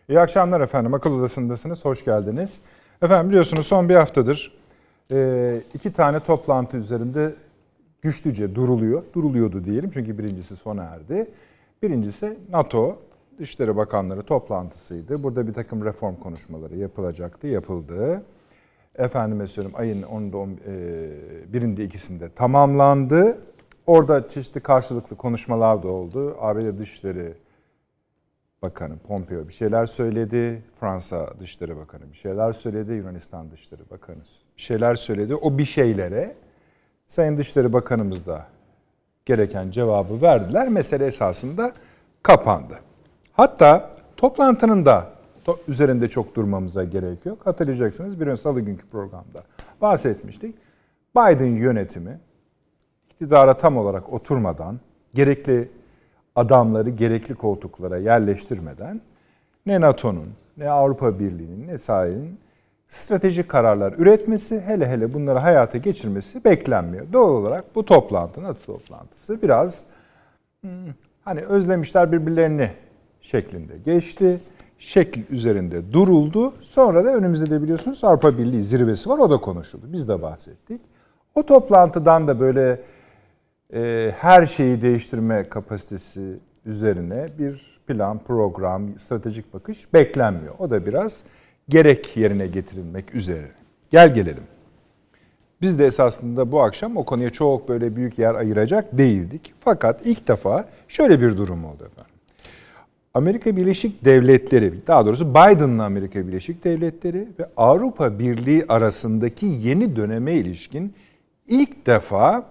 İyi akşamlar efendim. Akıl Odası'ndasınız. Hoş geldiniz. Efendim biliyorsunuz son bir haftadır iki tane toplantı üzerinde güçlüce duruluyordu diyelim. Çünkü birincisi sona erdi. Birincisi NATO Dışişleri Bakanları toplantısıydı. Burada bir takım reform konuşmaları yapılacaktı. Yapıldı. Efendime söyleyeyim ayın 10'unda 1'inde ikisinde tamamlandı. Orada çeşitli karşılıklı konuşmalar da oldu. ABD Dışişleri Bakanı Pompeo bir şeyler söyledi. Fransa Dışişleri Bakanı bir şeyler söyledi. Yunanistan Dışişleri Bakanı bir şeyler söyledi. O bir şeylere Sayın Dışişleri Bakanımız da gereken cevabı verdiler. Mesele esasında kapandı. Hatta toplantının da üzerinde çok durmamıza gerek yok. Hatırlayacaksınız bir ön salı günkü programda bahsetmiştik. Biden yönetimi iktidara tam olarak oturmadan, gerekli adamları gerekli koltuklara yerleştirmeden ne NATO'nun, ne Avrupa Birliği'nin, ne sahirin stratejik kararlar üretmesi, hele hele bunları hayata geçirmesi beklenmiyor. Doğal olarak bu toplantı, NATO toplantısı biraz hani özlemişler birbirlerini şeklinde geçti. Şekil üzerinde duruldu. Sonra da önümüzde de biliyorsunuz Avrupa Birliği zirvesi var. O da konuşuldu. Biz de bahsettik. O toplantıdan da böyle her şeyi değiştirme kapasitesi üzerine bir plan, program, stratejik bakış beklenmiyor. O da biraz gerek yerine getirilmek üzere. Gelelim. Biz de esasında bu akşam o konuya çok böyle büyük yer ayıracak değildik. Fakat ilk defa şöyle bir durum oldu efendim. Amerika Birleşik Devletleri, daha doğrusu Biden'ın Amerika Birleşik Devletleri ve Avrupa Birliği arasındaki yeni döneme ilişkin ilk defa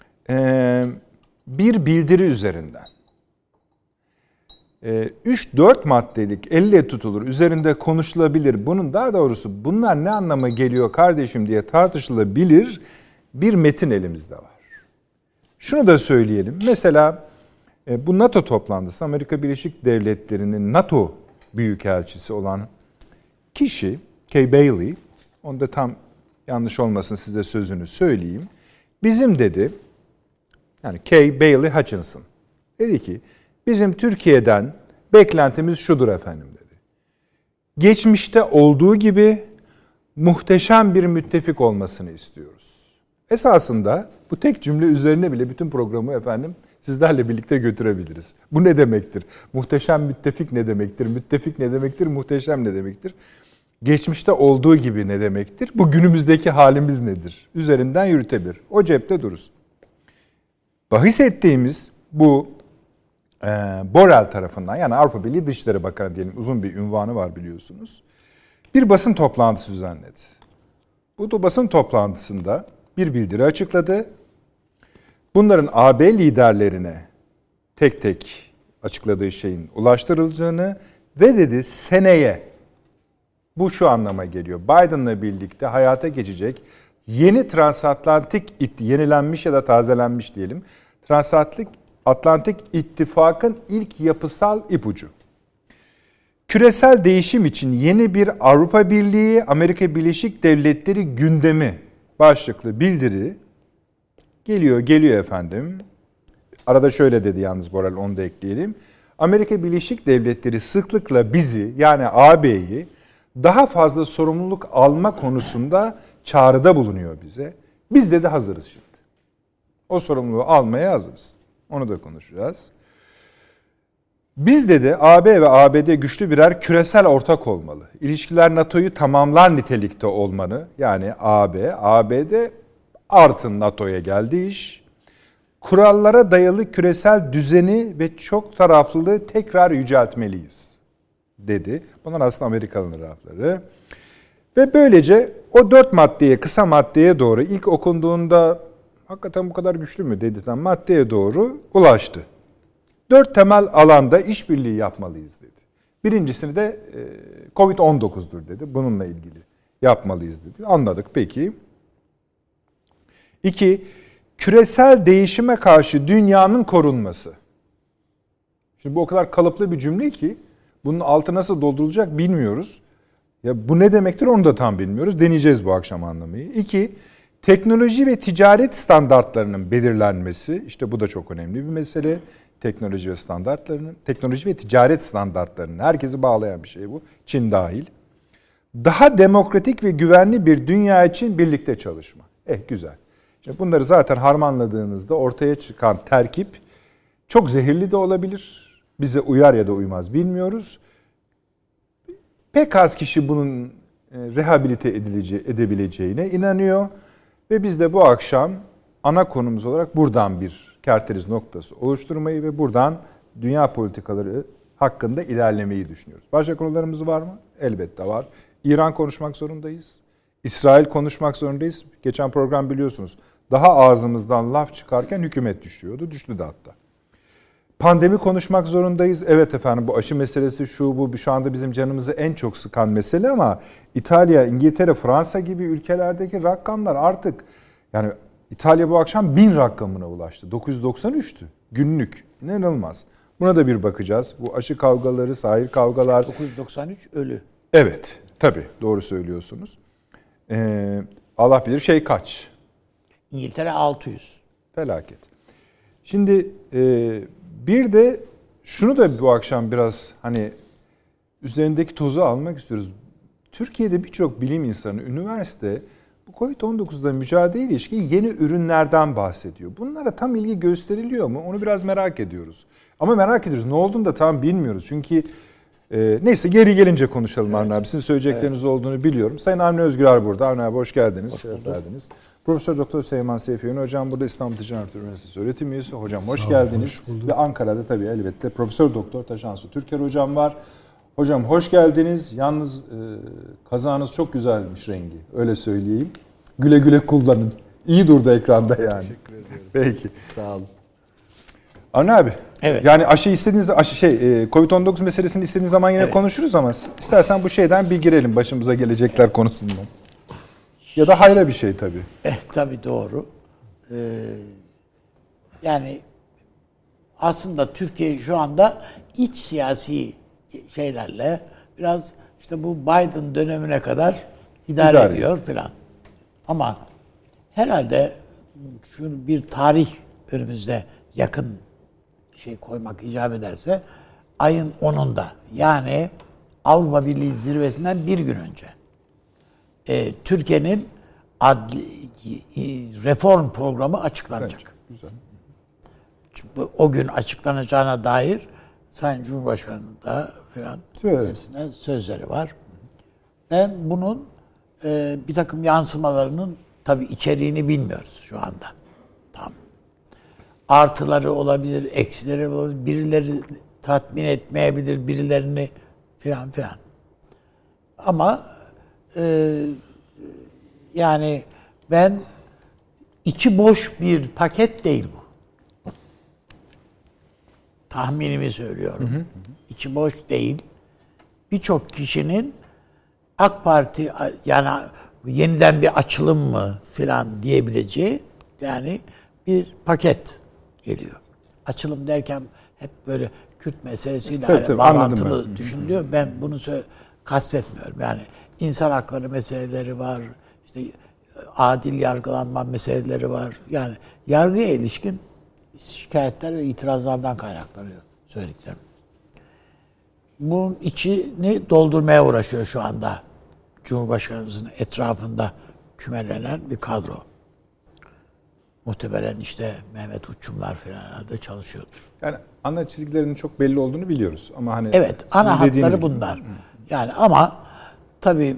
bir bildiri üzerinden 3-4 maddelik elle tutulur, üzerinde konuşulabilir. Bunun daha doğrusu bunlar ne anlama geliyor kardeşim diye tartışılabilir bir metin elimizde var. Şunu da söyleyelim. Mesela bu NATO toplantısı Amerika Birleşik Devletleri'nin NATO büyükelçisi olan kişi Kay Bailey, onu da tam yanlış olmasın size sözünü söyleyeyim. Bizim dedi, yani Kay Bailey Hutchinson dedi ki bizim Türkiye'den beklentimiz şudur efendim dedi. Geçmişte olduğu gibi muhteşem bir müttefik olmasını istiyoruz. Esasında bu tek cümle üzerine bile bütün programı efendim sizlerle birlikte götürebiliriz. Bu ne demektir? Muhteşem müttefik ne demektir? Müttefik ne demektir? Muhteşem ne demektir? Geçmişte olduğu gibi ne demektir? Bu günümüzdeki halimiz nedir? Üzerinden yürütebilir. O cepte dururuz. Bahis ettiğimiz bu Borrell tarafından, yani Avrupa Birliği Dışişleri Bakanı diyelim, uzun bir ünvanı var biliyorsunuz. Bir basın toplantısı düzenledi. Bu basın toplantısında bir bildiri açıkladı. Bunların AB liderlerine tek tek açıkladığı şeyin ulaştırılacağını ve dedi seneye, bu şu anlama geliyor, Biden'la birlikte hayata geçecek yeni transatlantik, yenilenmiş ya da tazelenmiş diyelim, Transatlantik İttifak'ın ilk yapısal ipucu. Küresel değişim için yeni bir Avrupa Birliği, Amerika Birleşik Devletleri gündemi başlıklı bildiri geliyor efendim. Arada şöyle dedi yalnız Borrell, onu da ekleyelim. Amerika Birleşik Devletleri sıklıkla bizi, yani AB'yi daha fazla sorumluluk alma konusunda çağrıda bulunuyor bize. Biz de hazırız şimdi. O sorumluluğu almaya hazırız. Onu da konuşacağız. Biz de AB ve ABD güçlü birer küresel ortak olmalı. İlişkiler NATO'yu tamamlar nitelikte olmanı, yani ABD artı NATO'ya geldi iş. Kurallara dayalı küresel düzeni ve çok taraflılığı tekrar yüceltmeliyiz dedi. Bunlar aslında Amerikalıların lafları. Ve böylece o 4 maddeye, kısa maddeye doğru ilk okunduğunda hakikaten bu kadar güçlü mü dedirten maddeye doğru ulaştı. 4 temel alanda işbirliği yapmalıyız dedi. Birincisini de Covid-19'dur dedi. Bununla ilgili yapmalıyız dedi. Anladık peki. 2. Küresel değişime karşı dünyanın korunması. Şimdi bu o kadar kalıplı bir cümle ki bunun altı nasıl doldurulacak bilmiyoruz. Ya bu ne demektir onu da tam bilmiyoruz. Deneyeceğiz bu akşam anlamayı. 2. Teknoloji ve ticaret standartlarının belirlenmesi. İşte bu da çok önemli bir mesele. teknoloji ve standartlarının, teknoloji ve ticaret standartlarının, herkesi bağlayan bir şey bu, Çin dahil. Daha demokratik ve güvenli bir dünya için birlikte çalışma. Güzel. Şimdi bunları zaten harmanladığınızda ortaya çıkan terkip çok zehirli de olabilir. Bize uyar ya da uymaz bilmiyoruz. Pek az kişi bunun rehabilite edebileceğine inanıyor. Ve biz de bu akşam ana konumuz olarak buradan bir kerteriz noktası oluşturmayı ve buradan dünya politikaları hakkında ilerlemeyi düşünüyoruz. Başka konularımız var mı? Elbette var. İran konuşmak zorundayız. İsrail konuşmak zorundayız. Geçen program biliyorsunuz. Daha ağzımızdan laf çıkarken hükümet düşüyordu. Düştü de hatta. Pandemi konuşmak zorundayız. Evet efendim, bu aşı meselesi şu anda bizim canımızı en çok sıkan mesele ama İtalya, İngiltere, Fransa gibi ülkelerdeki rakamlar artık, yani İtalya bu akşam 1000 rakamına ulaştı. 993'tü günlük. İnanılmaz. Buna da bir bakacağız. Bu aşı kavgaları, sahil kavgalar. 993 ölü. Evet, tabii doğru söylüyorsunuz. Allah bilir kaç? İngiltere 600. Felaket. Şimdi bir de şunu da bu akşam biraz üzerindeki tozu almak istiyoruz. Türkiye'de birçok bilim insanı, üniversite bu Covid-19'da mücadele ilişkin yeni ürünlerden bahsediyor. Bunlara tam ilgi gösteriliyor mu? Onu biraz merak ediyoruz. Ama merak ediyoruz. Ne olduğunu da tam bilmiyoruz. Çünkü neyse, geri gelince konuşalım Avni abi. Sizin söyleyecekleriniz olduğunu biliyorum. Sayın Avni Özgürer burada. Avni abi hoş geldiniz. Hoş geldiniz. Profesör Doktor Süleyman Seyfi Yönü hocam burada, İstanbul Ticaret Üniversitesi öğretim üyesi. Hocam hoş geldiniz. Ve Ankara'da tabii elbette Profesör Doktor Taşansu Türker hocam var. Hocam hoş geldiniz. Yalnız kazağınız çok güzelmiş rengi. Öyle söyleyeyim. Güle güle kullanın. İyi durdu ekranda yani. Teşekkür ediyorum. Peki. Sağ olun. Avni abi. Evet. Yani Covid-19 meselesini istediğiniz zaman yine konuşuruz ama istersen bu şeyden bir girelim, başımıza gelecekler konusundan. Ya da hayra bir şey tabii. Tabii doğru. Yani aslında Türkiye şu anda iç siyasi şeylerle biraz işte bu Biden dönemine kadar idare ediyor filan. Ama herhalde şunu bir tarih önümüzde yakın koymak icap ederse ayın 10'unda, yani Avrupa Birliği zirvesinden bir gün önce Türkiye'nin reform programı açıklanacak. Evet, güzel. O gün açıklanacağına dair Sayın Cumhurbaşkanı'nın da filan hepsine sözleri var. Ben bunun bir takım yansımalarının tabii içeriğini bilmiyoruz şu anda. Tam. Artıları olabilir, eksileri olabilir, birileri tatmin etmeyebilir, birilerini filan filan. Ama yani ben içi boş bir paket değil bu. Tahminimi söylüyorum. İçi boş değil. Birçok kişinin AK Parti yani yeniden bir açılım mı filan diyebileceği yani bir paket geliyor. Açılım derken hep böyle Kürt meselesiyle bağlantılı düşünülüyor. Ben bunu kastetmiyorum. Yani insan hakları meseleleri var. İşte adil yargılanma meseleleri var. Yani yargıya ilişkin şikayetler ve itirazlardan kaynaklanıyor söylediklerim. Bunun içini doldurmaya uğraşıyor şu anda Cumhurbaşkanımızın etrafında kümelenen bir kadro. Muhtemelen işte Mehmet Uçumlar falan da çalışıyordur. Yani ana çizgilerinin çok belli olduğunu biliyoruz ama evet, ana hatları bunlar. Yani ama tabii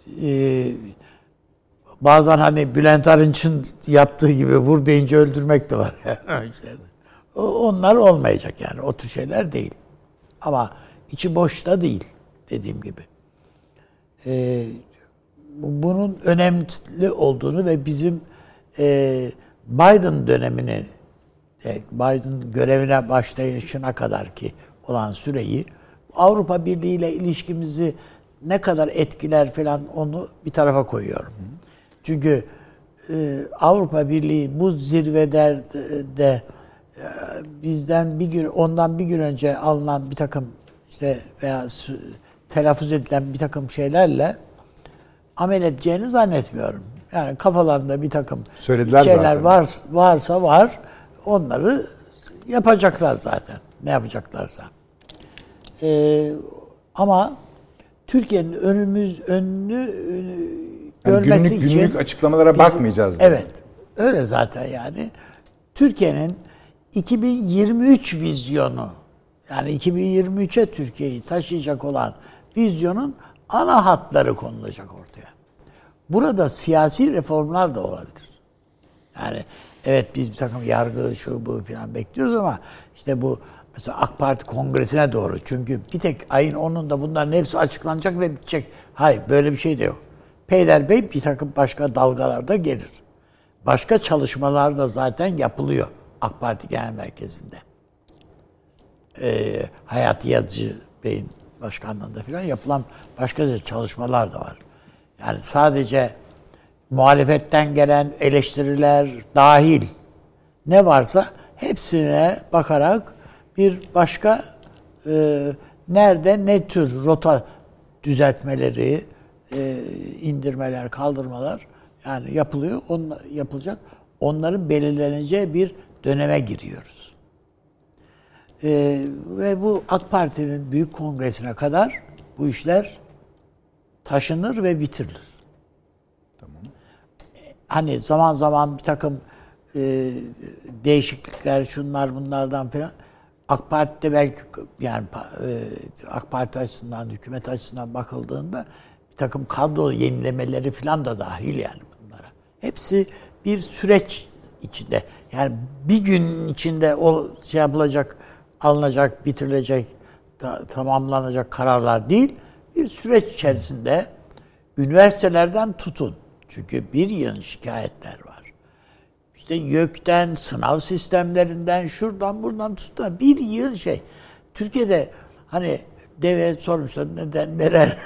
bazen Bülent Arınç'ın yaptığı gibi vur deyince öldürmek de var. İşte, onlar olmayacak yani. O tür şeyler değil. Ama içi boş da değil dediğim gibi. Bunun önemli olduğunu ve bizim Biden dönemini, Biden görevine başlayışına kadar ki olan süreyi, Avrupa Birliği ile ilişkimizi ne kadar etkiler falan onu bir tarafa koyuyorum. Çünkü Avrupa Birliği bu zirvede bizden ondan bir gün önce alınan bir takım işte veya telaffuz edilen bir takım şeylerle amel edeceğini zannetmiyorum. Yani kafalarında bir takım söylediler şeyler varsa var, onları yapacaklar zaten. Ne yapacaklarsa. Ama Türkiye'nin önünü görmesi için günlük açıklamalara bakmayacağız. Evet. Öyle zaten yani. Türkiye'nin 2023 vizyonu, yani 2023'e Türkiye'yi taşıyacak olan vizyonun ana hatları konulacak ortaya. Burada siyasi reformlar da olabilir. Yani evet biz bir takım yargı, şu bu filan bekliyoruz ama işte bu mesela AK Parti kongresine doğru. Çünkü bir tek ayın 10'unda bunların hepsi açıklanacak ve bitecek. Hayır, böyle bir şey de yok. Peyderbey bir takım başka dalgalarda gelir. Başka çalışmalar da zaten yapılıyor AK Parti Genel Merkezi'nde. Hayati Yazıcı Bey'in başkanlığında filan yapılan başka çalışmalar da var. Yani sadece muhalefetten gelen eleştiriler dahil ne varsa hepsine bakarak bir başka nerede ne tür rota düzeltmeleri, indirmeler, kaldırmalar yani yapılıyor, yapılacak. Onların belirleneceği bir döneme giriyoruz. Ve bu AK Parti'nin büyük kongresine kadar bu işler taşınır ve bitirilir. Tamam. Hani zaman zaman bir takım değişiklikler, şunlar bunlardan falan AK Parti'de belki yani AK Parti açısından, hükümet açısından bakıldığında bir takım kadro yenilemeleri falan da dahil yani bunlara. Hepsi bir süreç içinde. Yani bir gün içinde o şey yapılacak, alınacak, bitirilecek, tamamlanacak kararlar değil. Bir süreç içerisinde üniversitelerden tutun. Çünkü bir yığın şikayetler var. İşte YÖK'ten, sınav sistemlerinden, şuradan buradan tutun. Bir yığın şey. Türkiye'de hani devlet sormuşlar neden,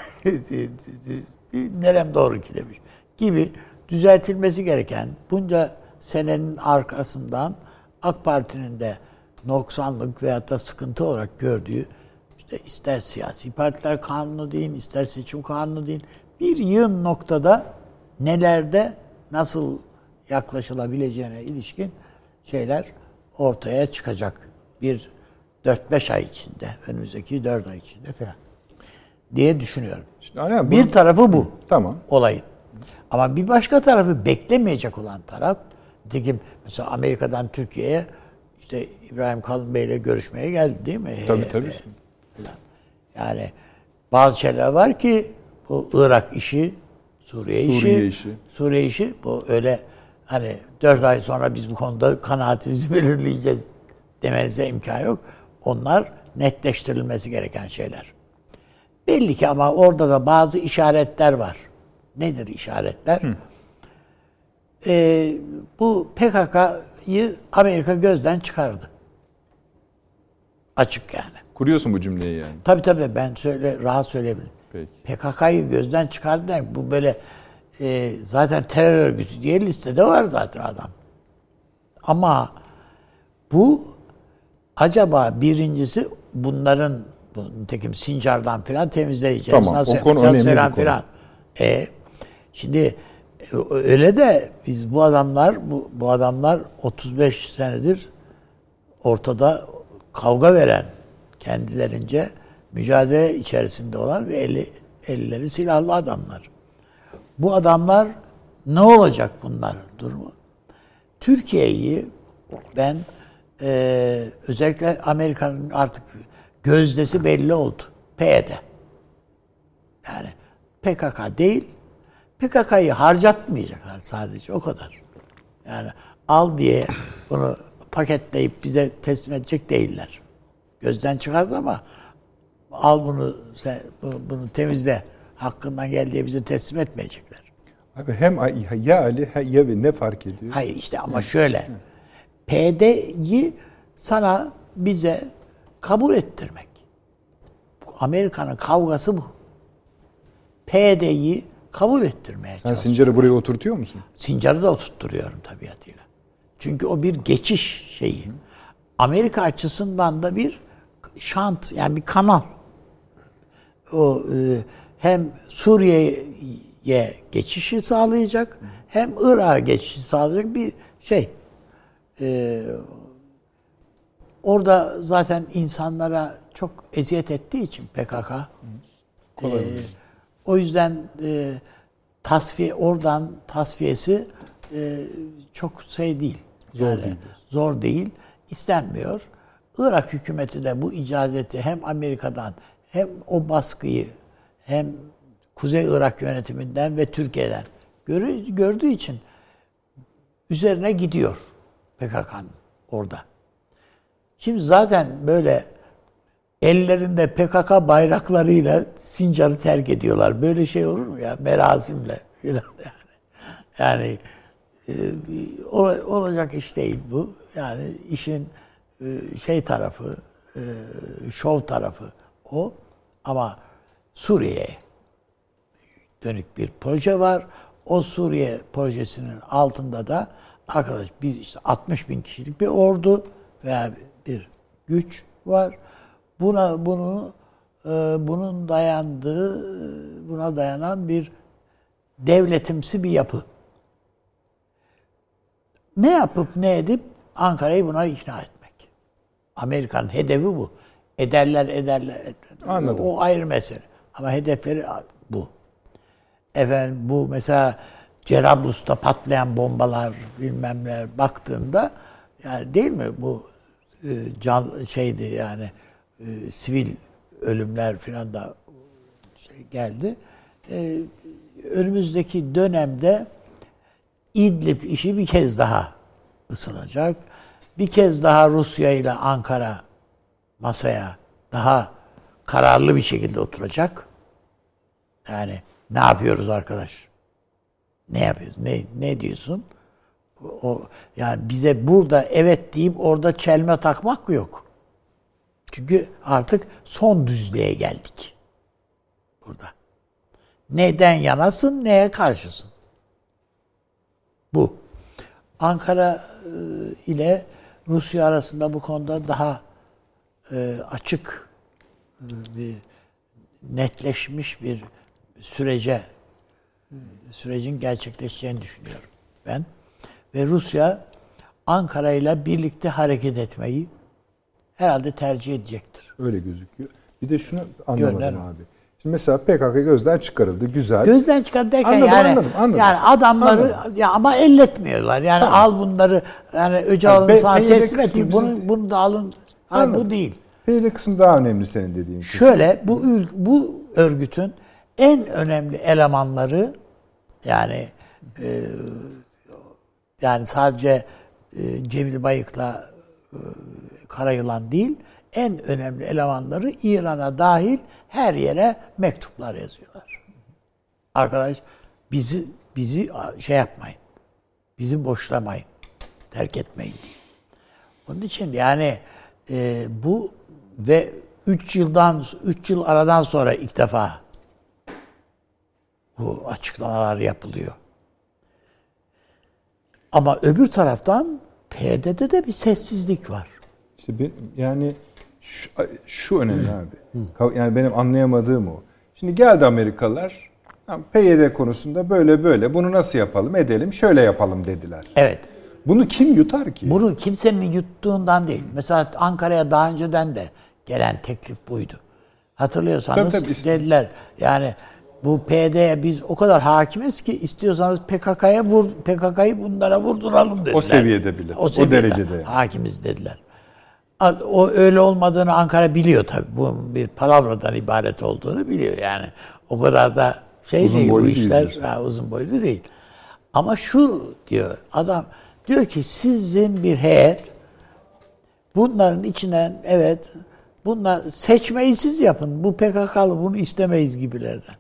nerem doğru ki demiş gibi düzeltilmesi gereken bunca senenin arkasından AK Parti'nin de noksanlık veyahut da sıkıntı olarak gördüğü işte ister siyasi partiler kanunu deyin, ister seçim kanunu deyin, bir yığın noktada nelerde nasıl yaklaşılabileceğine ilişkin şeyler ortaya çıkacak. Bir 4-5 ay içinde, önümüzdeki 4 ay içinde falan diye düşünüyorum. İşte, bir tarafı bu. Tamam. Olayın. Ama bir başka tarafı beklemeyecek olan taraf, nitekim mesela Amerika'dan Türkiye'ye işte İbrahim Kalın Bey'le görüşmeye geldi değil mi? Tabii. Yani bazı şeyler var ki bu Irak işi, Suriye işi bu öyle hani 4 ay sonra biz bu konuda kanaatimizi belirleyeceğiz demenize imkan yok. Onlar netleştirilmesi gereken şeyler. Belli ki ama orada da bazı işaretler var. Nedir işaretler? Bu PKK'yı Amerika gözden çıkardı. Açık yani. Kuruyorsun bu cümleyi yani. Tabii ben rahat söyleyebilirim. Peki. PKK'yı gözden çıkardı demek. Bu böyle zaten terör örgütü diye listede var zaten adam. Ama bu acaba birincisi bunların nitekim Sincar'dan falan temizleyeceğiz. Tamam, nasıl o konu yapacağız önemli bir falan. Şimdi öyle de biz bu adamlar 35 senedir ortada kavga veren, kendilerince mücadele içerisinde olan ve elleri silahlı adamlar. Bu adamlar ne olacak bunların durumu? Türkiye'yi ben özellikle Amerika'nın artık gözdesi belli oldu. PYD. Yani PKK değil, PKK'yı harcatmayacaklar sadece o kadar. Yani al diye bunu paketleyip bize teslim edecek değiller. Gözden çıkardı ama al bunu sen bunu temizle hakkından gel diye bize teslim etmeyecekler. Abi hem ya Ali ya ve ne fark ediyor? Hayır işte ama şöyle. PYD'yi sana bize kabul ettirmek. Amerika'nın kavgası bu. PYD'yi kabul ettirmeye çalışıyor. Sen Sincar'ı buraya oturtuyor musun? Sincar'ı da oturtturuyorum tabiatıyla. Çünkü o bir geçiş şeyi. Amerika açısından da bir şant, yani bir kanal. O hem Suriye'ye geçişi sağlayacak, hem Irak'a geçişi sağlayacak bir şey. orada zaten insanlara çok eziyet ettiği için PKK, o yüzden oradan tasfiyesi çok değil. Zor değil. İstenmiyor. Irak hükümeti de bu icazeti hem Amerika'dan hem o baskıyı hem Kuzey Irak yönetiminden ve Türkiye'den gördüğü için üzerine gidiyor PKK'nın orada. Şimdi zaten böyle ellerinde PKK bayraklarıyla Sincar'ı terk ediyorlar. Böyle şey olur mu ya? Merasimle falan yani. Olacak iş değil bu. Yani işin tarafı, şov tarafı o. Ama Suriye'ye dönük bir proje var. O Suriye projesinin altında da arkadaş biz 60 bin kişilik bir ordu veya bir güç var. Buna dayanan bir devletimsi bir yapı. Ne yapıp ne edip Ankara'yı buna ikna etmek. Amerika'nın hedefi bu. Ederler. Anladım. O ayrı mesele. Ama hedefleri bu. Efendim bu mesela Cerablus'ta patlayan bombalar bilmem neler baktığında yani değil mi bu yani sivil ölümler filan da geldi. Önümüzdeki dönemde İdlib işi bir kez daha ısınacak. Bir kez daha Rusya ile Ankara masaya daha kararlı bir şekilde oturacak. Yani ne yapıyoruz arkadaş? Ne yapıyoruz? Ne diyorsun? Yani bize burada evet deyip orada çelme takmak yok. Çünkü artık son düzlüğe geldik. Burada. Neden yanasın, neye karşısın? Bu. Ankara ile Rusya arasında bu konuda daha açık bir netleşmiş bir sürecin gerçekleşeceğini düşünüyorum ben. Ve Rusya Ankara ile birlikte hareket etmeyi herhalde tercih edecektir. Öyle gözüküyor. Bir de şunu anlamadım abi. Şimdi mesela PKK gözden çıkarıldı. Güzel. Gözden çıkarıldı derken anladım. Yani adamları ya ama elletmiyorlar. Yani tamam. Al bunları yani Öcalan'ın sana teslim ettik. Bunu da alın. Bu değil. PYD kısmı daha önemli senin dediğin. Şöyle bu örgütün en önemli elemanları yani sadece Cemil Bayık'la Karayılan değil, en önemli elemanları İran'a dahil her yere mektuplar yazıyorlar. Arkadaş bizi şey yapmayın. Bizi boşlamayın. Terk etmeyin diye. Onun için yani bu ve 3 yıl aradan sonra ilk defa bu açıklamalar yapılıyor. Ama öbür taraftan PYD'de de bir sessizlik var. İşte yani şu önemli abi. Yani benim anlayamadığım o. Şimdi geldi Amerikalılar. PYD konusunda böyle bunu nasıl yapalım edelim şöyle yapalım dediler. Evet. Bunu kim yutar ki? Bunu kimsenin yuttuğundan değil. Mesela Ankara'ya daha önceden de gelen teklif buydu. Hatırlıyorsanız tabii. Dediler yani bu PYD'ye biz o kadar hakimiz ki istiyorsanız PKK'yı bunlara vurduralım dediler. O seviyede bile. O derecede. Hakimiz dediler. O öyle olmadığını Ankara biliyor tabii. Bu bir palavradan ibaret olduğunu biliyor yani. O kadar da uzun değil bu işler. Uzun boylu değil. Ama şu diyor adam diyor ki sizin bir heyet bunların içinden evet bunlar seçmeyi siz yapın. Bu PKK'lı bunu istemeyiz gibilerden.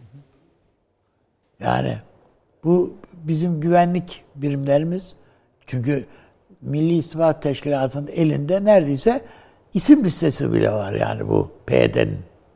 Yani bu bizim güvenlik birimlerimiz çünkü Milli İstihbarat Teşkilatı'nın elinde neredeyse isim listesi bile var yani bu PYD'nin.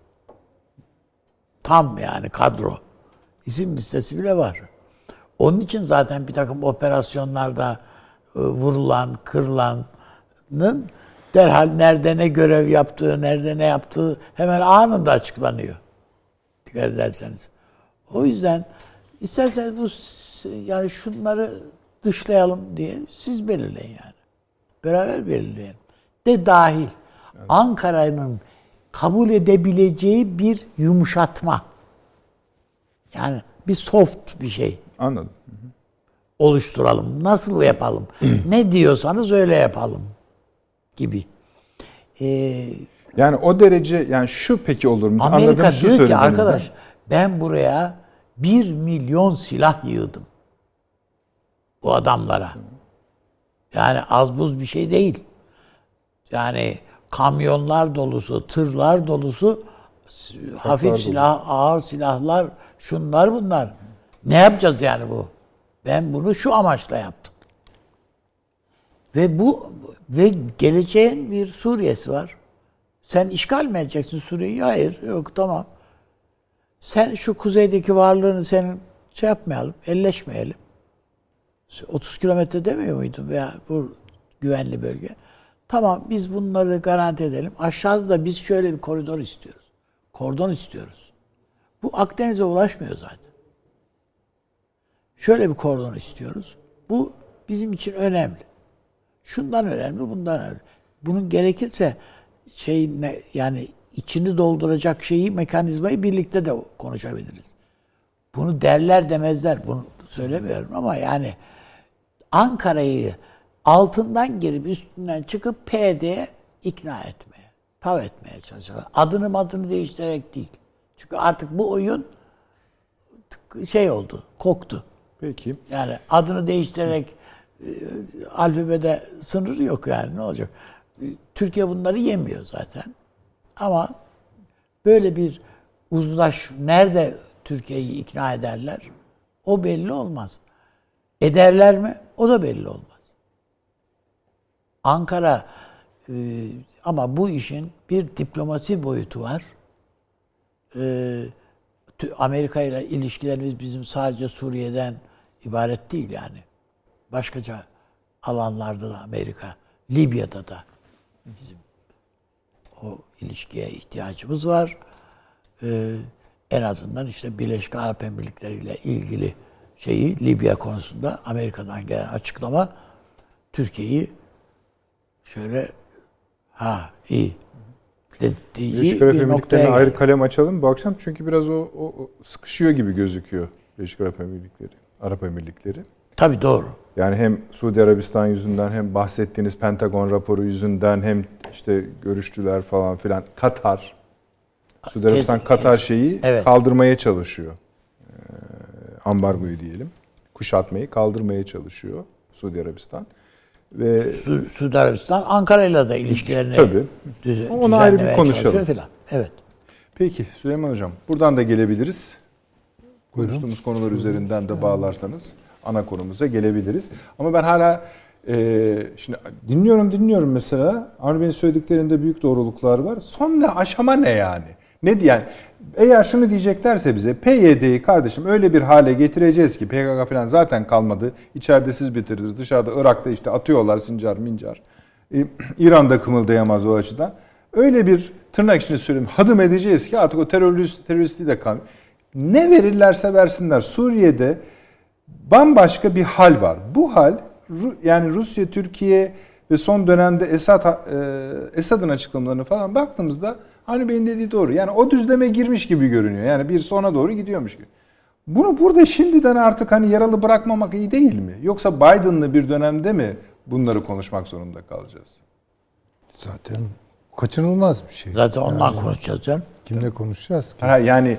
Tam yani kadro. İsim listesi bile var. Onun için zaten bir takım operasyonlarda vurulan, kırılanın derhal nerede ne görev yaptığı, nerede ne yaptığı hemen anında açıklanıyor. Dikkat ederseniz. O yüzden isterseniz bu yani şunları dışlayalım diye siz belirleyin yani. Beraber belirleyin. de dahil. Evet. Ankara'nın kabul edebileceği bir yumuşatma. Yani bir soft bir şey. Anladım. Oluşturalım. Nasıl yapalım? Ne diyorsanız öyle yapalım gibi. Yani o derece, yani şu peki olur mu? Amerika diyor ki arkadaş ben buraya 1 milyon silah yığdım. Bu adamlara. Yani az buz bir şey değil. Yani kamyonlar dolusu, tırlar dolusu hafif silah, ağır silahlar, şunlar bunlar. Ne yapacağız yani bu? Ben bunu şu amaçla yaptım. Ve geleceğin bir Suriye'si var. Sen işgal mi edeceksin Suriye'yi? Hayır, yok, tamam. Sen şu kuzeydeki varlığını senin şey yapmayalım, elleşmeyelim. 30 kilometre demiyor muydun veya bu güvenli bölge? Tamam, biz bunları garanti edelim. Aşağıda da biz şöyle bir koridor istiyoruz. Kordon istiyoruz. Bu Akdeniz'e ulaşmıyor zaten. Şöyle bir kordon istiyoruz. Bu bizim için önemli. Şundan önemli, bundan önemli. Bunun gerekirse yani içini dolduracak mekanizmayı birlikte de konuşabiliriz. Bunu derler demezler, bunu söylemiyorum ama yani Ankara'yı altından girip üstünden çıkıp PYD'ye ikna etmeye, tav etmeye çalışıyorlar. Adını değiştirerek değil. Çünkü artık bu oyun oldu, koktu. Peki. Yani adını değiştirerek alfabede sınırı yok yani, ne olacak? Türkiye bunları yemiyor zaten. Ama böyle bir nerede Türkiye'yi ikna ederler? O belli olmaz. Ederler mi? O da belli olmaz. Ankara ama bu işin bir diplomasi boyutu var. Amerika ile ilişkilerimiz bizim sadece Suriye'den ibaret değil yani. Başkaca alanlarda da Amerika, Libya'da da bizim o ilişkiye ihtiyacımız var. En azından işte Birleşik Arap Emirlikleri ile ilgili Libya konusunda Amerika'dan gelen açıklama Türkiye'yi şöyle iyi Birleşik Arap Emirlikleri'ne ayrı kalem açalım bu akşam çünkü biraz o sıkışıyor gibi gözüküyor Birleşik Arap Emirlikleri. Tabii doğru. Yani hem Suudi Arabistan yüzünden hem bahsettiğiniz Pentagon raporu yüzünden hem işte görüştüler falan filan. Katar. Suudi Arabistan Katar evet, kaldırmaya çalışıyor. Ambargoyu diyelim. Kuşatmayı kaldırmaya çalışıyor Suudi Arabistan. Ve Suudi Arabistan Ankara'yla da ilişkilerini ona ayrı bir konuşalım falan. Evet. Peki Süleyman Hocam, buradan da gelebiliriz. Konuştuğumuz konular üzerinden de bağlarsanız ana konumuza gelebiliriz. Ama ben hala şimdi dinliyorum mesela. Avni Bey'in söylediklerinde büyük doğruluklar var. Sonra aşama ne yani? Ne diye yani? Eğer şunu diyeceklerse bize PYD'yi kardeşim öyle bir hale getireceğiz ki PKK falan zaten kalmadı. İçeride siz bitirdiniz. Dışarıda Irak'ta işte atıyorlar sincar mincar. İran'da kımıldayamaz o açıdan. Öyle bir tırnak içinde söyleyeyim hadım edeceğiz ki artık o teröristliği de kalmıyor. Ne verirlerse versinler. Suriye'de bambaşka bir hal var. Bu hal yani Rusya, Türkiye ve son dönemde Esad'ın açıklamalarına falan baktığımızda Avni Bey'in dediği doğru. Yani o düzleme girmiş gibi görünüyor. Yani bir sona doğru gidiyormuş gibi. Bunu burada şimdiden artık hani yaralı bırakmamak iyi değil mi? Yoksa Biden'lı bir dönemde mi bunları konuşmak zorunda kalacağız? Zaten kaçınılmaz bir şey. Zaten ondan konuşacağız canım. Kimle konuşacağız ki? Yani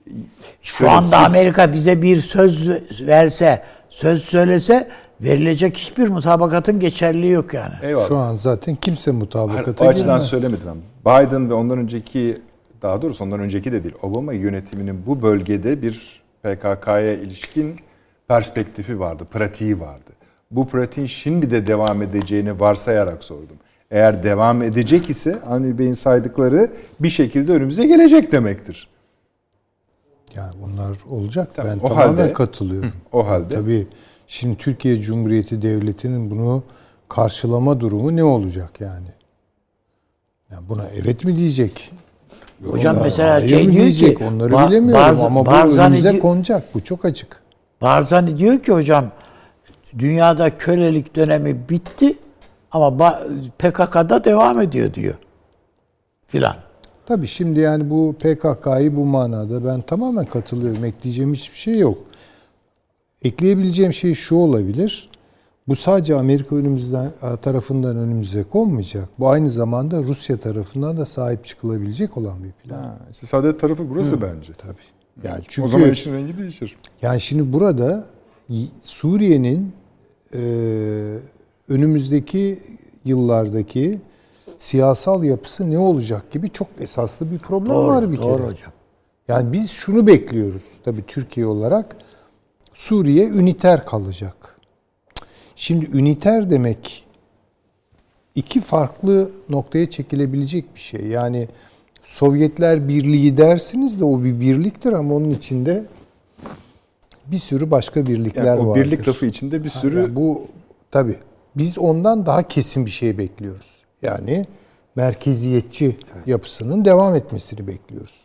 şu anda Amerika bize bir söz verse, söz söylese verilecek hiçbir mutabakatın geçerliliği yok yani. Eyvallah. Şu an zaten kimse mutabakata girmez. O açıdan söylemedim. Biden ve ondan önceki, daha doğrusu ondan önceki de değil, Obama yönetiminin bu bölgede bir PKK'ya ilişkin perspektifi vardı, pratiği vardı. Bu pratiğin şimdi de devam edeceğini varsayarak sordum. Eğer devam edecek ise Avni Bey'in saydıkları bir şekilde önümüze gelecek demektir. Yani bunlar olacak. Tabii, ben tamamen katılıyorum. O halde. Tabii şimdi Türkiye Cumhuriyeti Devleti'nin bunu karşılama durumu ne olacak yani? Yani buna evet mi diyecek? Hocam Onlar mesela diyor diyecek ki onları bilemiyorum ama bu önümüze konacak. Bu çok açık. Barzani diyor ki hocam dünyada kölelik dönemi bitti. Ama PKK'da devam ediyor diyor. Filan. Tabii şimdi yani bu PKK'yı bu manada ben tamamen katılıyorum. Ekleyeceğim hiçbir şey yok. Ekleyebileceğim şey şu olabilir. Bu sadece Amerika tarafından önümüze konmayacak. Bu aynı zamanda Rusya tarafından da sahip çıkılabilecek olan bir plan. İşte saadet tarafı burası bence. Tabii. Yani çünkü, o zaman işin rengi değişir. Yani şimdi burada Suriye'nin önümüzdeki yıllardaki siyasal yapısı ne olacak gibi çok esaslı bir problem var bir kere. Doğru hocam. Yani biz şunu bekliyoruz tabii Türkiye olarak. Suriye üniter kalacak. Şimdi üniter demek iki farklı noktaya çekilebilecek bir şey. Yani Sovyetler Birliği dersiniz de o bir birliktir ama onun içinde bir sürü başka birlikler Yani o vardır. birlik lafı içinde bir sürü... Yani bu tabii. Biz ondan daha kesin bir şey bekliyoruz. Yani merkeziyetçi yapısının devam etmesini bekliyoruz.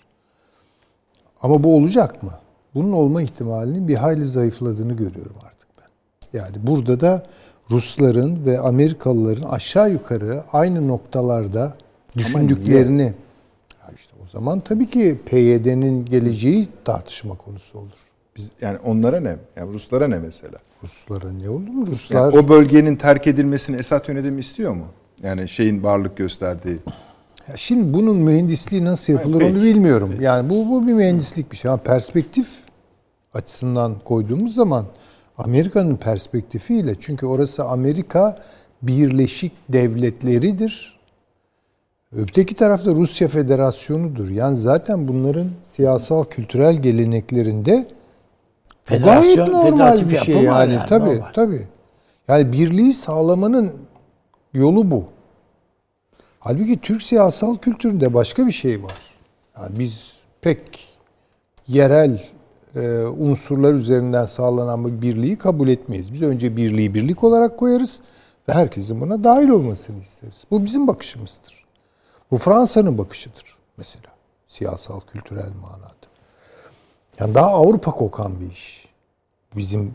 Ama bu olacak mı? Bunun olma ihtimalinin bir hayli zayıfladığını görüyorum artık ben. Yani burada da Rusların ve Amerikalıların aşağı yukarı aynı noktalarda düşündüklerini... Ya işte o zaman tabii ki PYD'nin geleceği tartışma konusu olur. Biz, yani onlara ne? Yani Ruslara ne mesela? Ruslara ne oldu mu? Ruslar... Yani o bölgenin terk edilmesini Esad yönetimi istiyor mu? Yani şeyin varlık gösterdiği... Ya şimdi bunun mühendisliği nasıl yapılır Hayır, onu bilmiyorum. Yani bu bir mühendislik bir şey. Ama perspektif açısından koyduğumuz zaman Amerika'nın perspektifiyle, çünkü orası Amerika Birleşik Devletleri'dir. Öteki tarafta Rusya Federasyonu'dur. Yani zaten bunların siyasal kültürel geleneklerinde gayet normal bir şey yani. Tabii. Yani birliği sağlamanın yolu bu. Halbuki Türk siyasal kültüründe başka bir şey var. Yani biz pek yerel unsurlar üzerinden sağlanan bu birliği kabul etmeyiz. Biz önce birliği birlik olarak koyarız ve herkesin buna dahil olmasını isteriz. Bu bizim bakışımızdır. Bu Fransa'nın bakışıdır mesela. Siyasal, kültürel manada. Yani daha Avrupa kokan bir iş. Bizim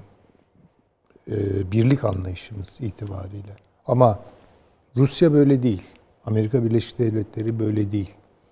birlik anlayışımız itibariyle. Ama Rusya böyle değil. Amerika Birleşik Devletleri böyle değil.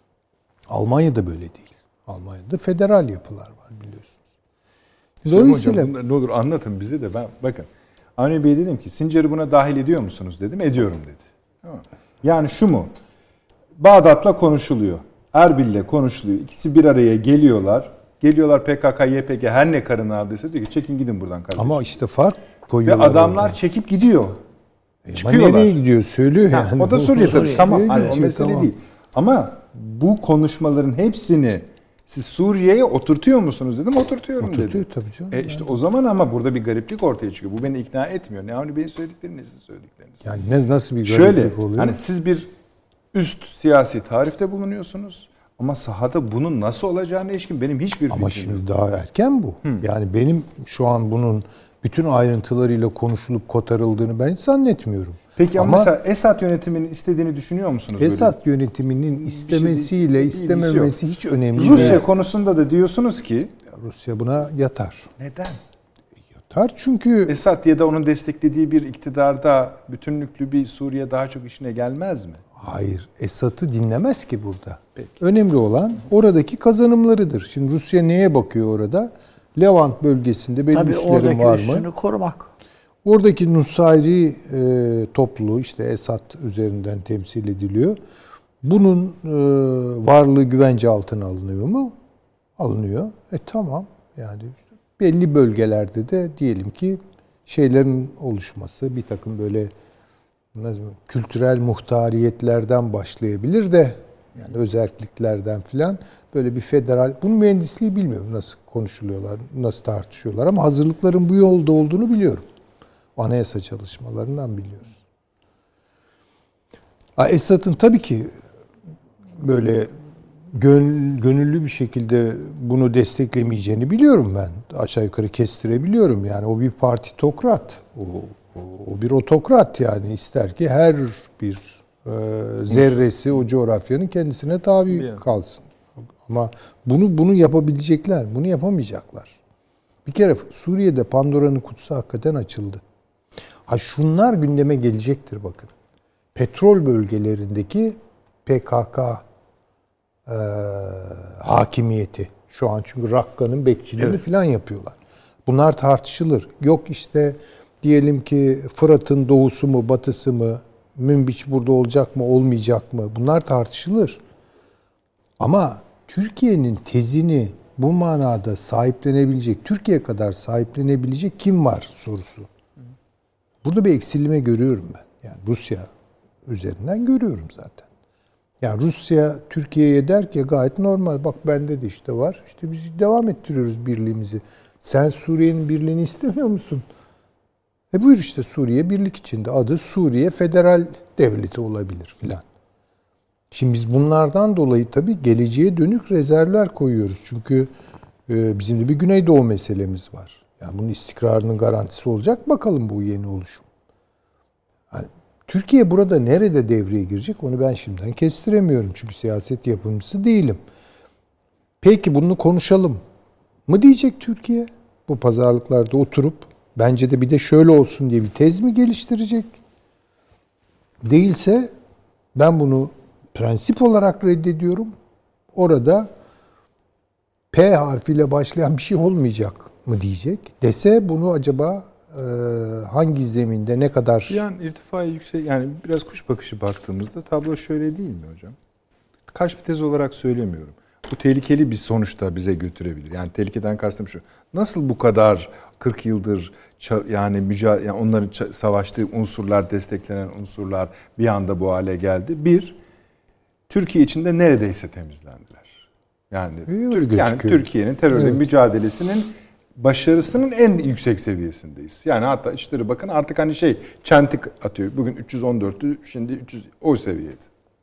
Almanya da böyle değil. Almanya'da federal yapılar var biliyorsunuz. Dolayısıyla hocam, ne olur anlatın bize de. Ben bakın Avni Bey dedim ki Sincar'ı buna dahil ediyor musunuz dedim. Ediyorum dedi. Tamam. Yani şu mu? Bağdat'la konuşuluyor. Erbil'le konuşuluyor. İkisi bir araya geliyorlar. Geliyorlar PKK, YPG her ne karın ağrıdıysa diyor ki çekin gidin buradan kardeşim. Ama işte fark koyuyorlar. Ve adamlar orada çekip gidiyor. Çıkıyorlar. Nereye gidiyor söylüyor yani. O da Suriye tabii. Tamam. Suriye O mesele tamam. değil. Ama bu konuşmaların hepsini siz Suriye'ye oturtuyor musunuz dedim. Oturtuyorum dedi. Oturtuyor tabii canım. İşte o zaman ama burada bir gariplik ortaya çıkıyor. Bu beni ikna etmiyor. Ne Avni Bey'in söyledikleri ne sizin söyledikleriniz. Yani nasıl bir gariplik oluyor? Hani siz bir üst siyasi tarifte bulunuyorsunuz. Ama sahada bunun nasıl olacağına ilişkin benim hiçbir fikrim yok. Ama şimdi daha erken bu. Yani benim şu an bunun bütün ayrıntılarıyla konuşulup kotarıldığını ben hiç zannetmiyorum. Peki ama mesela Esad yönetiminin istediğini düşünüyor musunuz? Esad yönetiminin istemesiyle istememesi hiç önemli değil. Rusya konusunda da diyorsunuz ki Rusya buna yatar. Neden? Yatar çünkü Esad ya da onun desteklediği bir iktidarda bütünlüklü bir Suriye daha çok işine gelmez mi? Hayır. Esad'ı dinlemez ki burada. Peki. Önemli olan oradaki kazanımlarıdır. Şimdi Rusya neye bakıyor orada? Levant bölgesinde benim üslerim var mı? Üssünü korumak. Oradaki Nusayri topluluğu işte Esad üzerinden temsil ediliyor. Bunun varlığı güvence altına alınıyor mu? Alınıyor. Tamam. Yani işte belli bölgelerde de diyelim ki şeylerin oluşması, bir takım böyle kültürel muhtariyetlerden başlayabilir de yani özerkliklerden filan böyle bir federal, bunun mühendisliği bilmiyorum nasıl konuşuluyorlar, nasıl tartışıyorlar ama hazırlıkların bu yolda olduğunu biliyorum. Anayasa çalışmalarından biliyoruz. Esad'ın tabii ki böyle gönüllü bir şekilde bunu desteklemeyeceğini biliyorum ben. Aşağı yukarı kestirebiliyorum. Yani o bir partitokrat. O bir otokrat yani. İster ki her bir zerresi o coğrafyanın kendisine tabi kalsın. Ama bunu yapabilecekler. Bunu yapamayacaklar. Bir kere Suriye'de Pandora'nın kutusu hakikaten açıldı. Şunlar gündeme gelecektir bakın. petrol bölgelerindeki PKK hakimiyeti. Şu an çünkü Rakka'nın bekçiliğini falan yapıyorlar. Bunlar tartışılır. Yok işte diyelim ki Fırat'ın doğusu mu batısı mı, Münbiç burada olacak mı olmayacak mı? Bunlar tartışılır. Ama Türkiye'nin tezini bu manada sahiplenebilecek, Türkiye kadar sahiplenebilecek kim var sorusu. Burada bir eksilme görüyorum ben. Yani Rusya üzerinden görüyorum zaten. Yani Rusya Türkiye'ye der ki gayet normal. Bak bende de işte var. İşte biz devam ettiriyoruz birliğimizi. Sen Suriye'nin birliğini istemiyor musun? Buyur işte Suriye birlik içinde. Adı Suriye Federal Devleti olabilir filan. Şimdi biz bunlardan dolayı tabii geleceğe dönük rezervler koyuyoruz. Çünkü bizim de bir Güneydoğu meselemiz var. Yani bunun istikrarının garantisi olacak. Bakalım bu yeni oluşum. Yani Türkiye burada nerede devreye girecek onu ben şimdiden kestiremiyorum. Çünkü siyaset yapımcısı değilim. Peki bunu konuşalım mı diyecek Türkiye? Bu pazarlıklarda oturup bence de bir de şöyle olsun diye bir tez mi geliştirecek? Değilse ben bunu prensip olarak reddediyorum. Orada P harfiyle başlayan bir şey olmayacak mı diyecek. Dese bunu acaba hangi zeminde ne kadar... Yani irtifayı yüksek, yani biraz kuş bakışı baktığımızda tablo şöyle değil mi hocam? Karşı bir tez olarak söylemiyorum. Bu tehlikeli bir sonuçta bize götürebilir. Yani tehlikeden kastım şu. Nasıl bu kadar 40 yıldır yani onların savaştığı unsurlar, desteklenen unsurlar bir anda bu hale geldi? Bir, Türkiye içinde neredeyse temizlendiler. Yani Türkiye'nin terörle mücadelesinin başarısının en yüksek seviyesindeyiz. Yani hatta İçişleri Bakanı artık hani çentik atıyor. Bugün 314'tü, şimdi 300 o seviyede.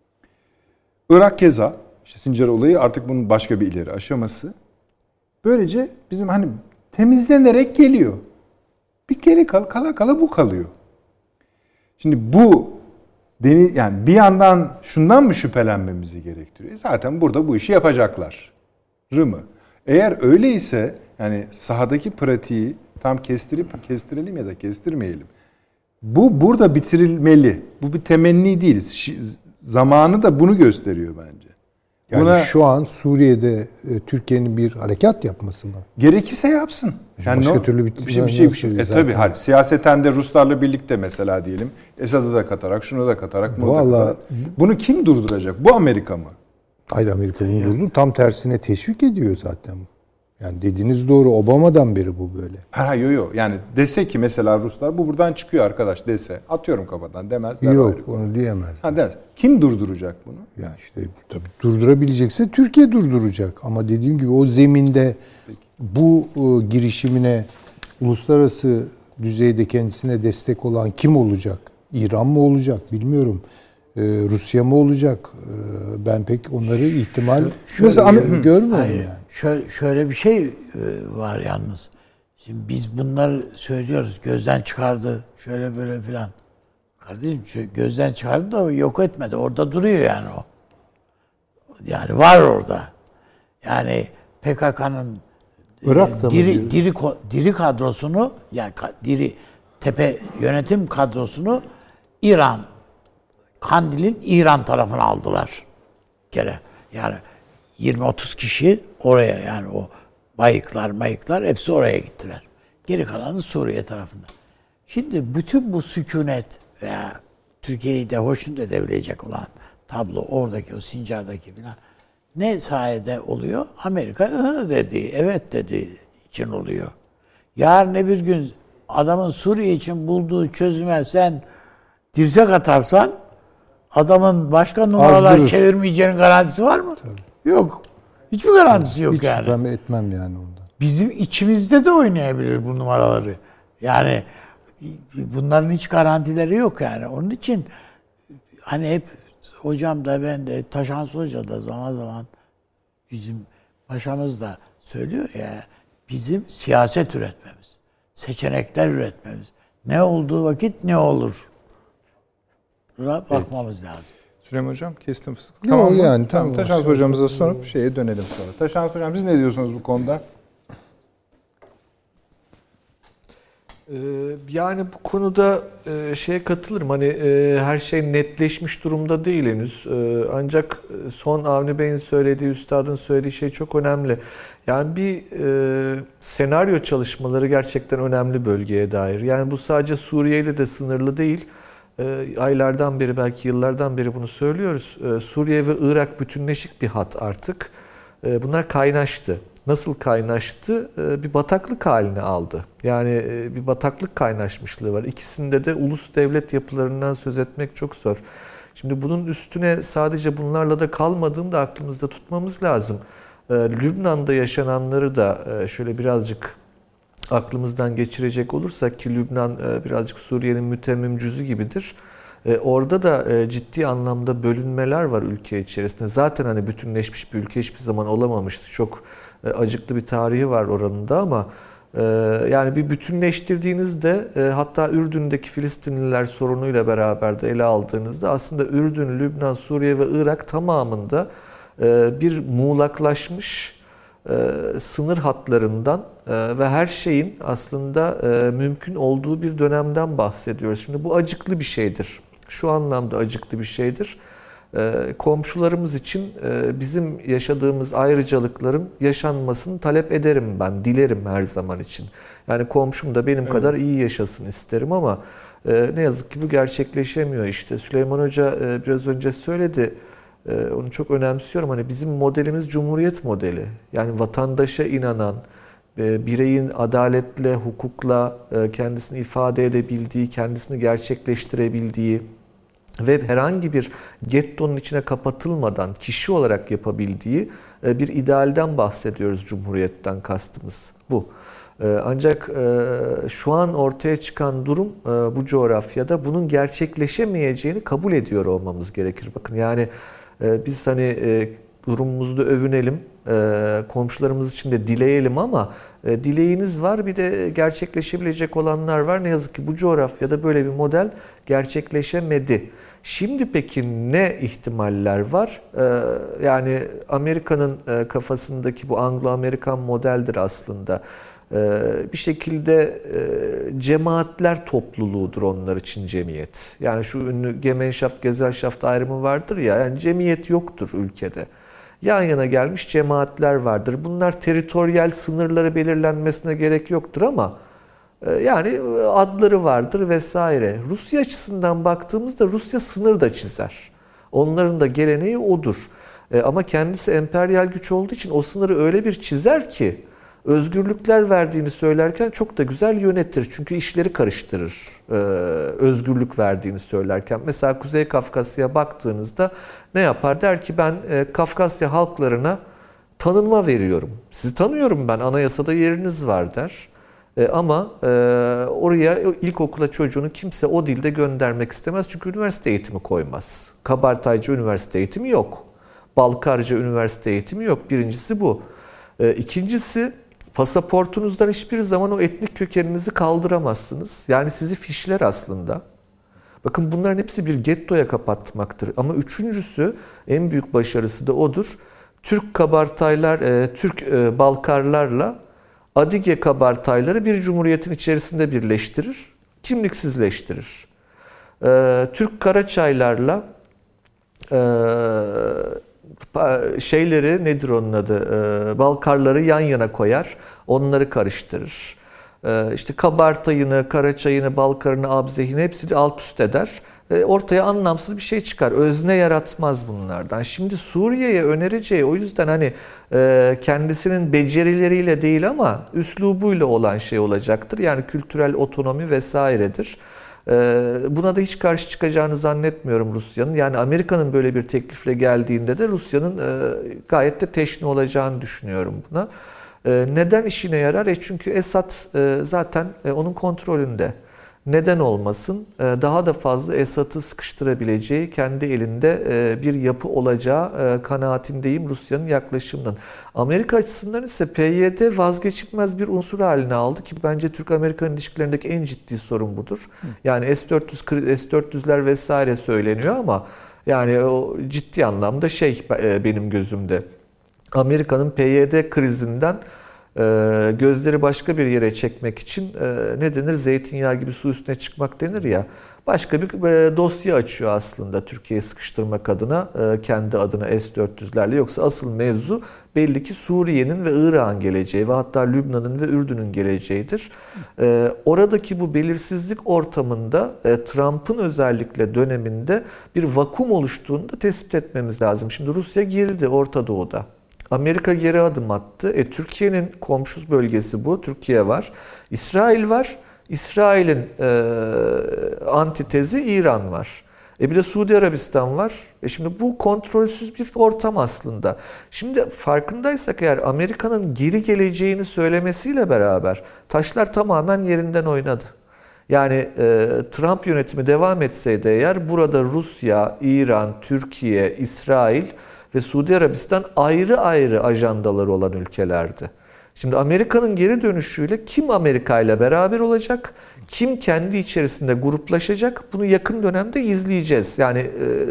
Irak keza, işte Sincar olayı artık bunun başka bir ileri aşaması. Böylece bizim hani temizlenerek geliyor. Bir geri kala bu kalıyor. Şimdi bu yani bir yandan şundan mı şüphelenmemizi gerektiriyor? Zaten burada bu işi yapacaklar. Mı? Eğer öyleyse yani sahadaki pratiği tam kestirelim ya da kestirmeyelim. Bu burada bitirilmeli. Bu bir temenni değil. Zamanı da bunu gösteriyor bence. Yani şu an Suriye'de Türkiye'nin bir harekat yapması mı? Gerekirse yapsın. Yani başka türlü bir şey. Tabii hayır. Siyaseten de Ruslarla birlikte mesela diyelim. Esad'ı da katarak, şunu da katarak, bunu da katarak. Bunu kim durduracak? Bu Amerika mı? Hayır, Amerika bunu durdurdu. Tam tersine teşvik ediyor zaten. Yani dediğiniz doğru. Obama'dan beri bu böyle. Yok. Yani dese ki mesela Ruslar bu buradan çıkıyor arkadaş dese. Atıyorum kafadan demezler. Yok onu diyemez. Demez. Kim durduracak bunu? Ya işte tabii durdurabilecekse Türkiye durduracak. Ama dediğim gibi o zeminde bu girişimine uluslararası düzeyde kendisine destek olan kim olacak? İran mı olacak? Bilmiyorum. Rusya mı olacak? Ben pek onları ihtimal görmüyorum yani. Şöyle bir şey var yalnız. Şimdi biz bunları söylüyoruz. Gözden çıkardı. Şöyle böyle filan. Kardeşim gözden çıkardı da yok etmedi. Orada duruyor yani o. Yani var orada. Yani PKK'nın diri kadrosunu yani diri tepe yönetim kadrosunu Kandil'in İran tarafına aldılar. Yani 20-30 kişi oraya yani o bayıklar hepsi oraya gittiler. Geri kalanı Suriye tarafında. Şimdi bütün bu sükunet veya Türkiye'yi de hoşnut edebilecek olan tablo oradaki o Sincar'daki falan ne sayede oluyor? Amerika dedi, evet dedi için oluyor. Yarın bir gün adamın Suriye için bulduğu çözüme sen dirsek atarsan adamın başka numaralar çevirmeyeceğinin garantisi var mı? Tabii. Yok. Hiçbir garantisi yok yani. Hiç şüphem etmem yani ondan. Bizim içimizde de oynayabilir bu numaraları. Yani bunların hiç garantileri yok yani. Onun için hani hep hocam da ben de Taşans Hoca da zaman zaman bizim paşamız da söylüyor ya bizim siyaset üretmemiz, seçenekler üretmemiz. Ne olduğu vakit ne olur? Buna bakmamız lazım. Süleyman Hocam kestim. Tamam yani. Tamam. Taşans Hocamıza sorup şeye dönelim sonra. Taşans Hocam siz ne diyorsunuz bu konuda? Yani bu konuda şeye katılırım. Hani her şey netleşmiş durumda değil henüz. Ancak son Avni Bey'in söylediği, üstadın söylediği şey çok önemli. Yani bir senaryo çalışmaları gerçekten önemli bölgeye dair. Yani bu sadece Suriye ile de sınırlı değil. Aylardan beri, belki yıllardan beri bunu söylüyoruz. Suriye ve Irak bütünleşik bir hat artık. Bunlar kaynaştı. Nasıl kaynaştı? Bir bataklık halini aldı. Yani bir bataklık kaynaşmışlığı var. İkisinde de ulus devlet yapılarından söz etmek çok zor. Şimdi bunun üstüne sadece bunlarla da kalmadığını da aklımızda tutmamız lazım. Lübnan'da yaşananları da şöyle birazcık aklımızdan geçirecek olursak, ki Lübnan birazcık Suriye'nin mütemmim cüzü gibidir. Orada da ciddi anlamda bölünmeler var ülke içerisinde. Zaten hani bütünleşmiş bir ülke hiçbir zaman olamamıştı. Çok acıklı bir tarihi var oranın da, ama yani bir bütünleştirdiğinizde, hatta Ürdün'deki Filistinliler sorunuyla beraber de ele aldığınızda, aslında Ürdün, Lübnan, Suriye ve Irak tamamında bir muğlaklaşmış sınır hatlarından ve her şeyin aslında mümkün olduğu bir dönemden bahsediyoruz. Şimdi bu acıklı bir şeydir. Şu anlamda acıklı bir şeydir. Komşularımız için bizim yaşadığımız ayrıcalıkların yaşanmasını talep ederim ben, dilerim her zaman için. Yani komşum da benim kadar iyi yaşasın isterim, ama ne yazık ki bu gerçekleşemiyor işte. Süleyman Hoca biraz önce söyledi. Onu çok önemsiyorum. Hani bizim modelimiz Cumhuriyet modeli. Yani vatandaşa inanan, bireyin adaletle, hukukla kendisini ifade edebildiği, kendisini gerçekleştirebildiği ve herhangi bir gettonun içine kapatılmadan kişi olarak yapabildiği bir idealden bahsediyoruz. Cumhuriyetten kastımız bu. Ancak şu an ortaya çıkan durum, bu coğrafyada bunun gerçekleşemeyeceğini kabul ediyor olmamız gerekir. Bakın yani biz hani durumumuzda övünelim, komşularımız için de dileyelim, ama dileğiniz var, bir de gerçekleşebilecek olanlar var. Ne yazık ki bu coğrafyada böyle bir model gerçekleşemedi. Şimdi peki ne ihtimaller var? Yani Amerika'nın kafasındaki bu Anglo-Amerikan modeldir aslında. Bir şekilde cemaatler topluluğudur onlar için cemiyet. Yani şu ünlü Gemeinschaft, Gesellschaft ayrımı vardır ya, yani cemiyet yoktur ülkede. Yan yana gelmiş cemaatler vardır. Bunlar teritoryal sınırları belirlenmesine gerek yoktur, ama yani adları vardır vesaire. Rusya açısından baktığımızda Rusya sınır da çizer. Onların da geleneği odur. Ama kendisi emperyal güç olduğu için o sınırı öyle bir çizer ki özgürlükler verdiğini söylerken çok da güzel yönetir. Çünkü işleri karıştırır özgürlük verdiğini söylerken. Mesela Kuzey Kafkasya'ya baktığınızda ne yapar? Der ki ben Kafkasya halklarına tanınma veriyorum. Sizi tanıyorum ben, anayasada yeriniz var der. Ama oraya ilkokula çocuğunu kimse o dilde göndermek istemez. Çünkü üniversite eğitimi koymaz. Kabartaycı üniversite eğitimi yok. Balkarca üniversite eğitimi yok. Birincisi bu. İkincisi, pasaportunuzdan hiçbir zaman o etnik kökeninizi kaldıramazsınız. Yani sizi fişler aslında. Bakın bunların hepsi bir gettoya kapatmaktır. Ama üçüncüsü, en büyük başarısı da odur. Türk Kabartaylar, Türk Balkarlarla Adige Kabartayları bir cumhuriyetin içerisinde birleştirir, kimliksizleştirir. Türk Karaçaylarla nedir onun adı? Balkarları yan yana koyar, onları karıştırır. İşte Kabartayını, Karaçayını, Balkarını, Abzehini hepsini alt üst eder. Ortaya anlamsız bir şey çıkar. Özne yaratmaz bunlardan. Şimdi Suriye'ye önereceği, o yüzden hani kendisinin becerileriyle değil ama üslubuyla olan şey olacaktır. Yani kültürel otonomi vesairedir. Buna da hiç karşı çıkacağını zannetmiyorum Rusya'nın. Yani Amerika'nın böyle bir teklifle geldiğinde de Rusya'nın gayet de teşne olacağını düşünüyorum buna. Neden işine yarar? Çünkü Esad zaten onun kontrolünde. Neden olmasın? Daha da fazla Esad'ı sıkıştırabileceği, kendi elinde bir yapı olacağı kanaatindeyim Rusya'nın yaklaşımından. Amerika açısından ise PYD vazgeçilmez bir unsur haline aldı ki bence Türk-Amerikan ilişkilerindeki en ciddi sorun budur. Yani S-400'ler vesaire söyleniyor ama yani o ciddi anlamda benim gözümde Amerika'nın PYD krizinden Gözleri başka bir yere çekmek için ne denir? Zeytinyağı gibi su üstüne çıkmak denir ya. Başka bir dosya açıyor aslında Türkiye'yi sıkıştırmak adına, kendi adına S-400'lerle. Yoksa asıl mevzu belli ki Suriye'nin ve Irak'ın geleceği ve hatta Lübnan'ın ve Ürdün'ün geleceğidir. Oradaki bu belirsizlik ortamında Trump'ın özellikle döneminde bir vakum oluştuğunu da tespit etmemiz lazım. Şimdi Rusya girdi Orta Doğu'da. Amerika geri adım attı. Türkiye'nin komşu bölgesi bu. Türkiye var. İsrail var. İsrail'in antitezi İran var. Bir de Suudi Arabistan var. Şimdi bu kontrolsüz bir ortam aslında. Şimdi farkındaysak eğer Amerika'nın geri geleceğini söylemesiyle beraber taşlar tamamen yerinden oynadı. Yani Trump yönetimi devam etseydi eğer burada Rusya, İran, Türkiye, İsrail ve Suudi Arabistan ayrı ayrı ajandaları olan ülkelerdi. Şimdi Amerika'nın geri dönüşüyle kim Amerika ile beraber olacak, kim kendi içerisinde gruplaşacak, bunu yakın dönemde izleyeceğiz. Yani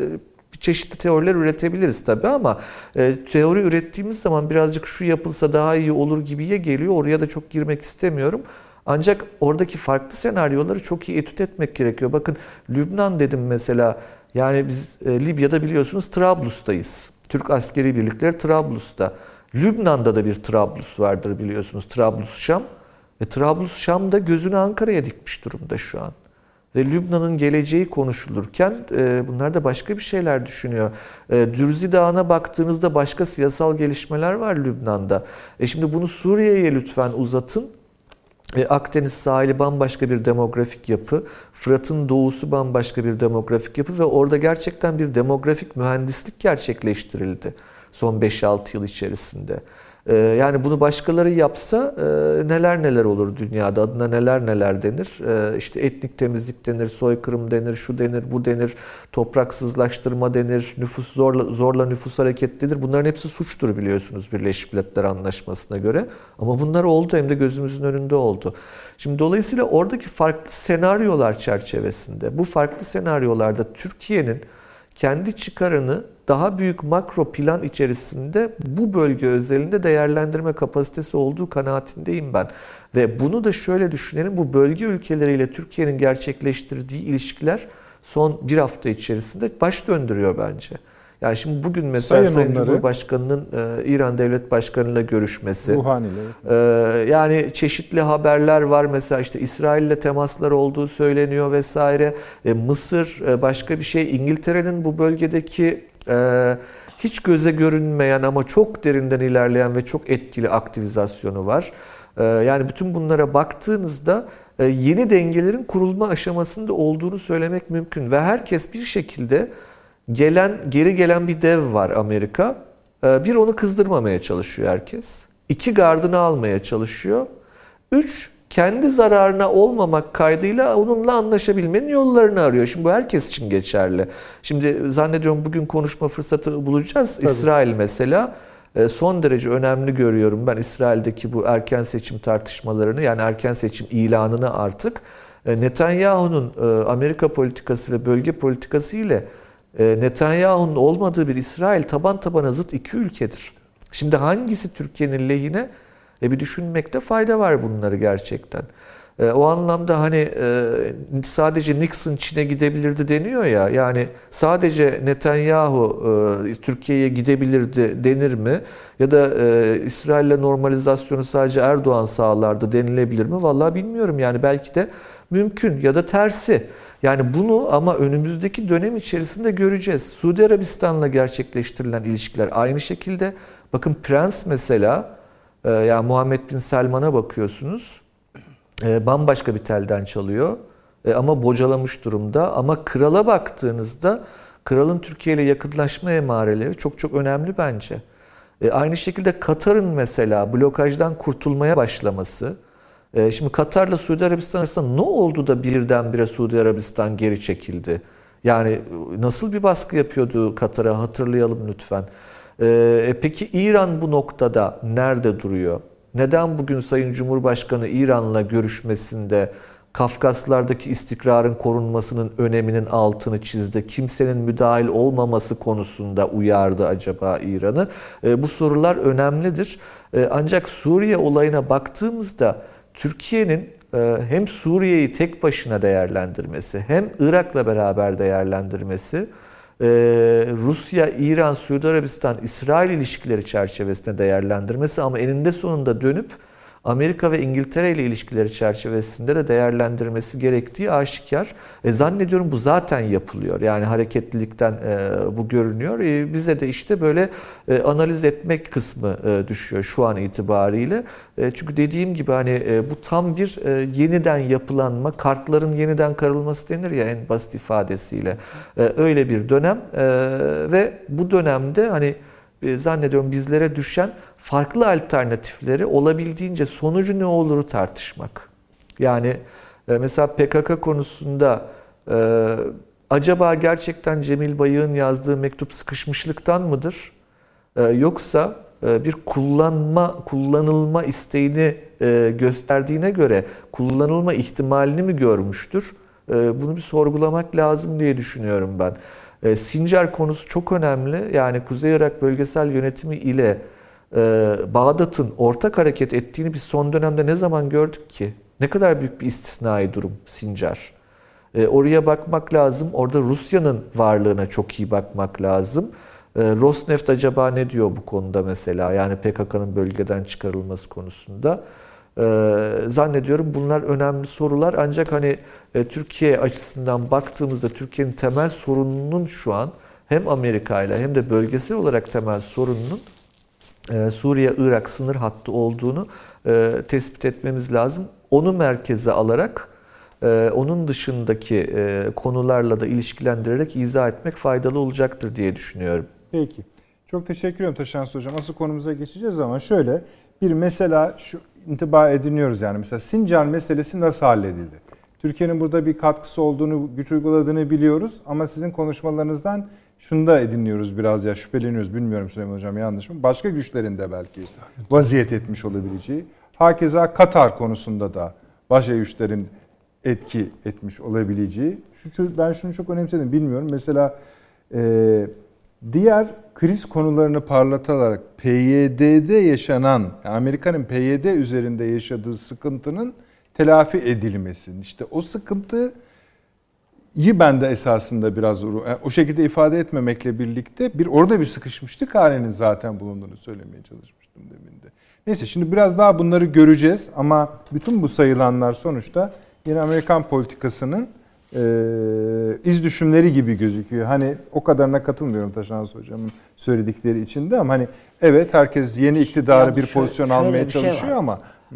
çeşitli teoriler üretebiliriz tabii ama teori ürettiğimiz zaman birazcık şu yapılsa daha iyi olur gibiye geliyor. Oraya da çok girmek istemiyorum. Ancak oradaki farklı senaryoları çok iyi etüt etmek gerekiyor. Bakın Lübnan dedim mesela, yani biz Libya'da biliyorsunuz Trablus'tayız. Türk askeri birlikleri Trablus'ta. Lübnan'da da bir Trablus vardır biliyorsunuz. Trablus-Şam. Trablus-Şam da gözünü Ankara'ya dikmiş durumda şu an. Ve Lübnan'ın geleceği konuşulurken bunlar da başka bir şeyler düşünüyor. Dürzi Dağı'na baktığınızda başka siyasal gelişmeler var Lübnan'da. Şimdi bunu Suriye'ye lütfen uzatın. Akdeniz sahili bambaşka bir demografik yapı, Fırat'ın doğusu bambaşka bir demografik yapı ve orada gerçekten bir demografik mühendislik gerçekleştirildi son 5-6 yıl içerisinde. Yani bunu başkaları yapsa neler neler olur dünyada, adına neler neler denir. İşte etnik temizlik denir, soykırım denir, şu denir, bu denir, topraksızlaştırma denir, zorla nüfus hareketlidir. Bunların hepsi suçtur biliyorsunuz Birleşmiş Milletler Anlaşması'na göre. Ama bunlar oldu, hem de gözümüzün önünde oldu. Şimdi dolayısıyla oradaki farklı senaryolar çerçevesinde, bu farklı senaryolarda Türkiye'nin kendi çıkarını daha büyük makro plan içerisinde bu bölge özelinde değerlendirme kapasitesi olduğu kanaatindeyim ben. Ve bunu da şöyle düşünelim, bu bölge ülkeleriyle Türkiye'nin gerçekleştirdiği ilişkiler son bir hafta içerisinde baş döndürüyor bence. Yani şimdi bugün mesela Sayın Cumhurbaşkanı'nın İran Devlet Başkanı'yla görüşmesi. Yani çeşitli haberler var. Mesela işte İsrail'le temasları olduğu söyleniyor vesaire. Mısır başka bir şey. İngiltere'nin bu bölgedeki hiç göze görünmeyen ama çok derinden ilerleyen ve çok etkili aktivizasyonu var. Yani bütün bunlara baktığınızda yeni dengelerin kurulma aşamasında olduğunu söylemek mümkün. Ve herkes bir şekilde geri gelen bir dev var Amerika. Bir, onu kızdırmamaya çalışıyor herkes. 2, gardını almaya çalışıyor. 3, kendi zararına olmamak kaydıyla onunla anlaşabilmenin yollarını arıyor. Şimdi bu herkes için geçerli. Şimdi zannediyorum bugün konuşma fırsatı bulacağız. Tabii. İsrail mesela son derece önemli görüyorum ben İsrail'deki bu erken seçim tartışmalarını, yani erken seçim ilanını artık. Netanyahu'nun Amerika politikası ve bölge politikası ile Netanyahu'nun olmadığı bir İsrail taban tabana zıt iki ülkedir. Şimdi hangisi Türkiye'nin lehine? Bir düşünmekte fayda var bunları gerçekten. O anlamda hani sadece Nixon Çin'e gidebilirdi deniyor ya, yani sadece Netanyahu Türkiye'ye gidebilirdi denir mi? Ya da İsrail'le normalizasyonu sadece Erdoğan sağlardı denilebilir mi? Vallahi bilmiyorum, yani belki de mümkün ya da tersi. Yani bunu ama önümüzdeki dönem içerisinde göreceğiz. Suudi Arabistan'la gerçekleştirilen ilişkiler aynı şekilde. Bakın Prens mesela, yani Muhammed Bin Selman'a bakıyorsunuz, bambaşka bir telden çalıyor ama bocalamış durumda. Ama krala baktığınızda kralın Türkiye ile yakınlaşma emareleri çok çok önemli bence. Aynı şekilde Katar'ın mesela blokajdan kurtulmaya başlaması. Şimdi Katar'la Suudi Arabistan arasında ne oldu da birdenbire Suudi Arabistan geri çekildi? Yani nasıl bir baskı yapıyordu Katar'a, hatırlayalım lütfen. Peki İran bu noktada nerede duruyor? Neden bugün Sayın Cumhurbaşkanı İran'la görüşmesinde Kafkaslardaki istikrarın korunmasının öneminin altını çizdi. Kimsenin müdahil olmaması konusunda uyardı acaba İran'ı. Bu sorular önemlidir. Ancak Suriye olayına baktığımızda Türkiye'nin hem Suriye'yi tek başına değerlendirmesi hem Irak'la beraber değerlendirmesi, Rusya, İran, Suudi Arabistan, İsrail ilişkileri çerçevesinde değerlendirmesi ama eninde sonunda dönüp Amerika ve İngiltere ile ilişkileri çerçevesinde de değerlendirmesi gerektiği aşikar. Zannediyorum bu zaten yapılıyor. Yani hareketlilikten bu görünüyor. Bize de işte böyle analiz etmek kısmı düşüyor şu an itibariyle. Çünkü dediğim gibi hani bu tam bir yeniden yapılanma, kartların yeniden karılması denir ya en basit ifadesiyle. Öyle bir dönem ve bu dönemde hani zannediyorum bizlere düşen farklı alternatifleri olabildiğince sonucu ne oluru tartışmak. Yani mesela PKK konusunda acaba gerçekten Cemil Bayık'ın yazdığı mektup sıkışmışlıktan mıdır? Yoksa bir kullanılma isteğini gösterdiğine göre kullanılma ihtimalini mi görmüştür? Bunu bir sorgulamak lazım diye düşünüyorum ben. Sincar konusu çok önemli. Yani Kuzey Irak Bölgesel Yönetimi ile Bağdat'ın ortak hareket ettiğini biz son dönemde ne zaman gördük ki? Ne kadar büyük bir istisnai durum Sincar. Oraya bakmak lazım. Orada Rusya'nın varlığına çok iyi bakmak lazım. Rosneft acaba ne diyor bu konuda mesela? Yani PKK'nın bölgeden çıkarılması konusunda. Zannediyorum bunlar önemli sorular. Ancak hani Türkiye açısından baktığımızda Türkiye'nin temel sorununun şu an hem Amerika ile hem de bölgesel olarak temel sorununun Suriye-Irak sınır hattı olduğunu tespit etmemiz lazım. Onu merkeze alarak onun dışındaki konularla da ilişkilendirerek izah etmek faydalı olacaktır diye düşünüyorum. Peki. Çok teşekkür ederim Taşans Hocam. Asıl konumuza geçeceğiz ama şöyle bir mesela şu intiba ediniyoruz yani. Mesela Sincar meselesi nasıl halledildi? Türkiye'nin burada bir katkısı olduğunu, güç uyguladığını biliyoruz ama sizin konuşmalarınızdan şunu da ediniyoruz biraz ya şüpheleniyoruz. Bilmiyorum Süleyman Hocam yanlış mı? Başka güçlerin de belki vaziyet etmiş olabileceği. Hakeza Katar konusunda da başka güçlerin etki etmiş olabileceği. Ben şunu çok önemsedim bilmiyorum. Mesela diğer kriz konularını parlatarak PYD'de yaşanan, yani Amerika'nın PYD üzerinde yaşadığı sıkıntının telafi edilmesi. İşte o sıkıntıyı ben de esasında biraz o şekilde ifade etmemekle birlikte orada bir sıkışmışlık halinin zaten bulunduğunu söylemeye çalışmıştım demin de. Neyse şimdi biraz daha bunları göreceğiz ama bütün bu sayılanlar sonuçta yine Amerikan politikasının iz düşümleri gibi gözüküyor. Hani o kadarına katılmıyorum Taşans Hocam'ın söyledikleri içinde ama hani evet herkes yeni iktidarı bir pozisyon almaya çalışıyor ama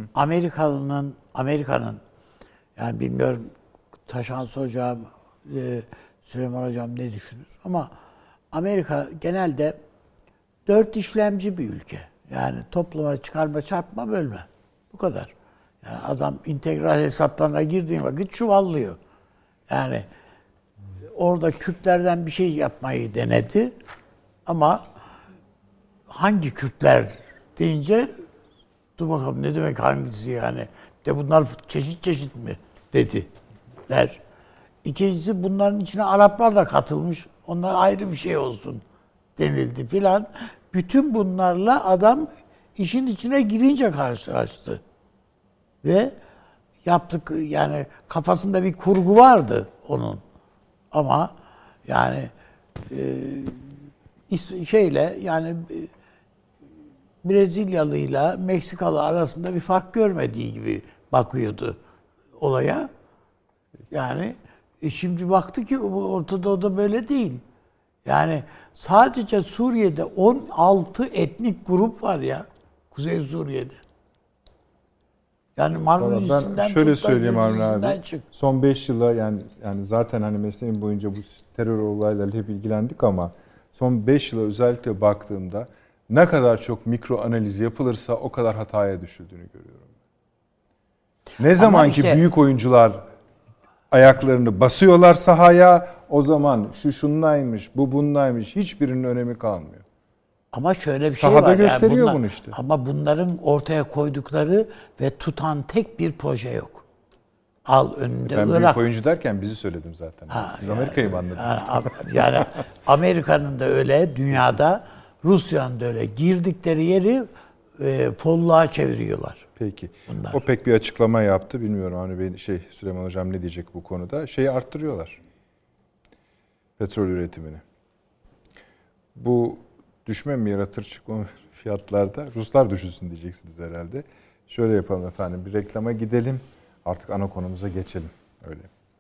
Amerika'nın yani bilmiyorum Taşans Hocam, Süleyman Hocam ne düşünür ama Amerika genelde 4 işlemci bir ülke. Yani topluma çıkarma, çarpma, bölme. Bu kadar. Yani adam integral hesaplarına girdiğin vakit çuvallıyor. Yani orada Kürtlerden bir şey yapmayı denedi ama hangi Kürtler deyince dur bakalım ne demek hangisi yani de bunlar çeşit çeşit mi dediler. İkincisi bunların içine Araplar da katılmış. Onlar ayrı bir şey olsun denildi filan. Bütün bunlarla adam işin içine girince karşılaştı. Ve yaptık yani kafasında bir kurgu vardı onun. Ama yani yani Brezilyalıyla Meksikalı arasında bir fark görmediği gibi bakıyordu olaya. Yani şimdi baktı ki Orta Doğu'da böyle değil. Yani sadece Suriye'de 16 etnik grup var ya. Kuzey Suriye'de. Yani Marmara üstünden ben şöyle söyleyeyim Harun abi. Çık. Son 5 yıla yani zaten hani mesleğim boyunca bu terör olaylarıyla hep ilgilendik ama son 5 yıla özellikle baktığımda ne kadar çok mikro analiz yapılırsa o kadar hataya düşüldüğünü görüyorum. Ne zaman ki büyük oyuncular ayaklarını basıyorlar sahaya o zaman şu şunlaymış, bu bunlaymış hiçbirinin önemi kalmıyor. Ama şöyle bir şey sahada var. gösteriyor Yani bunu işte. Ama bunların ortaya koydukları ve tutan tek bir proje yok. Al önünde Ben büyük Irak. oyuncu derken bizi söyledim zaten. Siz Amerika'yı mı anladınız? Yani Amerika'nın da öyle, dünyada, Rusya'nın da öyle. Girdikleri yeri folluğa çeviriyorlar. Peki. Bunlar. O pek bir açıklama yaptı. Bilmiyorum hani Süleyman Hocam ne diyecek bu konuda? Şeyi arttırıyorlar. Petrol üretimini. Bu düşme mi yaratır çıkma mı fiyatlarda? Ruslar düşünsün diyeceksiniz herhalde. Şöyle yapalım efendim. Bir reklama gidelim. Artık ana konumuza geçelim. Öyle.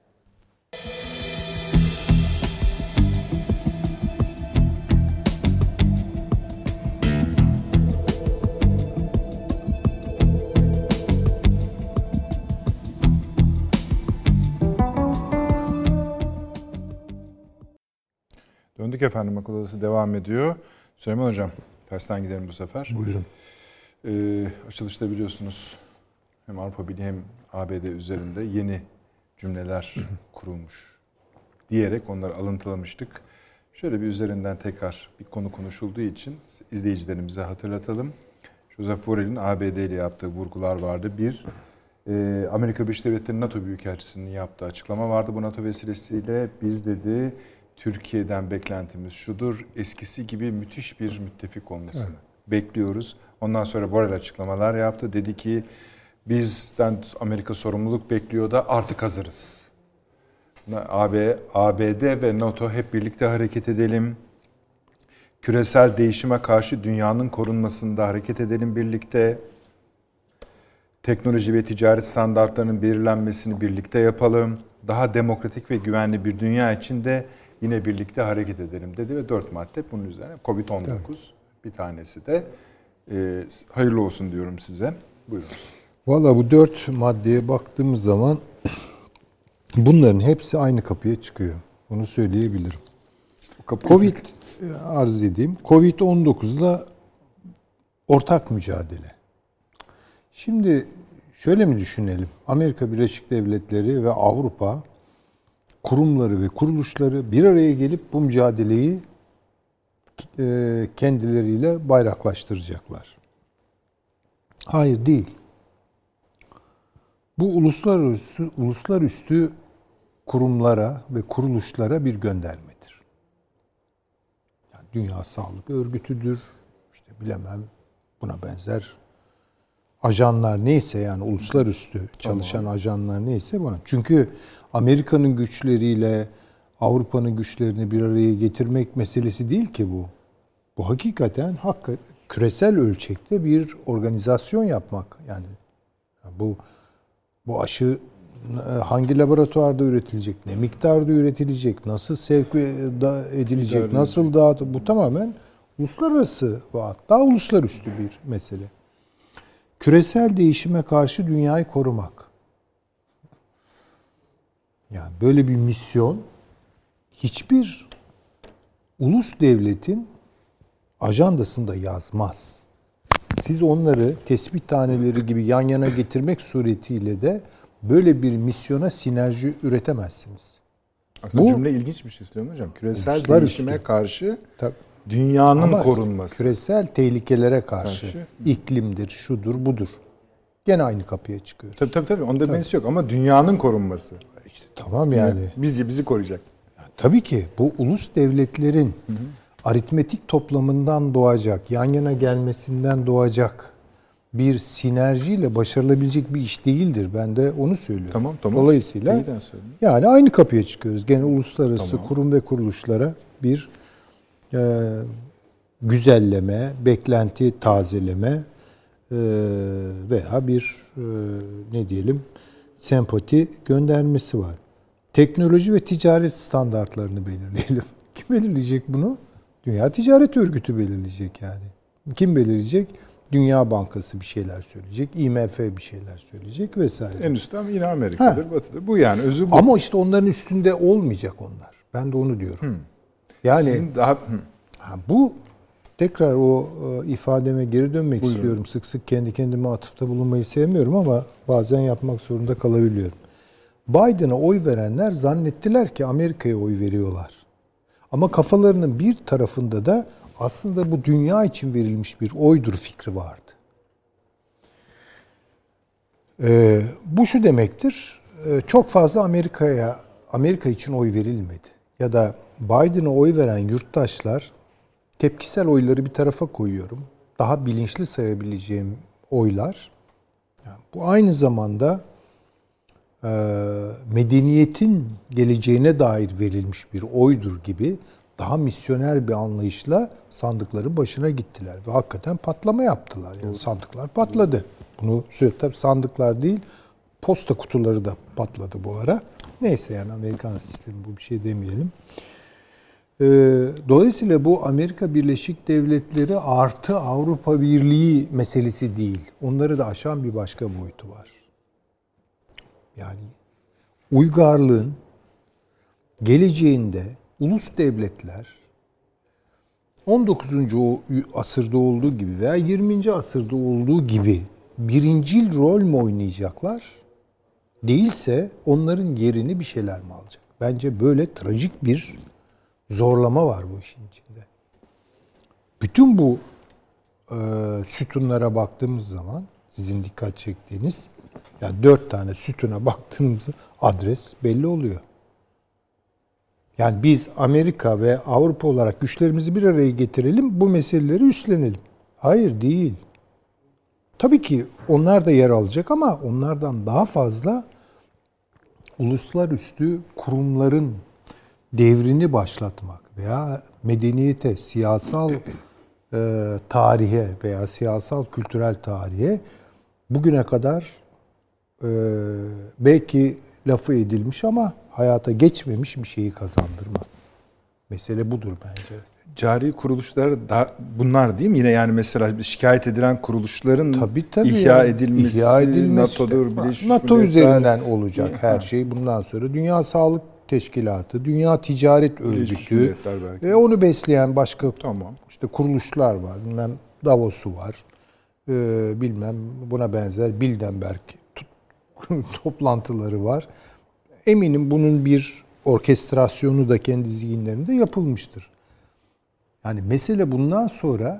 Döndük efendim. Akıl Odası devam ediyor. Süleyman Hocam, tersten gidelim bu sefer. Buyurun. Açılışta biliyorsunuz hem Avrupa Birliği hem ABD üzerinde yeni cümleler kurulmuş diyerek onları alıntılamıştık. Şöyle bir üzerinden tekrar bir konu konuşulduğu için izleyicilerimize hatırlatalım. Joseph Borrell'in ABD ile yaptığı vurgular vardı. Bir, Amerika Birleşik Devletleri NATO Büyükelçisi'nin yaptığı açıklama vardı. Bu NATO vesilesiyle biz dedi Türkiye'den beklentimiz şudur, eskisi gibi müthiş bir müttefik olmasını bekliyoruz. Ondan sonra Borrell açıklamalar yaptı. Dedi ki bizden Amerika sorumluluk bekliyor da artık hazırız. ABD ve NATO hep birlikte hareket edelim. Küresel değişime karşı dünyanın korunmasında hareket edelim birlikte. Teknoloji ve ticaret standartlarının belirlenmesini birlikte yapalım. Daha demokratik ve güvenli bir dünya için de yine birlikte hareket edelim dedi ve 4 madde bunun üzerine. Covid-19 bir tanesi de. Hayırlı olsun diyorum size. Buyurunuz. Valla bu 4 maddeye baktığımız zaman bunların hepsi aynı kapıya çıkıyor. Onu söyleyebilirim. Covid arz edeyim. Covid-19'la ortak mücadele. Şimdi şöyle mi düşünelim? Amerika Birleşik Devletleri ve Avrupa kurumları ve kuruluşları bir araya gelip bu mücadeleyi kendileriyle bayraklaştıracaklar. Hayır, değil. Bu uluslararası kurumlara ve kuruluşlara bir göndermedir. Yani Dünya Sağlık Örgütü'dür, işte bilemem buna benzer ajanlar neyse, yani uluslararası çalışan ajanlar neyse buna. Çünkü Amerika'nın güçleriyle Avrupa'nın güçlerini bir araya getirmek meselesi değil ki bu. Bu hakikaten küresel ölçekte bir organizasyon yapmak. Yani bu aşı hangi laboratuvarda üretilecek, ne miktarda üretilecek, nasıl sevk edilecek, nasıl dağıtılacak, bu tamamen uluslararası ve hatta uluslararası bir mesele. Küresel değişime karşı dünyayı korumak. Yani böyle bir misyon hiçbir ulus devletin ajandasında yazmaz. Siz onları tespit taneleri gibi yan yana getirmek suretiyle de böyle bir misyona sinerji üretemezsiniz. Aslında bu cümle ilginç bir şey söylüyorum hocam. Küresel değişime karşı dünyanın ama korunması. Küresel tehlikelere karşı iklimdir, şudur, budur. Gene aynı kapıya çıkıyoruz. Tabii. Onda benisi yok ama dünyanın korunması. İşte tamam yani. Bizi koruyacak. Tabii ki bu ulus devletlerin aritmetik toplamından doğacak, yan yana gelmesinden doğacak bir sinerjiyle başarılabilecek bir iş değildir. Ben de onu söylüyorum. Tamam. Dolayısıyla yani aynı kapıya çıkıyoruz. Gene uluslararası kurum ve kuruluşlara bir güzelleme, beklenti tazeleme veya bir sempati göndermesi var. Teknoloji ve ticaret standartlarını belirleyelim. Kim belirleyecek bunu? Dünya Ticaret Örgütü belirleyecek yani. Kim belirleyecek? Dünya Bankası bir şeyler söyleyecek, IMF bir şeyler söyleyecek vesaire. En üstten yine Amerika'dır, Batı'dır. Bu yani özü bu. Ama işte onların üstünde olmayacak onlar. Ben de onu diyorum. Yani sizin daha bu tekrar o ifademe geri dönmek istiyorum. Sık sık kendi kendime atıfta bulunmayı sevmiyorum ama bazen yapmak zorunda kalabiliyorum. Biden'a oy verenler zannettiler ki Amerika'ya oy veriyorlar. Ama kafalarının bir tarafında da aslında bu dünya için verilmiş bir oydur fikri vardı. Bu şu demektir. çok fazla Amerika için oy verilmedi. Ya da Biden'a oy veren yurttaşlar, tepkisel oyları bir tarafa koyuyorum. Daha bilinçli sayabileceğim oylar. Yani bu aynı zamanda medeniyetin geleceğine dair verilmiş bir oydur gibi daha misyoner bir anlayışla sandıkların başına gittiler. Ve hakikaten patlama yaptılar. Yani sandıklar patladı. Bunu söyleyeyim, tabii sandıklar değil, posta kutuları da patladı bu ara. Neyse yani Amerikan sistemi, bu bir şey demeyelim. Dolayısıyla bu Amerika Birleşik Devletleri artı Avrupa Birliği meselesi değil. Onları da aşan bir başka boyutu var. Yani uygarlığın geleceğinde ulus devletler 19. asırda olduğu gibi veya 20. asırda olduğu gibi birincil rol mü oynayacaklar? Değilse onların yerini bir şeyler mi alacak? Bence böyle trajik bir zorlama var bu işin içinde. Bütün bu sütunlara baktığımız zaman, sizin dikkat çektiğiniz, yani 4 tane sütuna baktığımız adres belli oluyor. Yani biz Amerika ve Avrupa olarak güçlerimizi bir araya getirelim, bu meseleleri üstlenelim. Hayır, değil. Tabii ki onlar da yer alacak ama onlardan daha fazla uluslararası kurumların devrini başlatmak veya medeniyete, siyasal tarihe veya siyasal kültürel tarihe bugüne kadar belki lafı edilmiş ama hayata geçmemiş bir şeyi kazandırma. Mesele budur bence. Cari kuruluşlar da bunlar değil mi? Yine yani mesela şikayet edilen kuruluşların tabii, ihya edilmesi, NATO'dur, işte. Birleşmiş NATO Milletler üzerinden olacak her şey bundan sonra. Dünya Sağlık Teşkilatı, Dünya Ticaret Örgütü ve onu besleyen başka işte kuruluşlar var. Bilmem Davos'u var. Bilmem buna benzer Bilderberg toplantıları var. Eminim bunun bir orkestrasyonu da kendi zihinlerinde yapılmıştır. Yani mesele bundan sonra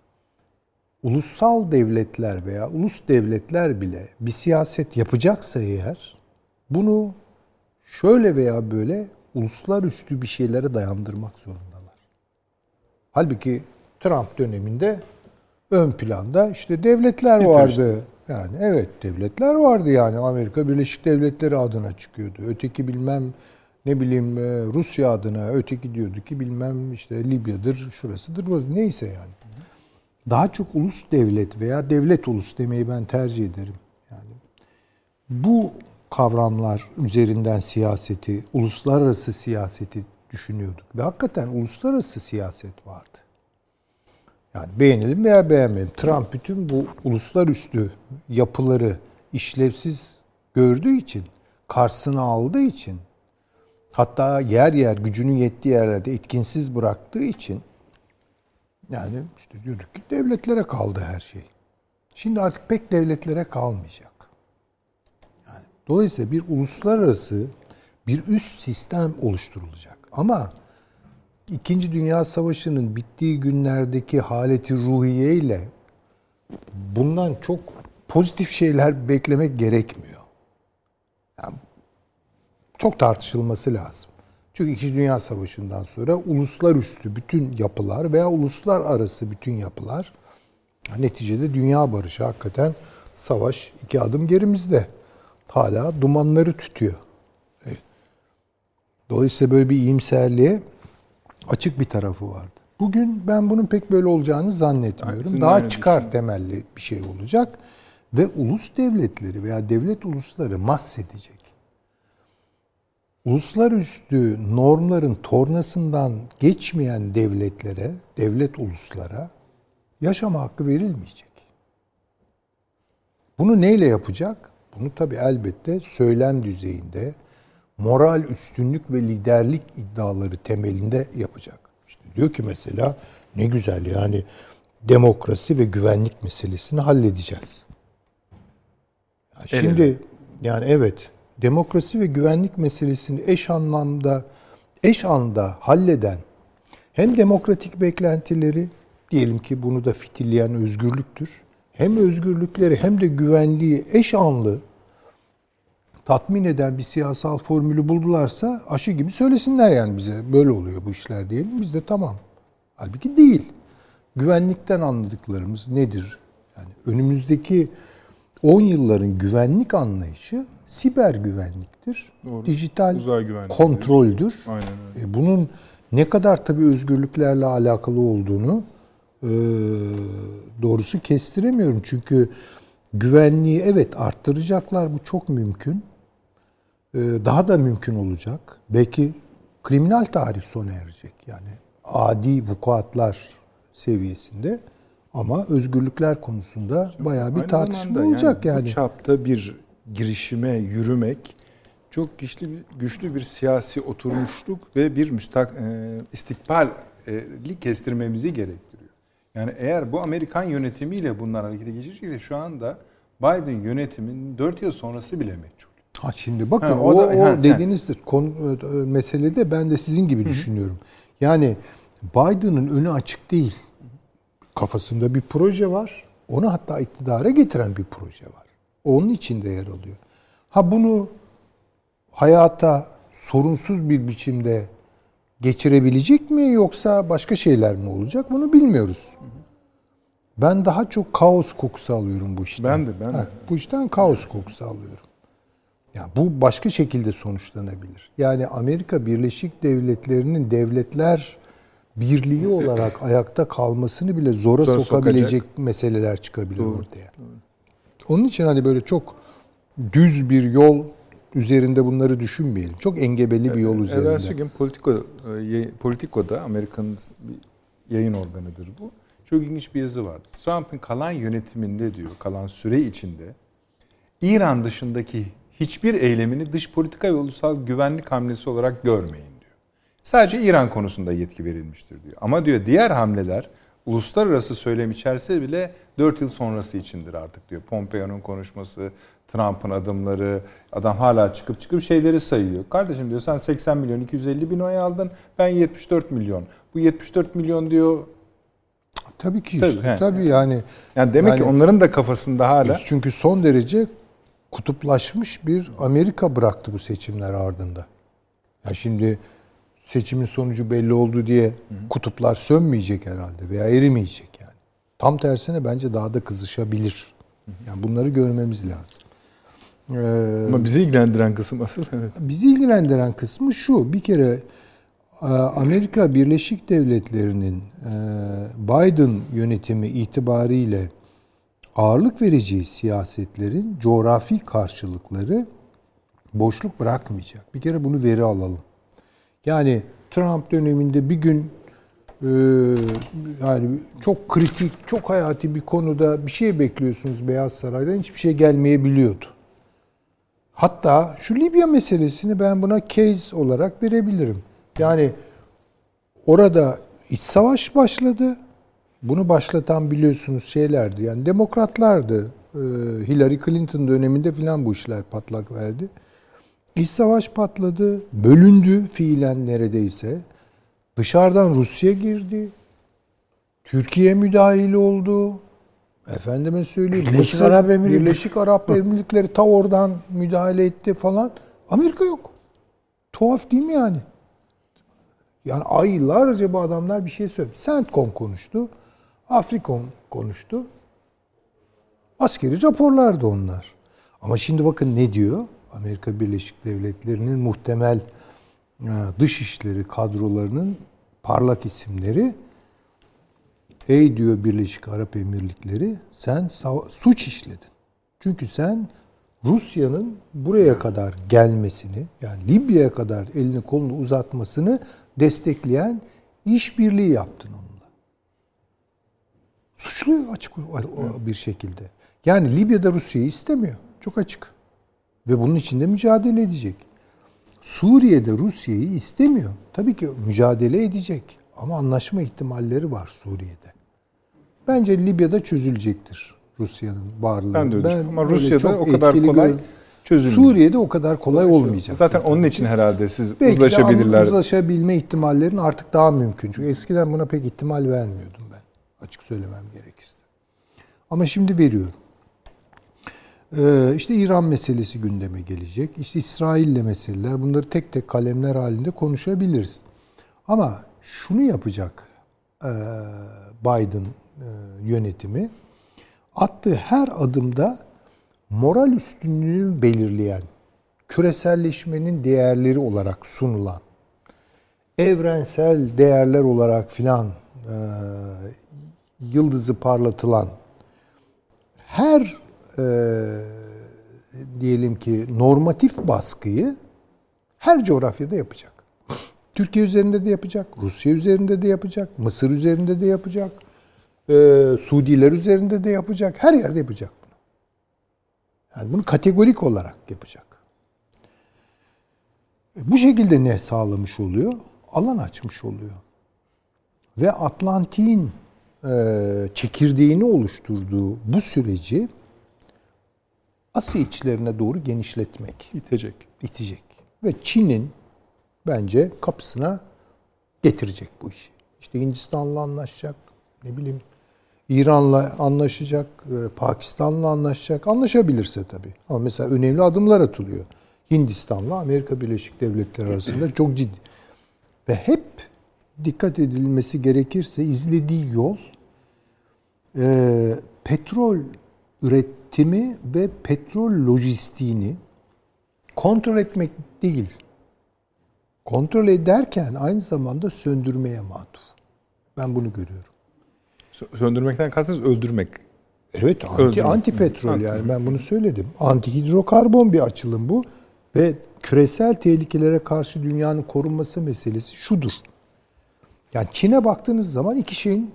ulusal devletler veya ulus devletler bile bir siyaset yapacaksa eğer bunu şöyle veya böyle uluslararası bir şeylere dayandırmak zorundalar. Halbuki Trump döneminde ön planda işte devletler vardı. Yani evet, devletler vardı yani. Amerika Birleşik Devletleri adına çıkıyordu. Öteki bilmem ne bileyim Rusya adına, öteki diyordu ki bilmem işte Libya'dır, şurasıdır, burası. Neyse yani. Daha çok ulus devlet veya devlet ulus demeyi ben tercih ederim. Yani bu kavramlar üzerinden siyaseti, uluslararası siyaseti düşünüyorduk. Ve hakikaten uluslararası siyaset vardı. Yani beğenelim veya beğenmeyelim. Trump bütün bu uluslararası yapıları işlevsiz gördüğü için, karşısına aldığı için, hatta yer yer gücünün yettiği yerlerde etkinsiz bıraktığı için, yani işte diyorduk ki devletlere kaldı her şey. Şimdi artık pek devletlere kalmayacak. Yani dolayısıyla bir uluslararası bir üst sistem oluşturulacak. Ama İkinci Dünya Savaşı'nın bittiği günlerdeki haleti ruhiye ile bundan çok pozitif şeyler beklemek gerekmiyor. Yani çok tartışılması lazım. Çünkü İkinci Dünya Savaşı'ndan sonra uluslararası bütün yapılar veya uluslararası bütün yapılar, neticede dünya barışı, hakikaten savaş 2 adım gerimizde. Hala dumanları tütüyor. Dolayısıyla böyle bir iyimserliğe açık bir tarafı vardı. Bugün ben bunun pek böyle olacağını zannetmiyorum. Yani daha çıkar temelli bir şey olacak ve ulus devletleri veya devlet ulusları mahsedecek. Uluslararası normların tornasından geçmeyen devletlere, devlet uluslara yaşama hakkı verilmeyecek. Bunu neyle yapacak? Bunu tabii elbette söylem düzeyinde, moral üstünlük ve liderlik iddiaları temelinde yapacak. İşte diyor ki mesela ne güzel yani demokrasi ve güvenlik meselesini halledeceğiz. Yani şimdi yani evet, demokrasi ve güvenlik meselesini eş anda halleden hem demokratik beklentileri, diyelim ki bunu da fitilleyen özgürlüktür, hem özgürlükleri hem de güvenliği eş anlı tatmin eden bir siyasal formülü buldularsa aşı gibi söylesinler yani bize. Böyle oluyor bu işler diyelim. Biz de tamam. Halbuki değil. Güvenlikten anladıklarımız nedir? Yani önümüzdeki 10 yılların güvenlik anlayışı siber güvenliktir. Doğru. Dijital Uzay güvenliği. kontroldür. Aynen öyle. Bunun ne kadar tabii özgürlüklerle alakalı olduğunu doğrusu kestiremiyorum. Çünkü güvenliği evet arttıracaklar. Bu çok mümkün. Daha da mümkün olacak. Belki kriminal tarih sona erecek. Yani adi vukuatlar seviyesinde. Ama özgürlükler konusunda bayağı bir Aynı tartışma zamanda olacak yani. Bu çapta bir girişime yürümek çok güçlü bir siyasi oturmuşluk ve bir istikbali kestirmemizi gerektiriyor. Yani eğer bu Amerikan yönetimiyle bunlar harekete geçecekse şu anda Biden yönetiminin 4 yıl sonrası bile meçhul. Ha şimdi bakın o da- dediğiniz meselede ben de sizin gibi düşünüyorum. Yani Biden'ın önü açık değil. Kafasında bir proje var. Onu hatta iktidara getiren bir proje var. Onun içinde yer alıyor. Ha bunu hayata sorunsuz bir biçimde geçirebilecek mi yoksa başka şeyler mi olacak bunu bilmiyoruz. Ben daha çok kaos kokusu alıyorum bu işten. Ben de. Bu işten kaos kokusu alıyorum. Ya bu başka şekilde sonuçlanabilir. Yani Amerika Birleşik Devletleri'nin devletler birliği olarak ayakta kalmasını bile zora sokabilecek meseleler çıkabilir ortaya. Onun için hani böyle çok düz bir yol üzerinde bunları düşünmeyelim. Çok engebeli bir yol üzerinde. Evvelsi gün Politico'da Amerika'nın bir yayın organıdır bu. Çok ilginç bir yazı vardı. Trump'ın kalan yönetiminde diyor, kalan süre içinde İran dışındaki hiçbir eylemini dış politika ve ulusal güvenlik hamlesi olarak görmeyin diyor. Sadece İran konusunda yetki verilmiştir diyor. Ama diyor diğer hamleler uluslararası söylem içerse bile 4 yıl sonrası içindir artık diyor. Pompeo'nun konuşması, Trump'ın adımları, adam hala çıkıp şeyleri sayıyor. Kardeşim diyor sen 80 milyon 250 bin oy aldın, ben 74 milyon. Bu 74 milyon diyor. Tabii ki işte. Tabii yani demek ki onların da kafasında hala. Çünkü son derece kutuplaşmış bir Amerika bıraktı bu seçimler ardında. Ya şimdi seçimin sonucu belli oldu diye kutuplar sönmeyecek herhalde veya erimeyecek yani. Tam tersine bence daha da kızışabilir. Yani bunları görmemiz lazım. Ama bizi ilgilendiren kısım asıl. Evet. Bizi ilgilendiren kısmı şu. Bir kere Amerika Birleşik Devletleri'nin Biden yönetimi itibariyle ağırlık vereceği siyasetlerin coğrafi karşılıkları boşluk bırakmayacak. Bir kere bunu veri alalım. Yani Trump döneminde bir gün yani çok kritik, çok hayati bir konuda bir şey bekliyorsunuz Beyaz Saray'dan, hiçbir şey gelmeyebiliyordu. Hatta şu Libya meselesini ben buna case olarak verebilirim. Yani orada iç savaş başladı. Bunu başlatan biliyorsunuz şeylerdi. Yani demokratlardı. Hillary Clinton döneminde filan bu işler patlak verdi. İç savaş patladı. Bölündü fiilen neredeyse. Dışarıdan Rusya girdi. Türkiye müdahil oldu. Efendime söyleyeyim. Birleşik Arap Emirlikleri ta oradan müdahale etti falan. Amerika yok. Tuhaf değil mi yani? Yani aylarca bu adamlar bir şey söyledi. CENTCOM konuştu. Afrikon konuştu. Askeri raporlardı onlar. Ama şimdi bakın ne diyor? Amerika Birleşik Devletleri'nin muhtemel dışişleri kadrolarının parlak isimleri. Ey diyor Birleşik Arap Emirlikleri, sen suç işledin. Çünkü sen Rusya'nın buraya kadar gelmesini, yani Libya'ya kadar elini kolunu uzatmasını destekleyen işbirliği yaptın onunla. Suçlu açık bir şekilde. Yani Libya'da Rusya'yı istemiyor. Çok açık. Ve bunun için de mücadele edecek. Suriye'de Rusya'yı istemiyor. Tabii ki mücadele edecek. Ama anlaşma ihtimalleri var Suriye'de. Bence Libya'da çözülecektir Rusya'nın varlığı. Ben de öyle ama Rusya'da o kadar kolay çözülmüyor. Suriye'de o kadar kolay olmayacak. Zaten onun için herhalde siz belki uzlaşabilirler. Belki de uzlaşabilme ihtimallerin artık daha mümkün. Çünkü eskiden buna pek ihtimal vermiyordum ben. Açık söylemem gerekirse. Ama şimdi veriyorum. İşte İran meselesi gündeme gelecek. İşte İsrail'le meseleler. Bunları tek tek kalemler halinde konuşabiliriz. Ama şunu yapacak Biden yönetimi, attığı her adımda moral üstünlüğünü belirleyen, küreselleşmenin değerleri olarak sunulan, evrensel değerler olarak filan yıldızı parlatılan her diyelim ki normatif baskıyı her coğrafyada yapacak. Türkiye üzerinde de yapacak, Rusya üzerinde de yapacak, Mısır üzerinde de yapacak, Suudiler üzerinde de yapacak, her yerde yapacak bunu. Yani bunu kategorik olarak yapacak. Bu şekilde ne sağlamış oluyor? Alan açmış oluyor. Ve Atlantik'in çekirdeğini oluşturduğu bu süreci Asya içlerine doğru genişletmek. İtecek. Ve Çin'in bence kapısına getirecek bu işi. İşte Hindistan'la anlaşacak, ne bileyim İran'la anlaşacak, Pakistan'la anlaşacak. Anlaşabilirse tabii. Ama mesela önemli adımlar atılıyor. Hindistan'la Amerika Birleşik Devletleri arasında çok ciddi. Ve hep dikkat edilmesi gerekirse izlediği yol petrol üretimi ve petrol lojistiğini kontrol etmek değil. Kontrol ederken aynı zamanda söndürmeye matuf. Ben bunu görüyorum. Söndürmekten kastınız öldürmek. Evet, anti petrol yani ben bunu söyledim. Anti hidrokarbon bir açılım bu ve küresel tehlikelere karşı dünyanın korunması meselesi şudur. Yani Çin'e baktığınız zaman iki şeyin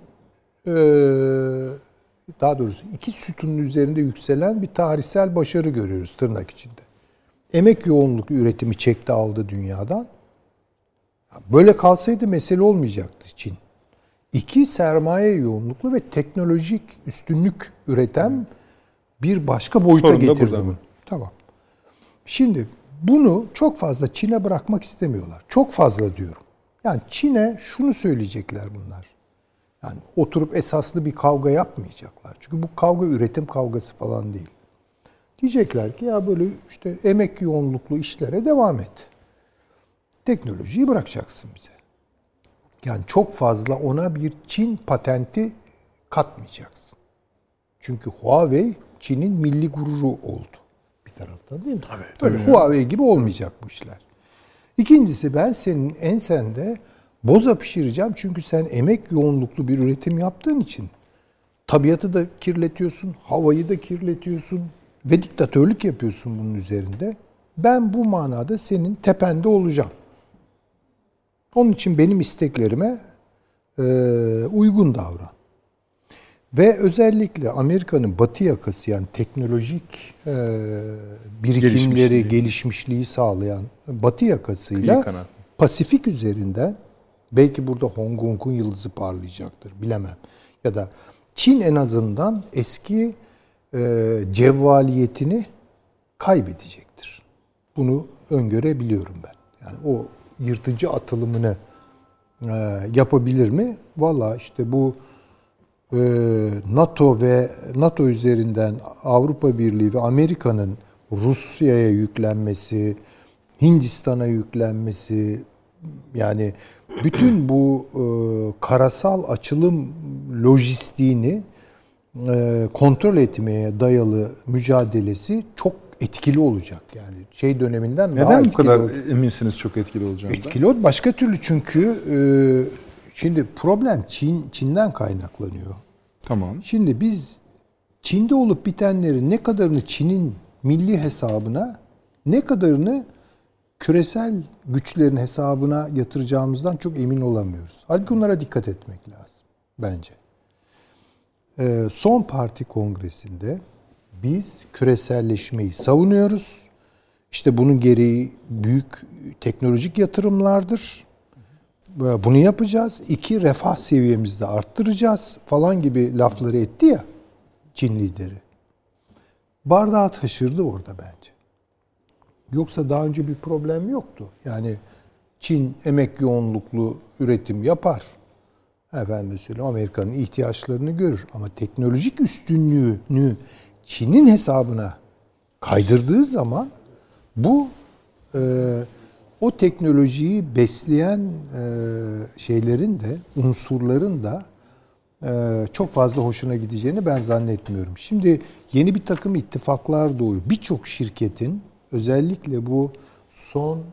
daha doğrusu iki sütunun üzerinde yükselen bir tarihsel başarı görüyoruz tırnak içinde. Emek yoğunluklu üretimi çekti aldı dünyadan. Böyle kalsaydı mesele olmayacaktı Çin. İki, sermaye yoğunluklu ve teknolojik üstünlük üreten bir başka boyuta sorun da getirdi burada bunu. Tamam. Şimdi bunu çok fazla Çin'e bırakmak istemiyorlar. Çok fazla diyorum. Yani Çin'e şunu söyleyecekler bunlar. Yani oturup esaslı bir kavga yapmayacaklar. Çünkü bu kavga üretim kavgası falan değil. Diyecekler ki ya böyle işte emek yoğunluklu işlere devam et. Teknolojiyi bırakacaksın bize. Yani çok fazla ona bir Çin patenti katmayacaksın. Çünkü Huawei Çin'in milli gururu oldu. Bir taraftan değil mi? Tabii. Böyle Huawei gibi olmayacak bu işler. İkincisi ben senin ensende boza pişireceğim. Çünkü sen emek yoğunluklu bir üretim yaptığın için tabiatı da kirletiyorsun, havayı da kirletiyorsun ve diktatörlük yapıyorsun bunun üzerinde. Ben bu manada senin tepende olacağım. Onun için benim isteklerime uygun davran. Ve özellikle Amerika'nın batı yakası yani teknolojik birikimleri, gelişmişliği sağlayan batı yakasıyla Pasifik üzerinden belki burada Hong Kong'un yıldızı parlayacaktır bilemem. Ya da Çin en azından eski cevvaliyetini kaybedecektir. Bunu öngörebiliyorum ben. Yani o yırtıcı atılımını yapabilir mi? Valla işte bu NATO ve NATO üzerinden Avrupa Birliği ve Amerika'nın Rusya'ya yüklenmesi, Hindistan'a yüklenmesi, yani bütün bu karasal açılım lojistiğini kontrol etmeye dayalı mücadelesi çok etkili olacak. Yani şey döneminden neden daha bu etkili kadar olacak. eminsiniz çok etkili olacağından? Etkili ol. Başka türlü çünkü şimdi problem Çin'den kaynaklanıyor. Tamam. Şimdi biz Çin'de olup bitenleri ne kadarını Çin'in milli hesabına, ne kadarını küresel güçlerin hesabına yatıracağımızdan çok emin olamıyoruz. Halbuki bunlara dikkat etmek lazım bence. Son parti kongresinde biz küreselleşmeyi savunuyoruz. İşte bunun gereği büyük teknolojik yatırımlardır. Bunu yapacağız. 2, refah seviyemizi de arttıracağız falan gibi lafları etti ya Çin lideri. Bardağı taşırdı orada bence. Yoksa daha önce bir problem yoktu. Yani Çin emek yoğunluklu üretim yapar. Efendim söyleyeyim Amerika'nın ihtiyaçlarını görür. Ama teknolojik üstünlüğünü Çin'in hesabına kaydırdığı zaman bu o teknolojiyi besleyen şeylerin de, unsurların da çok fazla hoşuna gideceğini ben zannetmiyorum. Şimdi yeni bir takım ittifaklar doğuyor. Birçok şirketin özellikle bu son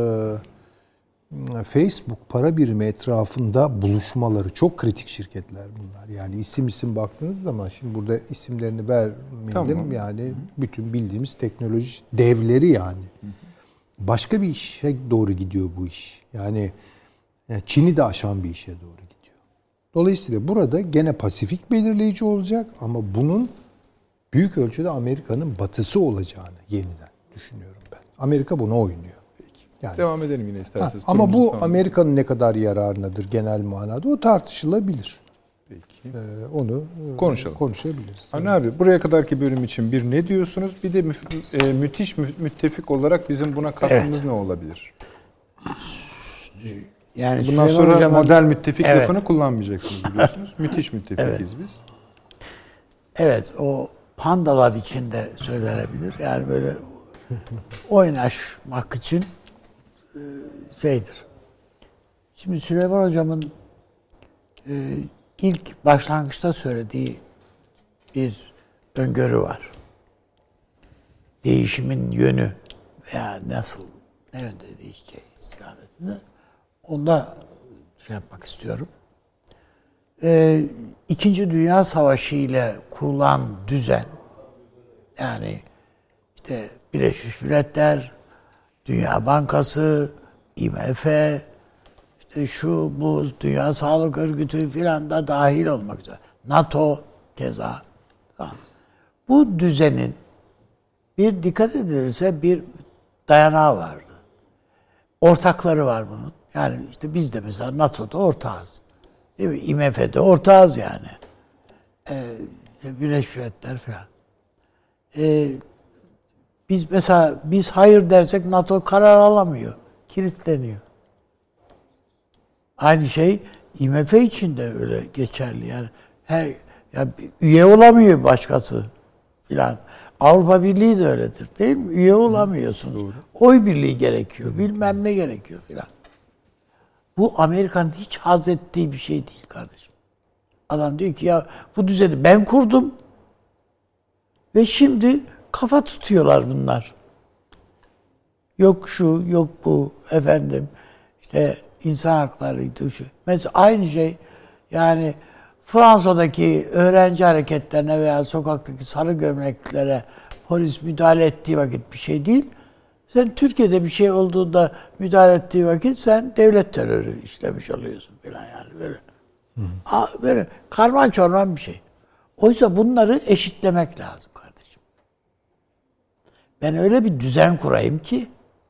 Facebook para birimi etrafında buluşmaları, çok kritik şirketler bunlar. Yani isim baktığınız zaman, şimdi burada isimlerini vermeyelim. Tamam. Yani bütün bildiğimiz teknoloji devleri yani. Başka bir işe doğru gidiyor bu iş. Yani Çin'i de aşan bir işe doğru gidiyor. Dolayısıyla burada gene Pasifik belirleyici olacak ama bunun büyük ölçüde Amerika'nın batısı olacağını yeniden düşünüyorum ben. Amerika buna oynuyor. Yani, devam edelim yine isterseniz. Ama bu Amerika'nın ne kadar yararınadır genel manada, o tartışılabilir. Peki. Onu konuşabiliriz. Hani abi, buraya kadarki bölüm için bir ne diyorsunuz? Bir de müthiş müttefik olarak bizim buna katkımız ne olabilir? Yani bundan sonra model müttefik lafını kullanmayacaksınız biliyorsunuz. Müthiş müttefikiz biz. Evet, o pandalar için de söylenebilir. Yani böyle oynaşmak için şeydir. Şimdi Süleyman Hocam'ın ilk başlangıçta söylediği bir öngörü var. Değişimin yönü veya ne yönde değişeceği istikametinde. Onda şey yapmak istiyorum. İkinci Dünya Savaşı ile kurulan düzen, yani işte Birleşmiş Milletler, Dünya Bankası, IMF, işte şu bu Dünya Sağlık Örgütü filan da dahil olmak üzere. NATO keza. Bu düzenin bir dikkat edilirse bir dayanağı vardı. Ortakları var bunun. Yani işte biz de mesela NATO'da ortağız. Değil mi? IMF'de ortağız yani. Birleşmiş Milletler falan. Biz hayır dersek NATO karar alamıyor. Kilitleniyor. Aynı şey IMF için de öyle geçerli. Yani üye olamıyor başkası filan. Avrupa Birliği de öyledir, değil mi? Üye olamıyorsunuz. Doğru. Oy birliği gerekiyor. Bilmem ne gerekiyor filan. Bu Amerika'nın hiç haz ettiği bir şey değil kardeşim. Adam diyor ki ya bu düzeni ben kurdum ve şimdi kafa tutuyorlar bunlar. Yok şu, yok bu, efendim işte insan haklarıydı şu. Mesela aynı şey, yani Fransa'daki öğrenci hareketlerine veya sokaktaki sarı gömleklere polis müdahale ettiği vakit bir şey değil. Sen Türkiye'de bir şey olduğunda müdahale ettiği vakit sen devlet terörü işlemiş oluyorsun falan yani böyle. Böyle karman çorman bir şey. Oysa bunları eşitlemek lazım kardeşim. Ben öyle bir düzen kurayım ki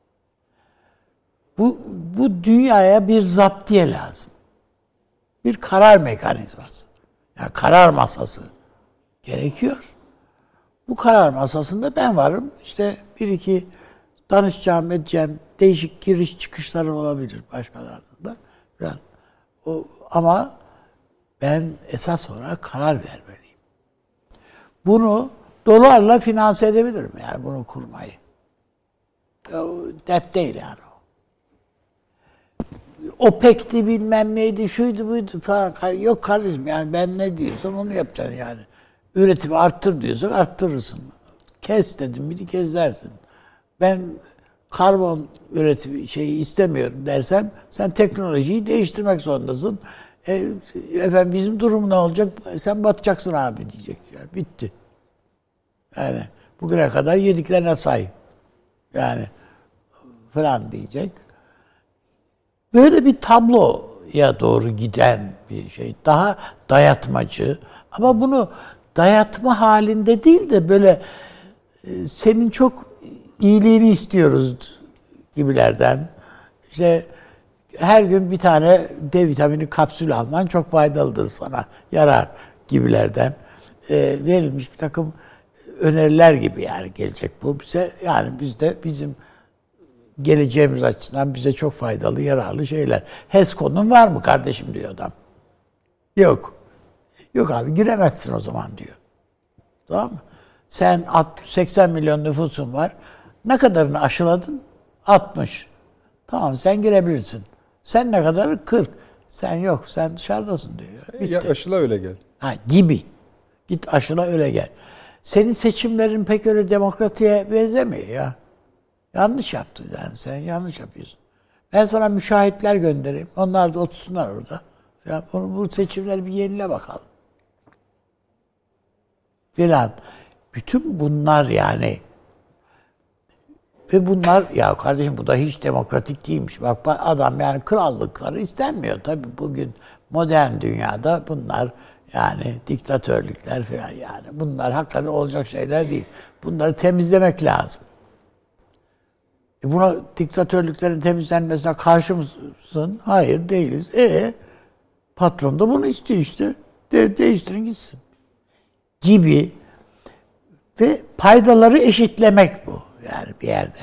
bu dünyaya bir zaptiye lazım. Bir karar mekanizması. Yani karar masası gerekiyor. Bu karar masasında ben varım. İşte bir iki danışacağım, edeceğim, değişik giriş çıkışları olabilir başkalarının da. Ama ben esas olarak karar vermeliyim. Bunu dolarla finanse edebilirim yani bunu kurmayı. Dert değil yani o. OPEC'ti bilmem neydi, şuydu buydu falan. Yok kardeşim yani ben ne diyorsam onu yapacaksın yani. Üretimi arttır diyorsak arttırırsın. Kes dedim bir de kesersin. Ben karbon üretimi istemiyorum dersem sen teknolojiyi değiştirmek zorundasın. Efendim bizim durum ne olacak? Sen batacaksın abi diyecek. Yani bitti. Yani bugüne kadar yediklerine say. Yani falan diyecek. Böyle bir tabloya doğru giden bir şey. Daha dayatmacı. Ama bunu dayatma halinde değil de böyle senin çok iyiliğini istiyoruz gibilerden. İşte her gün bir tane D vitamini kapsül alman çok faydalıdır sana. Yarar gibilerden verilmiş bir takım öneriler gibi yani gelecek bu bize. Yani biz de bizim geleceğimiz açısından bize çok faydalı, yararlı şeyler. HESCO'nun var mı kardeşim diyor adam. Yok. Yok abi giremezsin o zaman diyor. Tamam mı? Sen 80 milyon nüfusun var. Ne kadarını aşıladın? 60. Tamam sen girebilirsin. Sen ne kadarı? 40. Sen yok. Sen dışarıdasın diyor. Bitti. Ya aşıla öyle gel. Gibi. Git aşıla öyle gel. Senin seçimlerin pek öyle demokratiye benzemiyor ya. Yanlış yaptın yani. Sen yanlış yapıyorsun. Ben sana müşahitler göndereyim. Onlar da otursunlar orada. Falan. Bu seçimleri bir yenile bakalım. Filan. Bütün bunlar yani. Ve bunlar ya kardeşim bu da hiç demokratik değilmiş. Bak adam yani krallıkları istenmiyor. Tabii bugün modern dünyada bunlar yani diktatörlükler falan yani. Bunlar hakikaten olacak şeyler değil. Bunları temizlemek lazım. Buna diktatörlüklerin temizlenmesine karşı mısın? Hayır değiliz. Patron da bunu istiyor işte. Değiştirin gitsin. Gibi ve paydaları eşitlemek bu. Yani bir yerde.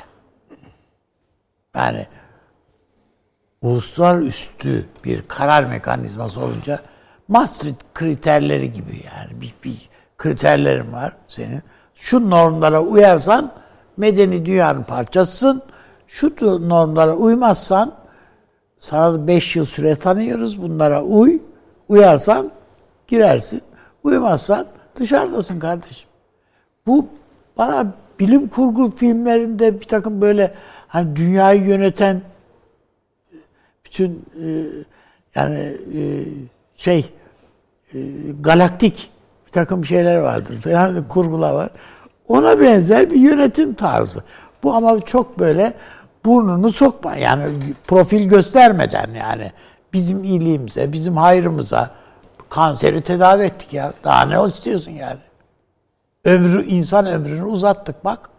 Yani uluslararası bir karar mekanizması olunca Maastricht kriterleri gibi yani bir kriterlerin var senin. Şu normlara uyarsan medeni dünyanın parçasısın. Şu normlara uymazsan sana 5 yıl süre tanıyoruz. Bunlara uyarsan girersin. Uymazsan dışarıdasın kardeşim. Bu bana bilim kurgu filmlerinde bir takım böyle hani dünyayı yöneten bütün galaktik bir takım şeyler vardır falan kurgular var. Ona benzer bir yönetim tarzı. Bu ama çok böyle burnunu sokma yani profil göstermeden yani bizim iyiliğimize, bizim hayrımıza kanseri tedavi ettik ya. Daha ne istiyorsun yani? İnsan ömrünü uzattık bak.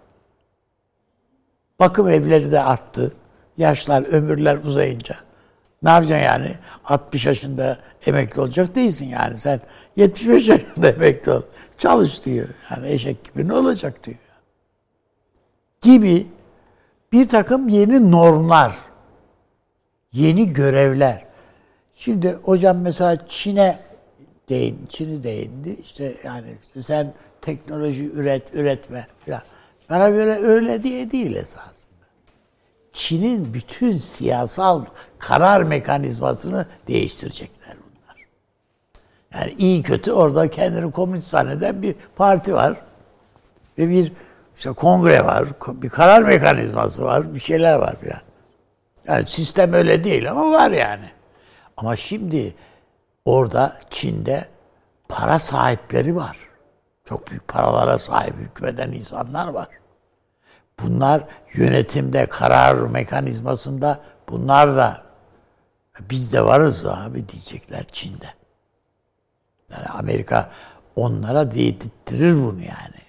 Bakım evleri de arttı. Yaşlar, ömürler uzayınca. Ne yapacaksın yani? 60 yaşında emekli olacak değilsin yani. Sen 75 yaşında emekli ol. Çalış diyor. Yani eşek gibi ne olacak diyor. Gibi bir takım yeni normlar, yeni görevler. Şimdi hocam mesela Çin'i değindi. İşte yani işte sen teknoloji üretme falan. Bana göre öyle diye değil esasında. Çin'in bütün siyasal karar mekanizmasını değiştirecekler bunlar. Yani iyi kötü orada kendini komünist zanneden bir parti var. Ve bir işte kongre var, bir karar mekanizması var, bir şeyler var filan. Yani sistem öyle değil ama var yani. Ama şimdi orada Çin'de para sahipleri var. Çok büyük paralara sahip hükmeden insanlar var. Bunlar yönetimde, karar mekanizmasında bunlar da biz de varız abi diyecekler Çin'de. Yani Amerika onlara dedirttirir bunu yani.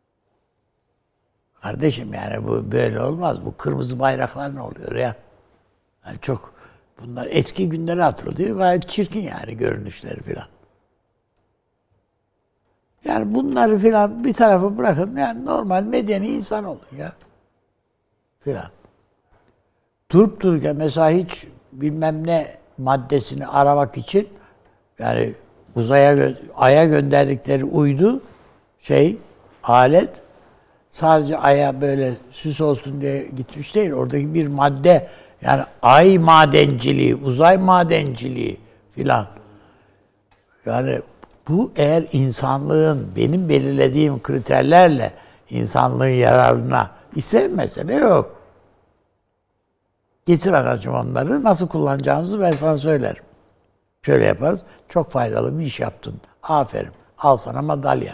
Kardeşim yani bu böyle olmaz. Bu kırmızı bayraklar ne oluyor ya? Yani çok bunlar eski günleri hatırlıyor. Gayet çirkin yani görünüşleri filan. Yani bunları filan bir tarafa bırakın. Yani normal medeni insan olun ya. Filan. Durup dururken mesela hiç bilmem ne maddesini aramak için yani Ay'a gönderdikleri uydu alet sadece Ay'a böyle süs olsun diye gitmiş değil. Oradaki bir madde yani ay madenciliği, uzay madenciliği filan. Yani bu eğer insanlığın benim belirlediğim kriterlerle insanlığın yararına ise mesele yok. Getir anacığım onları. Nasıl kullanacağımızı ben sana söylerim. Şöyle yaparız. Çok faydalı bir iş yaptın. Aferin. Al sana madalya.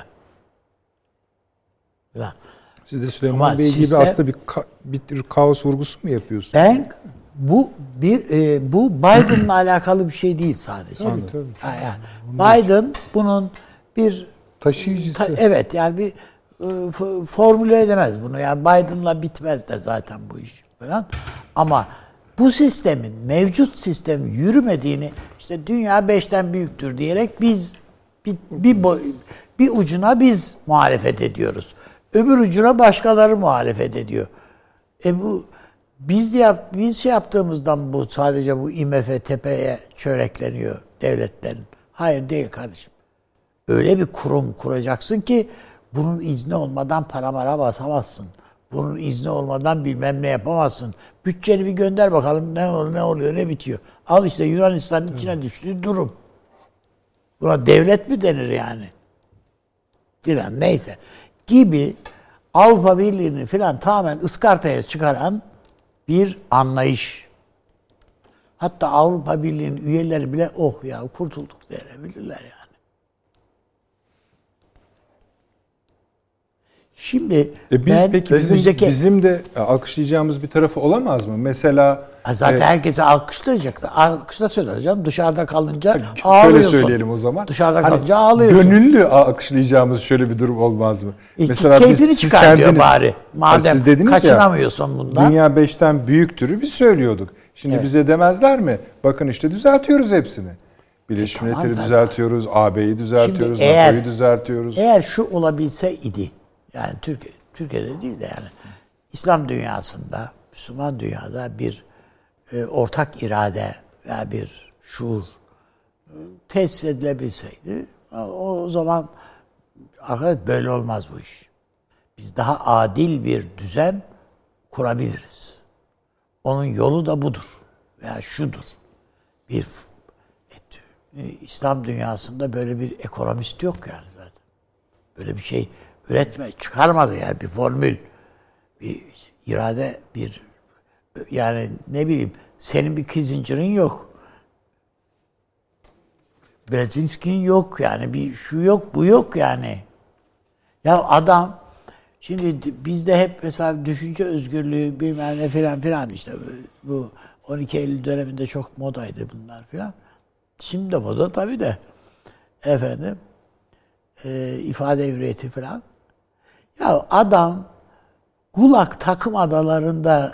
Falan. Siz de Süleyman Bey gibi aslında bir kaos vurgusu mu yapıyorsunuz? Ben bu Biden'la alakalı bir şey değil sadece. Tabii. Yani Biden bunun bir taşıyıcısı. Evet yani bir formüle edemez bunu. Yani Biden'la bitmez de zaten bu iş falan. Ama bu sistemin mevcut sistem yürümediğini işte dünya 5'ten büyüktür diyerek biz bir ucuna biz muhalefet ediyoruz. Öbür ucuna başkaları muhalefet ediyor. Biz yaptığımızdan bu sadece bu IMF tepeye çörekleniyor devletlerin. Hayır değil kardeşim. Öyle bir kurum kuracaksın ki Bunun izni olmadan paramara basamazsın. Bunun izni olmadan bilmem ne yapamazsın. Bütçeni bir gönder bakalım ne oluyor ne bitiyor. Al işte Yunanistan'ın içine düştüğü durum. Buna devlet mi denir yani? Filan neyse. Gibi Avrupa Birliği'ni filan tamamen ıskartaya çıkaran bir anlayış. Hatta Avrupa Birliği'nin üyeleri bile oh ya kurtulduk diyebilirler yani. Şimdi biz peki bizim de alkışlayacağımız bir tarafı olamaz mı? Mesela zaten herkese alkışlayacaktı. Alkışla söyleyeceğim. Dışarıda kalınca ağlıyorsun. Şöyle söyleyelim o zaman. Dışarıda kalınca ağlıyorsun. Gönüllü alkışlayacağımız şöyle bir durum olmaz mı? Mesela keyfini çıkar diyor bari. Madem kaçınamıyorsun ya, bundan. Dünya 5'ten büyüktürü biz söylüyorduk. Şimdi bize demezler mi? Bakın işte düzeltiyoruz hepsini. Birleşmiş Milletleri düzeltiyoruz, AB'yi düzeltiyoruz, NATO'yu düzeltiyoruz. Eğer şu olabilse idi, yani Türkiye'de değil de yani İslam dünyasında, Müslüman dünyada bir ortak irade veya bir şuur tesis edilebilseydi, o zaman arkadaş böyle olmaz bu iş. Biz daha adil bir düzen kurabiliriz. Onun yolu da budur veya şudur. İslam dünyasında böyle bir ekonomist yok yani zaten. Böyle bir şey çıkarmadı yani bir formül, bir irade, bir yani ne bileyim senin bir Kissinger'ın yok. Brzezinski'nin yok yani bir şu yok bu yok yani. Ya adam şimdi bizde hep mesela düşünce özgürlüğü bilmem ne filan işte bu 12 Eylül döneminde çok modaydı bunlar filan. Şimdi de moda tabii de efendim ifade hürriyeti filan. Ya adam Gulag takım adalarında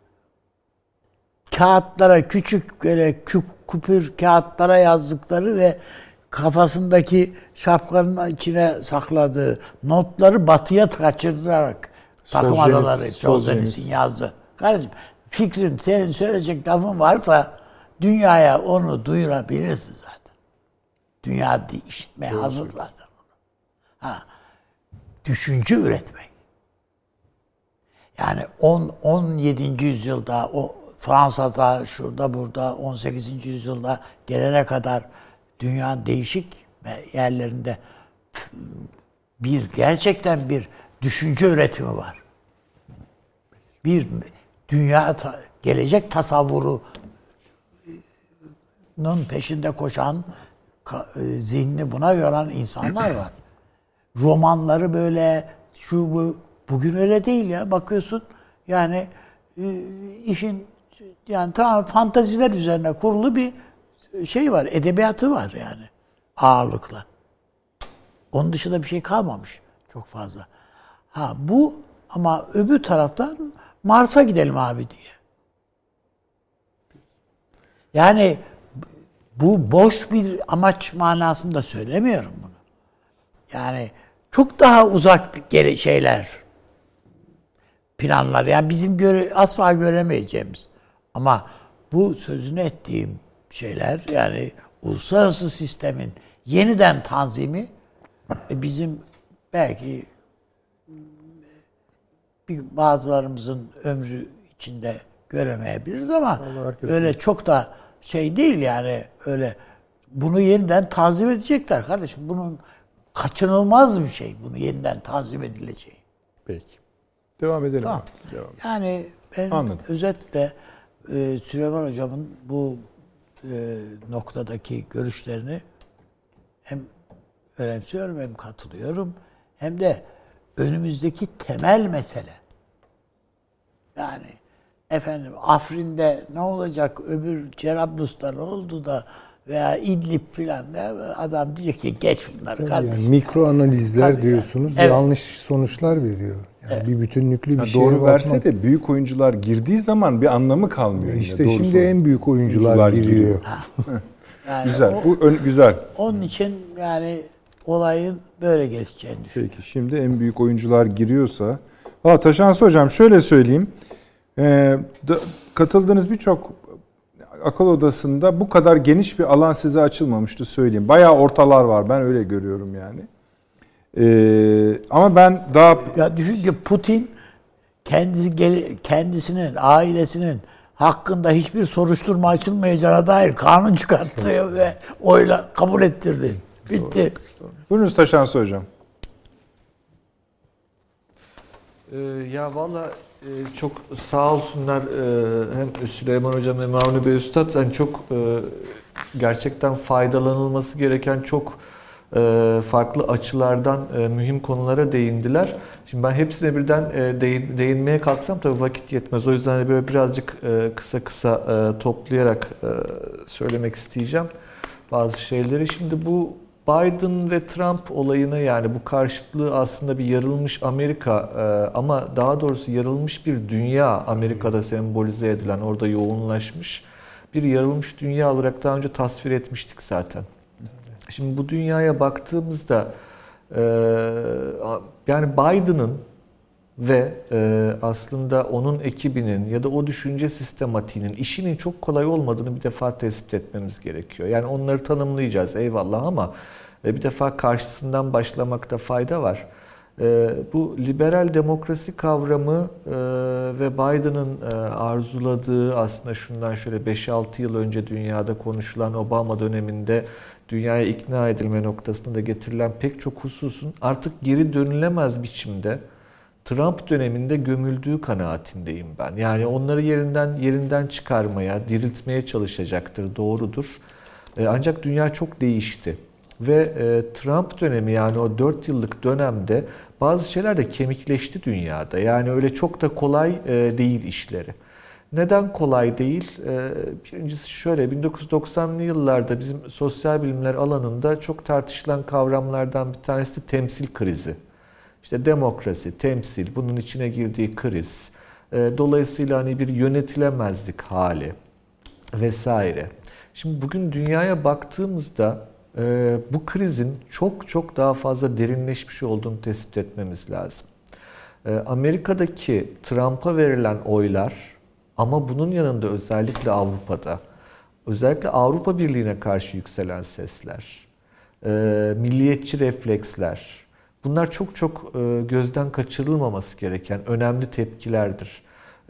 kağıtlara küçük böyle kupür kağıtlara yazdıkları ve kafasındaki şapkanın içine sakladığı notları batıya kaçırarak takım adaları Solzhenitsyn yazdı. Kardeşim fikrin senin söyleyecek lafın varsa dünyaya onu duyurabilirsin zaten. Dünya işitmeye hazır zaten. Düşünce üretmek. Yani 17. yüzyılda o Fransa'da, şurada burada 18. yüzyılda gelene kadar dünyanın değişik yerlerinde gerçekten bir düşünce üretimi var. Bir dünya gelecek tasavvurunun peşinde koşan, zihnini buna yoran insanlar var. Romanları böyle bugün öyle değil ya, bakıyorsun yani işin yani tamamen fantaziler üzerine kurulu bir şey var, edebiyatı var yani ağırlıkla. Onun dışında bir şey kalmamış çok fazla. Bu ama öbür taraftan Mars'a gidelim abi diye. Yani bu boş bir amaç manasında söylemiyorum bunu. Yani çok daha uzak şeyler, planlar. Yani bizim asla göremeyeceğimiz. Ama bu sözünü ettiğim şeyler yani uluslararası sistemin yeniden tanzimi bizim belki bazılarımızın ömrü içinde göremeyebiliriz ama öyle çok da şey değil yani öyle bunu yeniden tanzim edecekler kardeşim. Bunun kaçınılmaz bir şey bunu yeniden tanzim edileceği. Peki. Devam edelim. Tamam. Yani ben özetle Süleyman Hocam'ın bu noktadaki görüşlerini hem önemsiyorum hem katılıyorum hem de önümüzdeki temel mesele. Yani efendim Afrin'de ne olacak, öbür Cerablus'ta ne oldu da veya İdlib filan da adam diyecek ki geç bunları kardeşim. Yani mikro analizler diyorsunuz yani. Yanlış sonuçlar veriyor. Yani bir bütünlüklü bir şeye doğru verse de büyük oyuncular girdiği zaman bir anlamı kalmıyor. İşte şimdi en büyük oyuncular giriyor. Yani güzel. Bu güzel. Onun için yani olayın böyle gelişeceğini düşünüyorum. Peki şimdi en büyük oyuncular giriyorsa Taşansı Hocam şöyle söyleyeyim. Katıldığınız birçok akıl odasında bu kadar geniş bir alan size açılmamıştı söyleyeyim. Bayağı ortalar var. Ben öyle görüyorum yani. Ama ben daha Ya düşün ki Putin kendisinin, ailesinin hakkında hiçbir soruşturma açılmayacağına dair kanun çıkarttı ve oyla kabul ettirdi. Bitti. buyurunuz Taşansı Hocam. Ya valla çok sağ olsunlar hem Süleyman Hocam hem Avni Bey Üstad, yani çok gerçekten faydalanılması gereken çok farklı açılardan mühim konulara değindiler. Şimdi ben hepsine birden değinmeye kalksam tabii vakit yetmez. O yüzden böyle birazcık kısa kısa toplayarak söylemek isteyeceğim bazı şeyleri. Şimdi bu Biden ve Trump olayına, yani bu karşıtlığı aslında bir yarılmış Amerika ama daha doğrusu yarılmış bir dünya, Amerika'da sembolize edilen, orada yoğunlaşmış bir yarılmış dünya olarak daha önce tasvir etmiştik zaten. Şimdi bu dünyaya baktığımızda yani Biden'ın ve aslında onun ekibinin ya da o düşünce sistematiğinin işinin çok kolay olmadığını bir defa tespit etmemiz gerekiyor. Yani onları tanımlayacağız eyvallah ama bir defa karşısından başlamakta fayda var. Bu liberal demokrasi kavramı ve Biden'ın arzuladığı, aslında şundan şöyle 5-6 yıl önce dünyada konuşulan, Obama döneminde dünyaya ikna edilme noktasında da getirilen pek çok hususun artık geri dönülemez biçimde Trump döneminde gömüldüğü kanaatindeyim ben. Yani onları yerinden çıkarmaya, diriltmeye çalışacaktır, doğrudur. Ancak dünya çok değişti. Ve Trump dönemi, yani o 4 yıllık dönemde bazı şeyler de kemikleşti dünyada. Yani öyle çok da kolay değil işleri. Neden kolay değil? Birincisi şöyle, 1990'lı yıllarda bizim sosyal bilimler alanında çok tartışılan kavramlardan bir tanesi de temsil krizi. İşte demokrasi, temsil, bunun içine girdiği kriz. Dolayısıyla hani bir yönetilemezlik hali vesaire. Şimdi bugün dünyaya baktığımızda bu krizin çok çok daha fazla derinleşmiş olduğunu tespit etmemiz lazım. Amerika'daki Trump'a verilen oylar, ama bunun yanında özellikle Avrupa'da, özellikle Avrupa Birliği'ne karşı yükselen sesler, milliyetçi refleksler, bunlar çok çok gözden kaçırılmaması gereken önemli tepkilerdir.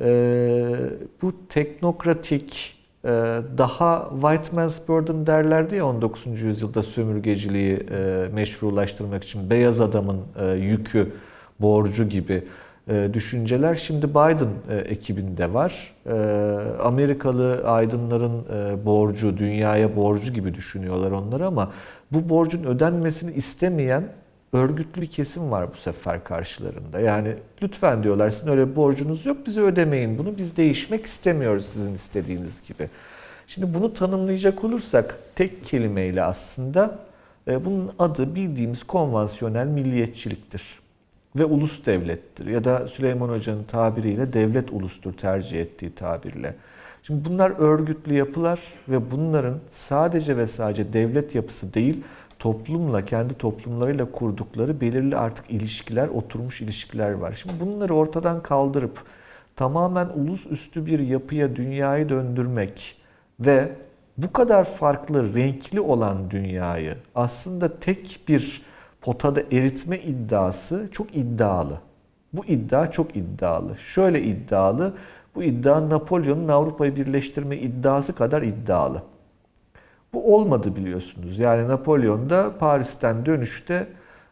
Bu teknokratik, daha white man's burden derlerdi ya 19. yüzyılda sömürgeciliği meşrulaştırmak için, beyaz adamın yükü, borcu gibi düşünceler şimdi Biden ekibinde var. Amerikalı aydınların borcu, dünyaya borcu gibi düşünüyorlar onları, ama bu borcun ödenmesini istemeyen örgütlü bir kesim var bu sefer karşılarında. Yani lütfen diyorlar, sizin öyle bir borcunuz yok, bize ödemeyin bunu, biz değişmek istemiyoruz sizin istediğiniz gibi. Şimdi bunu tanımlayacak olursak tek kelimeyle aslında bunun adı bildiğimiz konvansiyonel milliyetçiliktir ve ulus devlettir, ya da Süleyman Hoca'nın tabiriyle devlet ulustur tercih ettiği tabirle. Şimdi bunlar örgütlü yapılar ve bunların sadece ve sadece devlet yapısı değil, toplumla, kendi toplumlarıyla kurdukları belirli artık ilişkiler, oturmuş ilişkiler var. Şimdi bunları ortadan kaldırıp tamamen ulus üstü bir yapıya dünyayı döndürmek ve bu kadar farklı, renkli olan dünyayı aslında tek bir potada eritme iddiası çok iddialı. Bu iddia çok iddialı. Şöyle iddialı, bu iddia Napolyon'un Avrupa'yı birleştirme iddiası kadar iddialı. Bu olmadı biliyorsunuz. Yani Napolyon'da Paris'ten dönüşte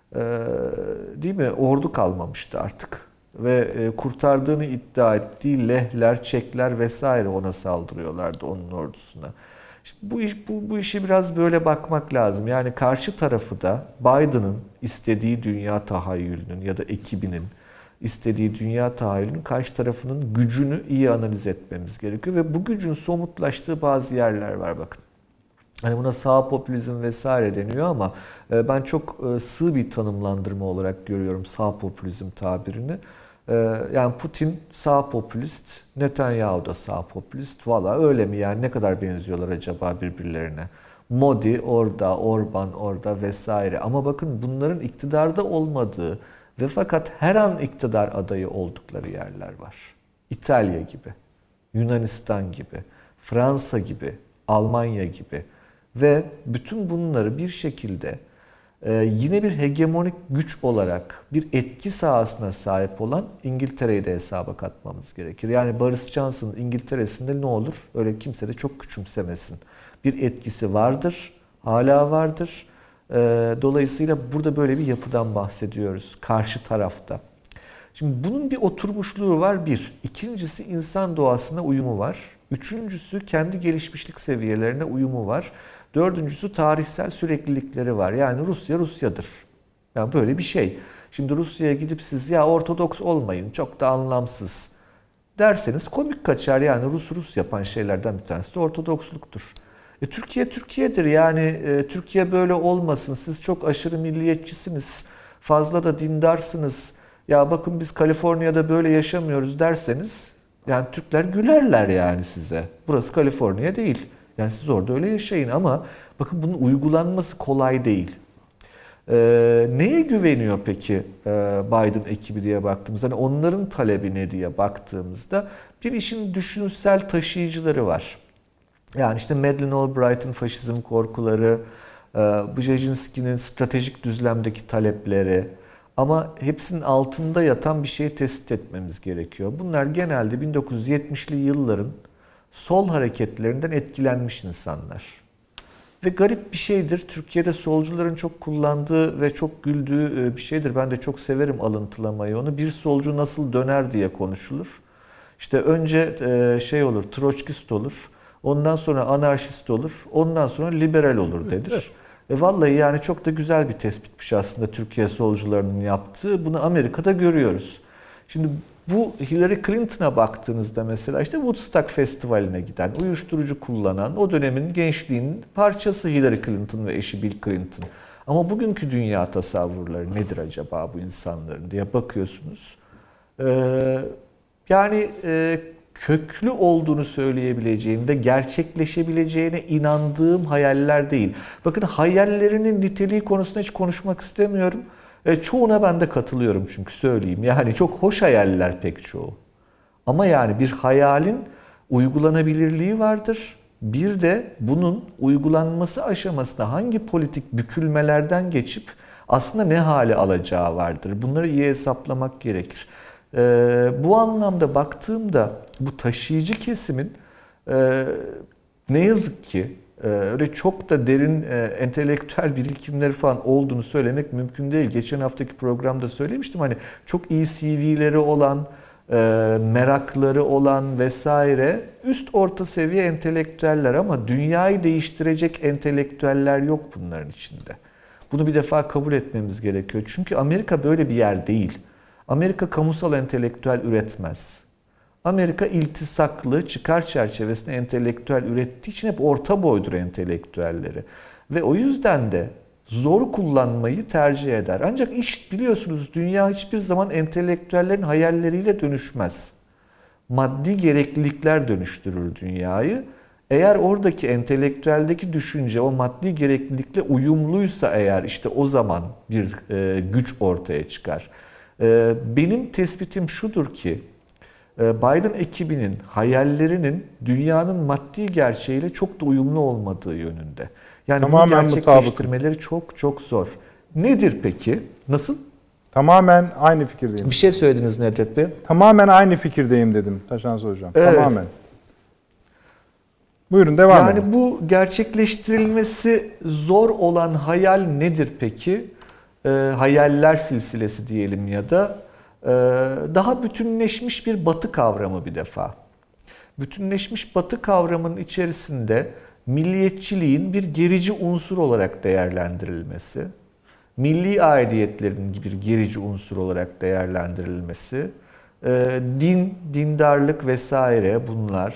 değil mi, ordu kalmamıştı artık. Ve kurtardığını iddia ettiği Lehler, Çekler vesaire ona saldırıyorlardı, onun ordusuna. Şimdi bu işe biraz böyle bakmak lazım. Yani karşı tarafı da Biden'ın istediği dünya tahayyülünün ya da ekibinin istediği dünya tahayyülünün karşı tarafının gücünü iyi analiz etmemiz gerekiyor. Ve bu gücün somutlaştığı bazı yerler var bakın. Hani buna sağ popülizm vesaire deniyor ama ben çok sığ bir tanımlandırma olarak görüyorum sağ popülizm tabirini. Yani Putin sağ popülist, Netanyahu da sağ popülist. Valla öyle mi yani, ne kadar benziyorlar acaba birbirlerine? Modi orada, Orban orada vesaire. Ama bakın bunların iktidarda olmadığı ve fakat her an iktidar adayı oldukları yerler var. İtalya gibi, Yunanistan gibi, Fransa gibi, Almanya gibi. Ve bütün bunları bir şekilde Yine bir hegemonik güç olarak bir etki sahasına sahip olan İngiltere'yi de hesaba katmamız gerekir. Yani Boris Johnson'ın İngiltere'sinde ne olur? Öyle kimse de çok küçümsemesin. Bir etkisi vardır, hala vardır. Dolayısıyla burada böyle bir yapıdan bahsediyoruz karşı tarafta. Şimdi bunun bir oturmuşluğu var bir. İkincisi insan doğasına uyumu var. Üçüncüsü kendi gelişmişlik seviyelerine uyumu var. Dördüncüsü tarihsel süreklilikleri var. Yani Rusya Rusya'dır. Yani böyle bir şey. Şimdi Rusya'ya gidip siz ya Ortodoks olmayın çok da anlamsız derseniz komik kaçar. Yani Rus yapan şeylerden bir tanesi de Ortodoksluktur. Türkiye Türkiye'dir. Yani Türkiye böyle olmasın. Siz çok aşırı milliyetçisiniz. Fazla da dindarsınız. Ya bakın biz Kaliforniya'da böyle yaşamıyoruz derseniz yani Türkler gülerler yani size. Burası Kaliforniya değil. Yani siz orada öyle yaşayın ama bakın bunun uygulanması kolay değil. Neye güveniyor peki Biden ekibi diye baktığımızda, hani onların talebi ne diye baktığımızda bir işin düşünsel taşıyıcıları var. Yani işte Madeleine Albright'ın faşizm korkuları, Brzezinski'nin stratejik düzlemdeki talepleri ama hepsinin altında yatan bir şeyi tespit etmemiz gerekiyor. Bunlar genelde 1970'li yılların sol hareketlerinden etkilenmiş insanlar. Ve garip bir şeydir. Türkiye'de solcuların çok kullandığı ve çok güldüğü bir şeydir. Ben de çok severim alıntılamayı onu. Bir solcu nasıl döner diye konuşulur. İşte önce şey olur, Troçkist olur. Ondan sonra anarşist olur. Ondan sonra liberal olur denir. Vallahi yani çok da güzel bir tespitmiş aslında Türkiye solcularının yaptığı. Bunu Amerika'da görüyoruz. Şimdi bu Hillary Clinton'a baktığınızda mesela işte Woodstock Festivali'ne giden, uyuşturucu kullanan, o dönemin gençliğinin parçası Hillary Clinton ve eşi Bill Clinton. Ama bugünkü dünya tasavvurları nedir acaba bu insanların diye bakıyorsunuz. Yani köklü olduğunu söyleyebileceğim ve gerçekleşebileceğine inandığım hayaller değil. Bakın hayallerinin niteliği konusunda hiç konuşmak istemiyorum. Çoğuna ben de katılıyorum çünkü söyleyeyim. Yani çok hoş hayaller pek çoğu. Ama yani bir hayalin uygulanabilirliği vardır. Bir de bunun uygulanması aşamasında hangi politik bükülmelerden geçip aslında ne hale alacağı vardır. Bunları iyi hesaplamak gerekir. Bu anlamda baktığımda bu taşıyıcı kesimin ne yazık ki öyle çok da derin entelektüel birikimleri falan olduğunu söylemek mümkün değil. Geçen haftaki programda söylemiştim, hani çok iyi CV'leri olan, merakları olan vesaire üst orta seviye entelektüeller ama dünyayı değiştirecek entelektüeller yok bunların içinde. Bunu bir defa kabul etmemiz gerekiyor. Çünkü Amerika böyle bir yer değil. Amerika kamusal entelektüel üretmez. Amerika iltisaklı, çıkar çerçevesinde entelektüel ürettiği için hep orta boydur entelektüelleri. Ve o yüzden de zor kullanmayı tercih eder. Ancak iş biliyorsunuz dünya hiçbir zaman entelektüellerin hayalleriyle dönüşmez. Maddi gereklilikler dönüştürür dünyayı. Eğer oradaki entelektüeldeki düşünce o maddi gereklilikle uyumluysa eğer işte o zaman bir güç ortaya çıkar. Benim tespitim şudur ki Biden ekibinin hayallerinin dünyanın maddi gerçeğiyle çok da uyumlu olmadığı yönünde. Yani tamamen bunu gerçekleştirmeleri çok çok zor. Nedir peki? Nasıl? Tamamen aynı fikirdeyim. Bir şey söylediniz Nedret Bey. Tamamen aynı fikirdeyim dedim Taşansı Hocam. Evet. Tamamen. Buyurun devam edin. Yani bu gerçekleştirilmesi zor olan hayal nedir peki? Hayaller silsilesi diyelim ya da daha bütünleşmiş bir batı kavramı bir defa. Bütünleşmiş batı kavramının içerisinde milliyetçiliğin bir gerici unsur olarak değerlendirilmesi, milli aidiyetlerin bir gerici unsur olarak değerlendirilmesi, din, dindarlık vesaire bunlar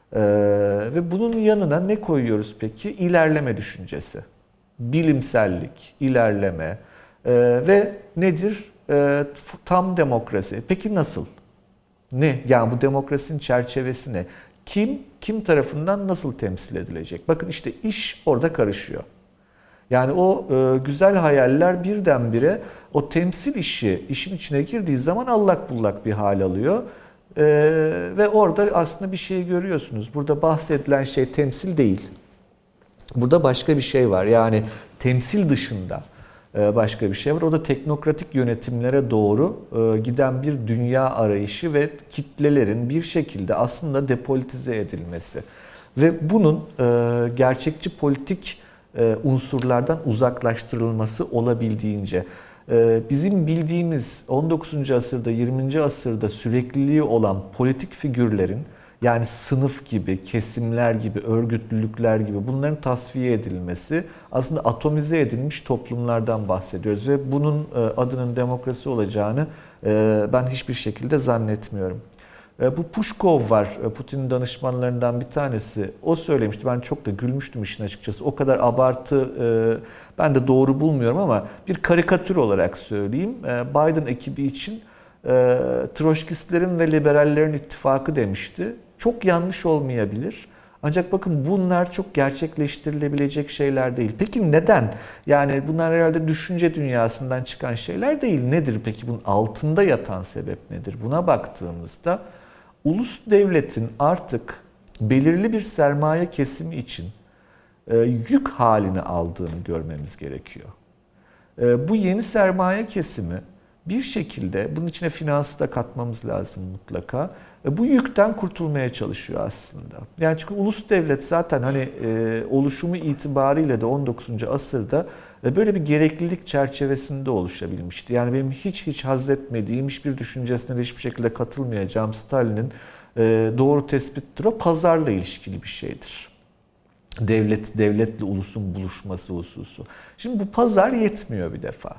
ve bunun yanına ne koyuyoruz peki? İlerleme düşüncesi, bilimsellik, ilerleme ve nedir? Tam demokrasi. Peki nasıl? Ne? Yani bu demokrasinin çerçevesi ne? Kim tarafından nasıl temsil edilecek? Bakın işte iş orada karışıyor. Yani o güzel hayaller birdenbire o temsil işin içine girdiği zaman allak bullak bir hal alıyor. Ve orada aslında bir şey görüyorsunuz. Burada bahsedilen şey temsil değil. Burada başka bir şey var. Yani temsil dışında. başka bir şey var. O da teknokratik yönetimlere doğru giden bir dünya arayışı ve kitlelerin bir şekilde aslında depolitize edilmesi. Ve bunun gerçekçi politik unsurlardan uzaklaştırılması olabildiğince. Bizim bildiğimiz 19. asırda, 20. asırda sürekliliği olan politik figürlerin, yani sınıf gibi, kesimler gibi, örgütlülükler gibi bunların tasfiye edilmesi, aslında atomize edilmiş toplumlardan bahsediyoruz ve bunun adının demokrasi olacağını ben hiçbir şekilde zannetmiyorum. Bu Pushkov var, Putin'in danışmanlarından bir tanesi. O söylemişti, ben çok da gülmüştüm işin açıkçası. O kadar abartı ben de doğru bulmuyorum ama bir karikatür olarak söyleyeyim. Biden ekibi için Troşkistlerin ve liberallerin ittifakı demişti. Çok yanlış olmayabilir. Ancak bakın bunlar çok gerçekleştirilebilecek şeyler değil. Peki neden? Yani bunlar herhalde düşünce dünyasından çıkan şeyler değil. Nedir peki bunun altında yatan sebep nedir? Buna baktığımızda ulus devletin artık belirli bir sermaye kesimi için yük halini aldığını görmemiz gerekiyor. Bu yeni sermaye kesimi bir şekilde, bunun içine finansı da katmamız lazım mutlaka, bu yükten kurtulmaya çalışıyor aslında. Yani çünkü ulus devlet zaten hani oluşumu itibariyle de 19. asırda böyle bir gereklilik çerçevesinde oluşabilmişti. Yani benim hiç haz etmediğim, hiçbir düşüncesine de hiçbir şekilde katılmayacağım Stalin'in doğru tespittir. O pazarla ilişkili bir şeydir. Devletle ulusun buluşması hususu. Şimdi bu pazar yetmiyor bir defa.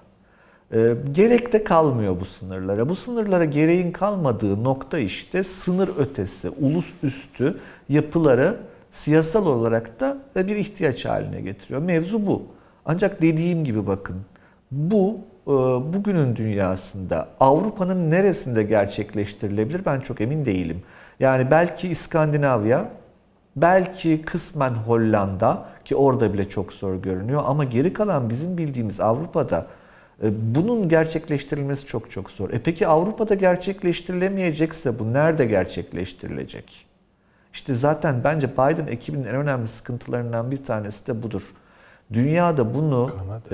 Gerek de kalmıyor bu sınırlara. Bu sınırlara gereğin kalmadığı nokta işte sınır ötesi, ulus üstü yapıları siyasal olarak da bir ihtiyaç haline getiriyor. Mevzu bu. Ancak dediğim gibi bakın, bu bugünün dünyasında Avrupa'nın neresinde gerçekleştirilebilir ben çok emin değilim. Yani belki İskandinavya, belki kısmen Hollanda ki orada bile çok zor görünüyor ama geri kalan bizim bildiğimiz Avrupa'da bunun gerçekleştirilmesi çok zor. Peki Avrupa'da gerçekleştirilemeyecekse bu nerede gerçekleştirilecek? İşte zaten bence Biden ekibinin en önemli sıkıntılarından bir tanesi de budur. Dünyada bunu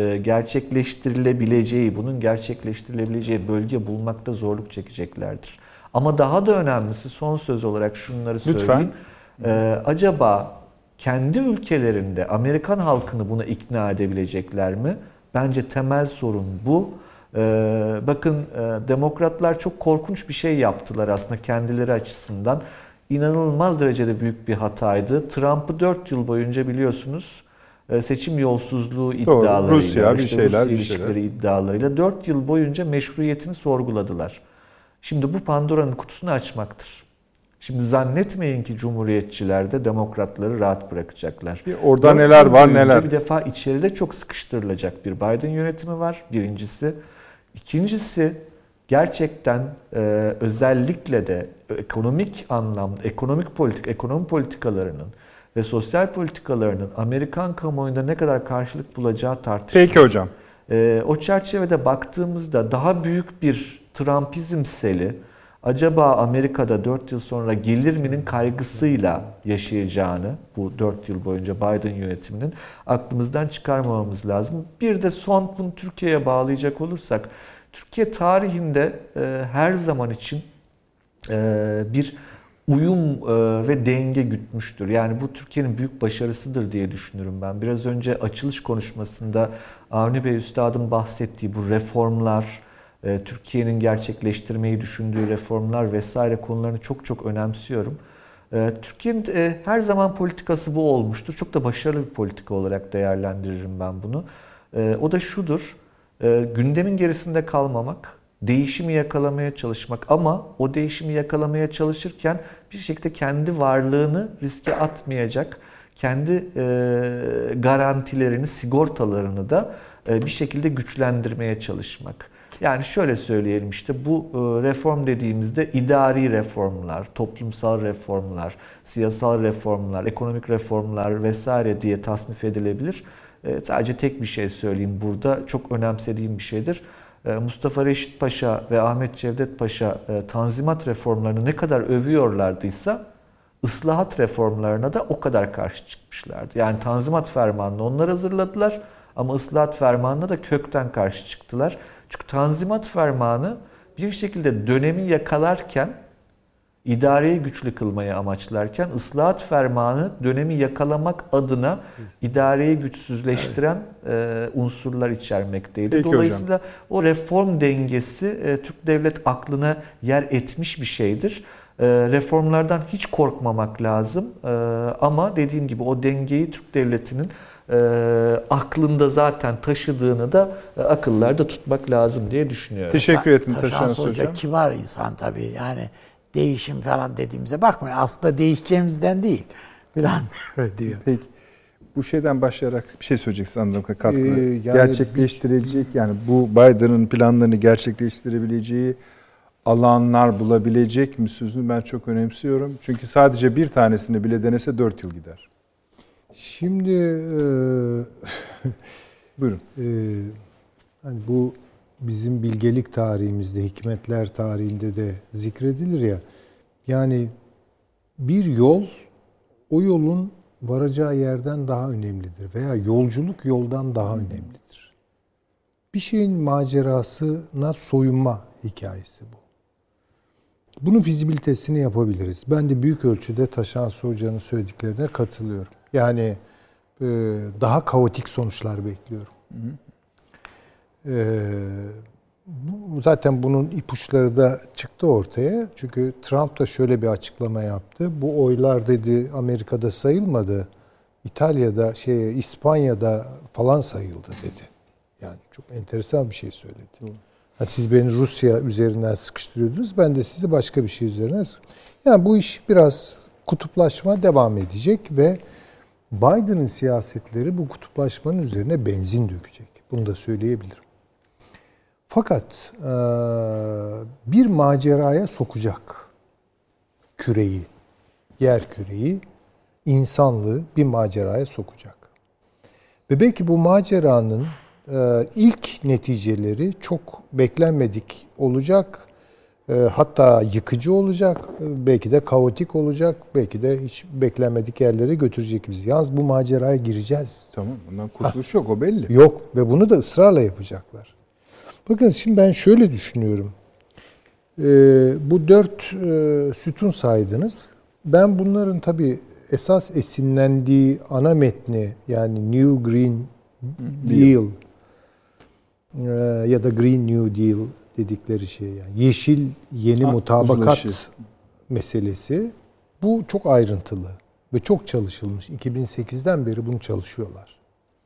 bunun gerçekleştirilebileceği bölge bulmakta zorluk çekeceklerdir. Ama daha da önemlisi son söz olarak şunları söyleyeyim. Lütfen. Acaba kendi ülkelerinde Amerikan halkını buna ikna edebilecekler mi? Bence temel sorun bu. Bakın demokratlar çok korkunç bir şey yaptılar aslında kendileri açısından. İnanılmaz derecede büyük bir hataydı. Trump'ı 4 yıl boyunca biliyorsunuz seçim yolsuzluğu iddialarıyla, Rusya ilişkileri iddialarıyla 4 yıl boyunca meşruiyetini sorguladılar. Şimdi bu Pandora'nın kutusunu açmaktır. Şimdi zannetmeyin ki Cumhuriyetçiler de demokratları rahat bırakacaklar. Orada neler var neler. Bir defa içeride çok sıkıştırılacak bir Biden yönetimi var birincisi. İkincisi gerçekten özellikle de ekonomi politikalarının ve sosyal politikalarının Amerikan kamuoyunda ne kadar karşılık bulacağı tartışılıyor. Peki hocam. O çerçevede baktığımızda daha büyük bir Trumpizm seli acaba Amerika'da 4 yıl sonra gelir mi'nin kaygısıyla yaşayacağını bu 4 yıl boyunca Biden yönetiminin aklımızdan çıkarmamamız lazım. Bir de son bunu Türkiye'ye bağlayacak olursak Türkiye tarihinde her zaman için bir uyum ve denge gütmüştür. Yani bu Türkiye'nin büyük başarısıdır diye düşünürüm ben. Biraz önce açılış konuşmasında Avni Bey Üstad'ın bahsettiği bu reformlar, Türkiye'nin gerçekleştirmeyi düşündüğü reformlar vesaire konularını çok önemsiyorum. Türkiye'nin her zaman politikası bu olmuştur. Çok da başarılı bir politika olarak değerlendiririm ben bunu. O da şudur, gündemin gerisinde kalmamak, değişimi yakalamaya çalışmak ama o değişimi yakalamaya çalışırken bir şekilde kendi varlığını riske atmayacak, kendi garantilerini, sigortalarını da bir şekilde güçlendirmeye çalışmak. Yani şöyle söyleyelim işte bu reform dediğimizde idari reformlar, toplumsal reformlar, siyasal reformlar, ekonomik reformlar vesaire diye tasnif edilebilir. Sadece tek bir şey söyleyeyim burada çok önemsediğim bir şeydir. Mustafa Reşit Paşa ve Ahmet Cevdet Paşa Tanzimat reformlarını ne kadar övüyorlardıysa ıslahat reformlarına da o kadar karşı çıkmışlardı. Yani Tanzimat Fermanı'nı onlar hazırladılar Ama ıslahat fermanına da kökten karşı çıktılar. Çünkü Tanzimat Fermanı bir şekilde dönemi yakalarken, idareyi güçlü kılmayı amaçlarken, ıslahat fermanı dönemi yakalamak adına idareyi güçsüzleştiren unsurlar içermekteydi. Peki Dolayısıyla o reform dengesi Türk devlet aklına yer etmiş bir şeydir. Reformlardan hiç korkmamak lazım. Ama dediğim gibi o dengeyi Türk devletinin aklında zaten taşıdığını da akıllarda tutmak lazım diye düşünüyorum. Teşekkür ederim Taşans Taşans Hocam. kibar insan tabii. Yani değişim falan dediğimize bakmayın. Aslında değişeceğimizden değil falan diyor. Peki. Bu şeyden başlayarak bir şey söyleyeceksin anladığım katkı. Yani gerçekleştirecek yani bu Biden'ın planlarını gerçekleştirebileceği alanlar bulabilecek mi sözünü ben çok önemsiyorum. Çünkü sadece bir tanesini bile denese 4 yıl gider. Şimdi Buyurun. hani bu bizim bilgelik tarihimizde, hikmetler tarihinde de zikredilir ya. Yani bir yol o yolun varacağı yerden daha önemlidir veya yolculuk yoldan daha önemlidir. Bir şeyin macerasına soyunma hikayesi bu. Bunun fizibilitesini yapabiliriz. Ben de büyük ölçüde Taşans Hoca'nın söylediklerine katılıyorum. Yani daha kaotik sonuçlar bekliyorum. Zaten bunun ipuçları da çıktı ortaya. Çünkü Trump da şöyle bir açıklama yaptı. Bu oylar dedi Amerika'da sayılmadı. İtalya'da, İspanya'da falan sayıldı dedi. Yani çok enteresan bir şey söyledi. Siz beni Rusya üzerinden sıkıştırıyordunuz. Ben de sizi başka bir şey üzerinden Yani bu iş biraz kutuplaşma devam edecek ve Biden'ın siyasetleri bu kutuplaşmanın üzerine benzin dökecek. Bunu da söyleyebilirim. Fakat bir maceraya sokacak küreyi, yer küreyi, insanlığı bir maceraya sokacak. Ve belki bu maceranın ilk neticeleri çok beklenmedik olacak. Hatta yıkıcı olacak, belki de kaotik olacak, belki de hiç beklenmedik yerlere götürecek bizi. Yalnız bu maceraya gireceğiz. Tamam, bundan kurtuluş yok, o belli. Yok ve bunu da ısrarla yapacaklar. Bakın şimdi ben şöyle düşünüyorum. Bu 4 sütun saydınız. Ben bunların tabii esas esinlendiği ana metni yani New Green Deal ya da Green New Deal dedikleri şey yani yeşil yeni mutabakat meselesi bu çok ayrıntılı ve çok çalışılmış. 2008'den beri bunu çalışıyorlar.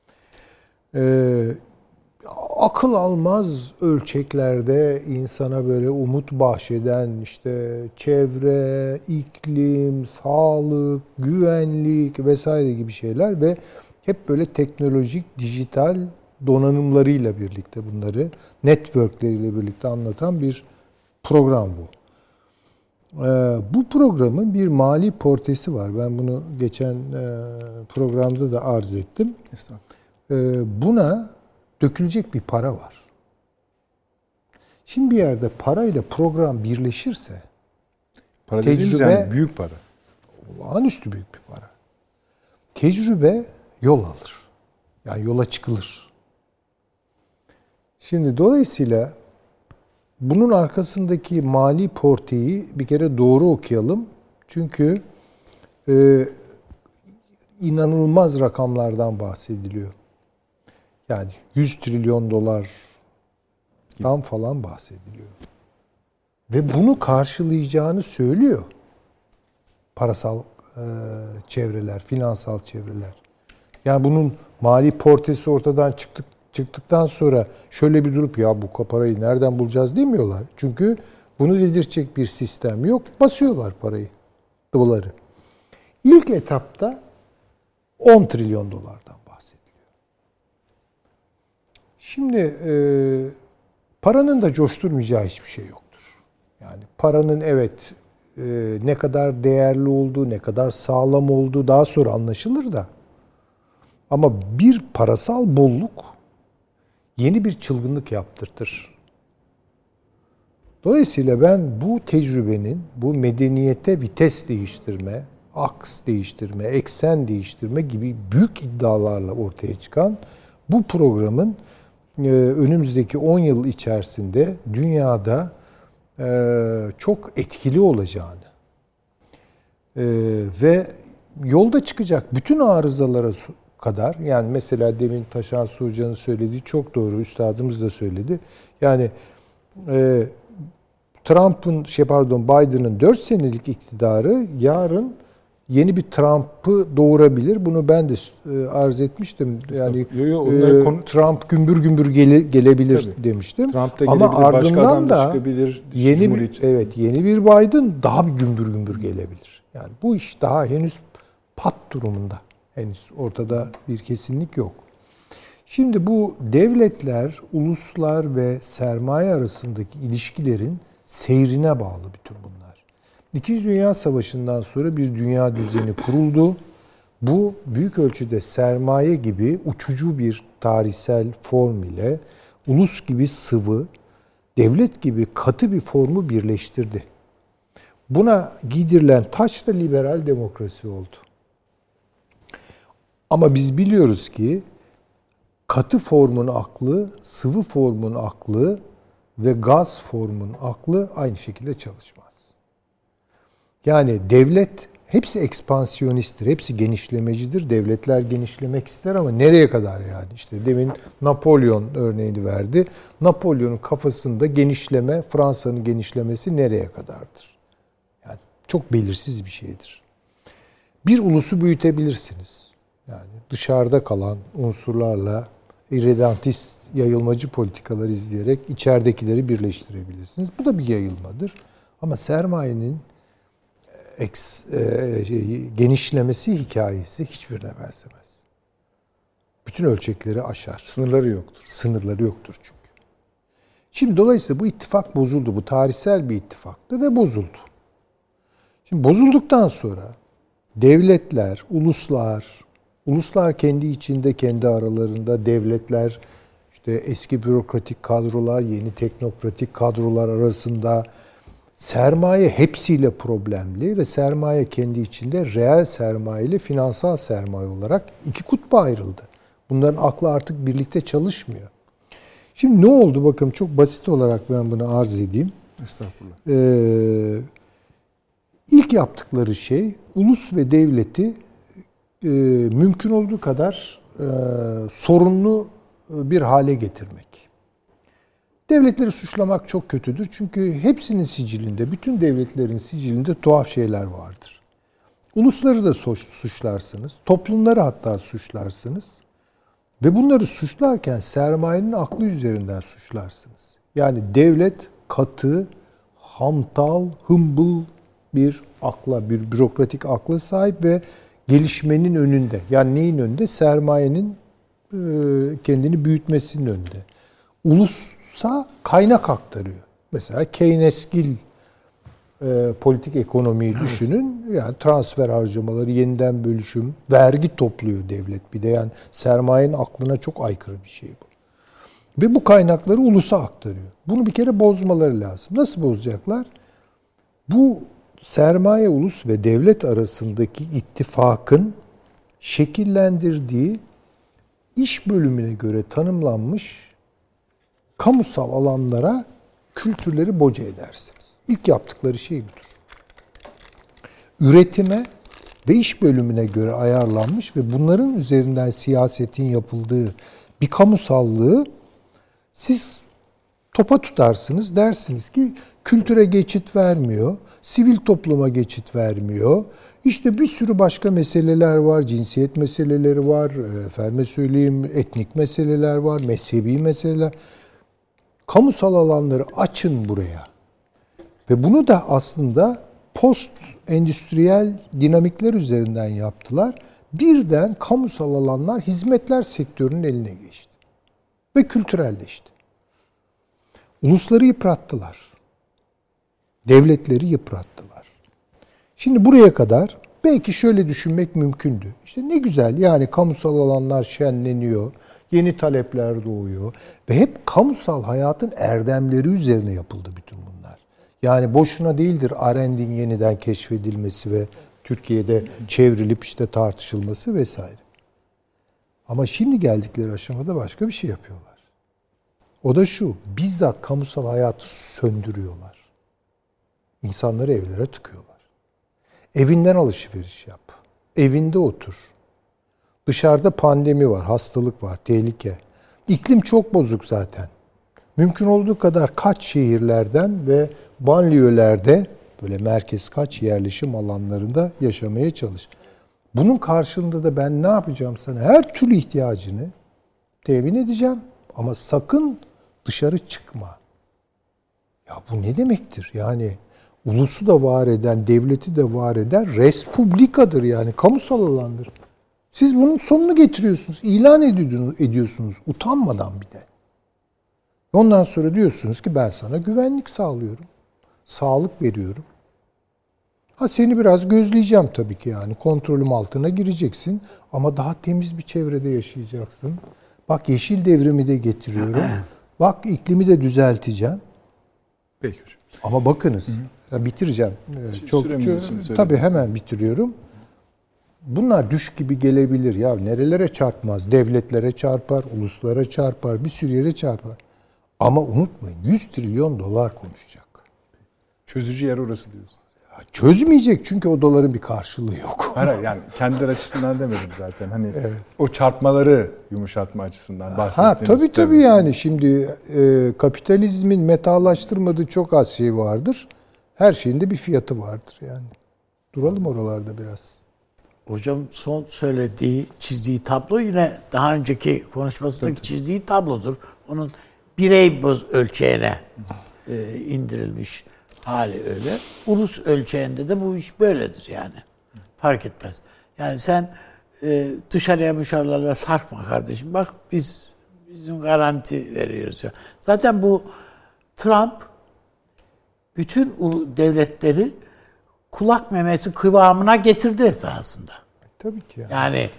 Akıl almaz ölçeklerde insana böyle umut bahşeden işte çevre, iklim, sağlık, güvenlik vesaire gibi şeyler ve hep böyle teknolojik, dijital donanımlarıyla birlikte bunları, networkleriyle birlikte anlatan bir program bu. Bu programın bir mali portresi var. Ben bunu geçen programda da arz ettim. Buna dökülecek bir para var. Şimdi bir yerde parayla program birleşirse para dediğimiz yani büyük para. Olağanüstü büyük bir para. Tecrübe yol alır. Yani yola çıkılır. Şimdi dolayısıyla bunun arkasındaki mali porteyi bir kere doğru okuyalım. Çünkü inanılmaz rakamlardan bahsediliyor. Yani 100 trilyon dolardan falan bahsediliyor. Ve bunu karşılayacağını söylüyor parasal çevreler, finansal çevreler. Yani bunun mali portresi ortadan çıktıktan sonra şöyle bir durup ya bu parayı nereden bulacağız demiyorlar. Çünkü bunu dedirtecek bir sistem yok. Basıyorlar parayı, doları. İlk etapta 10 trilyon dolardan bahsediliyor. Şimdi paranın da coşturmayacağı hiçbir şey yoktur. Yani paranın evet ne kadar değerli olduğu, ne kadar sağlam olduğu daha sonra anlaşılır da. Ama bir parasal bolluk yeni bir çılgınlık yaptırtır. Dolayısıyla ben bu tecrübenin, bu medeniyete vites değiştirme, aks değiştirme, eksen değiştirme gibi büyük iddialarla ortaya çıkan bu programın önümüzdeki 10 yıl içerisinde dünyada çok etkili olacağını ve yolda çıkacak bütün arızalara kadar, yani mesela demin Taşan Su Hoca'nın söylediği çok doğru, üstadımız da söyledi. Yani Biden'ın 4 senelik iktidarı yarın yeni bir Trump'ı doğurabilir. Bunu ben de arz etmiştim. Yani Trump gümbür gümbür gelebilir tabii demiştim. Trump da ama ardından da çıkabilir, yeni bir Biden daha bir gümbür gümbür gelebilir. Yani bu iş daha henüz pat durumunda. Henüz ortada bir kesinlik yok. Şimdi bu devletler, uluslar ve sermaye arasındaki ilişkilerin seyrine bağlı bütün bunlar. İkinci Dünya Savaşı'ndan sonra bir dünya düzeni kuruldu. Bu büyük ölçüde sermaye gibi uçucu bir tarihsel form ile ulus gibi sıvı, devlet gibi katı bir formu birleştirdi. Buna giydirilen taç da liberal demokrasi oldu. Ama biz biliyoruz ki katı formun aklı, sıvı formun aklı ve gaz formun aklı aynı şekilde çalışmaz. Yani devlet hepsi ekspansiyonisttir, hepsi genişlemecidir. Devletler genişlemek ister ama nereye kadar yani? İşte demin Napolyon örneğini verdi. Napolyon'un kafasında genişleme, Fransa'nın genişlemesi nereye kadardır? Yani çok belirsiz bir şeydir. Bir ulusu büyütebilirsiniz. Yani dışarıda kalan unsurlarla irredentist yayılmacı politikalar izleyerek içeridekileri birleştirebilirsiniz. Bu da bir yayılmadır. Ama sermayenin genişlemesi hikayesi hiçbirine benzemez. Bütün ölçekleri aşar. Sınırları yoktur. Sınırları yoktur çünkü. Şimdi dolayısıyla bu ittifak bozuldu. Bu tarihsel bir ittifaktı ve bozuldu. Şimdi bozulduktan sonra devletler, uluslar kendi içinde, kendi aralarında, devletler, işte eski bürokratik kadrolar, yeni teknokratik kadrolar arasında sermaye hepsiyle problemli ve sermaye kendi içinde reel sermaye ile finansal sermaye olarak iki kutba ayrıldı. Bunların aklı artık birlikte çalışmıyor. Şimdi ne oldu? Bakın çok basit olarak ben bunu arz edeyim. Estağfurullah. İlk yaptıkları şey ulus ve devleti mümkün olduğu kadar sorunlu bir hale getirmek. Devletleri suçlamak çok kötüdür. Çünkü hepsinin sicilinde, bütün devletlerin sicilinde tuhaf şeyler vardır. Ulusları da suçlarsınız, toplumları hatta suçlarsınız. Ve bunları suçlarken sermayenin aklı üzerinden suçlarsınız. Yani devlet katı, hantal, hımbıl bir akla, bir bürokratik akla sahip ve gelişmenin önünde. Yani neyin önünde? Sermayenin kendini büyütmesinin önünde. Ulusa kaynak aktarıyor. Mesela Keynesgil politik ekonomiyi düşünün. Yani transfer harcamaları, yeniden bölüşüm, vergi topluyor devlet bir de. Yani sermayenin aklına çok aykırı bir şey bu. Ve bu kaynakları ulusa aktarıyor. Bunu bir kere bozmaları lazım. Nasıl bozacaklar? Bu sermaye, ulus ve devlet arasındaki ittifakın şekillendirdiği iş bölümüne göre tanımlanmış kamusal alanlara kültürleri boca edersiniz. İlk yaptıkları şey budur. Üretime ve iş bölümüne göre ayarlanmış ve bunların üzerinden siyasetin yapıldığı bir kamusallığı siz topa tutarsınız. Dersiniz ki kültüre geçit vermiyor, sivil topluma geçit vermiyor. İşte bir sürü başka meseleler var, cinsiyet meseleleri var, efendime söyleyeyim etnik meseleler var, mezhebi meseleler. Kamusal alanları açın buraya. Ve bunu da aslında post-endüstriyel dinamikler üzerinden yaptılar. Birden kamusal alanlar hizmetler sektörünün eline geçti. Ve kültürelleşti. Ulusları yıprattılar. Devletleri yıprattılar. Şimdi buraya kadar belki şöyle düşünmek mümkündü. İşte ne güzel, yani kamusal alanlar şenleniyor, yeni talepler doğuyor ve hep kamusal hayatın erdemleri üzerine yapıldı bütün bunlar. Yani boşuna değildir Arendt'in yeniden keşfedilmesi ve Türkiye'de çevrilip işte tartışılması vesaire. Ama şimdi geldikleri aşamada başka bir şey yapıyorlar. O da şu, bizzat kamusal hayatı söndürüyorlar. İnsanları evlere tıkıyorlar. Evinden alışveriş yap. Evinde otur. Dışarıda pandemi var, hastalık var, tehlike. İklim çok bozuk zaten. Mümkün olduğu kadar kaç şehirlerden ve banliyölerde, böyle merkez kaç yerleşim alanlarında yaşamaya çalış. Bunun karşılığında da ben ne yapacağım sana? Her türlü ihtiyacını temin edeceğim. Ama sakın dışarı çıkma. Ya bu ne demektir? Yani ulusu da var eden, devleti de var eden respublikadır yani. Kamusal alandır. Siz bunun sonunu getiriyorsunuz. İlan ediyorsunuz. Utanmadan bir de. Ondan sonra diyorsunuz ki ben sana güvenlik sağlıyorum. Sağlık veriyorum. Ha seni biraz gözleyeceğim tabii ki yani. Kontrolüm altına gireceksin. Ama daha temiz bir çevrede yaşayacaksın. Bak yeşil devrimi de getiriyorum. Bak iklimi de düzelteceğim. Peki hocam. Ama bakınız. Ya bitireceğim. Süremiz için söyledim. Tabii hemen bitiriyorum. Bunlar düş gibi gelebilir. Ya nerelere çarpmaz? Devletlere çarpar, uluslara çarpar, bir sürü yere çarpar. Ama unutmayın 100 trilyon dolar konuşacak. Çözücü yer orası diyorsun. Ya çözmeyecek çünkü o doların bir karşılığı yok. Hayır yani kendileri açısından demedim zaten. Hani o çarpmaları yumuşatma açısından bahsettiğiniz. Tabii yani şimdi kapitalizmin metalaştırmadığı çok az şey vardır. Her şeyin de bir fiyatı vardır yani. Duralım oralarda biraz. Hocam son söylediği, çizdiği tablo yine daha önceki konuşmasındaki çizdiği tablodur. Onun birey ölçeğine indirilmiş hali öyle. Ulus ölçeğinde de bu iş böyledir yani. Fark etmez. Yani sen dışarıya müşavlarla sarkma kardeşim. Bak bizim garanti veriyoruz ya. Zaten bu Trump bütün devletleri kulak memesi kıvamına getirdi esasında. Tabii ki. Yani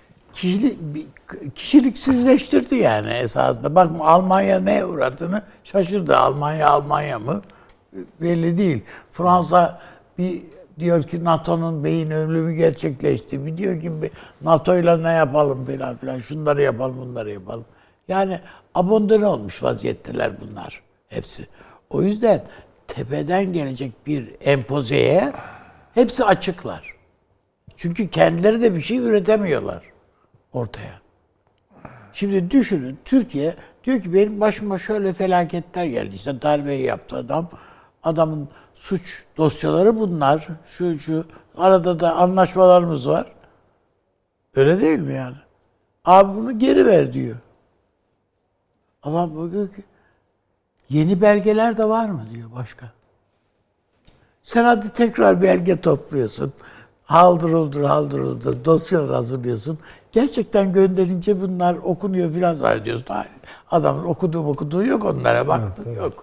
kişiliksizleştirdi yani esasında. Bak Almanya neye uğradığını şaşırdı. Almanya mı? Belli değil. Fransa diyor ki NATO'nun beyin ölümü gerçekleşti. Bir diyor ki NATO'yla ne yapalım filan. Şunları yapalım, bunları yapalım. Yani abandone olmuş vaziyetteler bunlar hepsi. O yüzden tepeden gelecek bir empozeye hepsi açıklar. Çünkü kendileri de bir şey üretemiyorlar ortaya. Şimdi düşünün Türkiye diyor ki benim başıma şöyle felaketler geldi. İşte darbeyi yaptı adam. Adamın suç dosyaları bunlar. Şu arada da anlaşmalarımız var. Öyle değil mi yani? Abi bunu geri ver diyor. Adam bakıyor ki yeni belgeler de var mı diyor başka. Sen hadi tekrar belge topluyorsun. Haldır uldur dosyalar hazırlıyorsun. Gerçekten gönderince bunlar okunuyor filan zannediyorsun. Adamın okuduğu yok onlara baktın yok.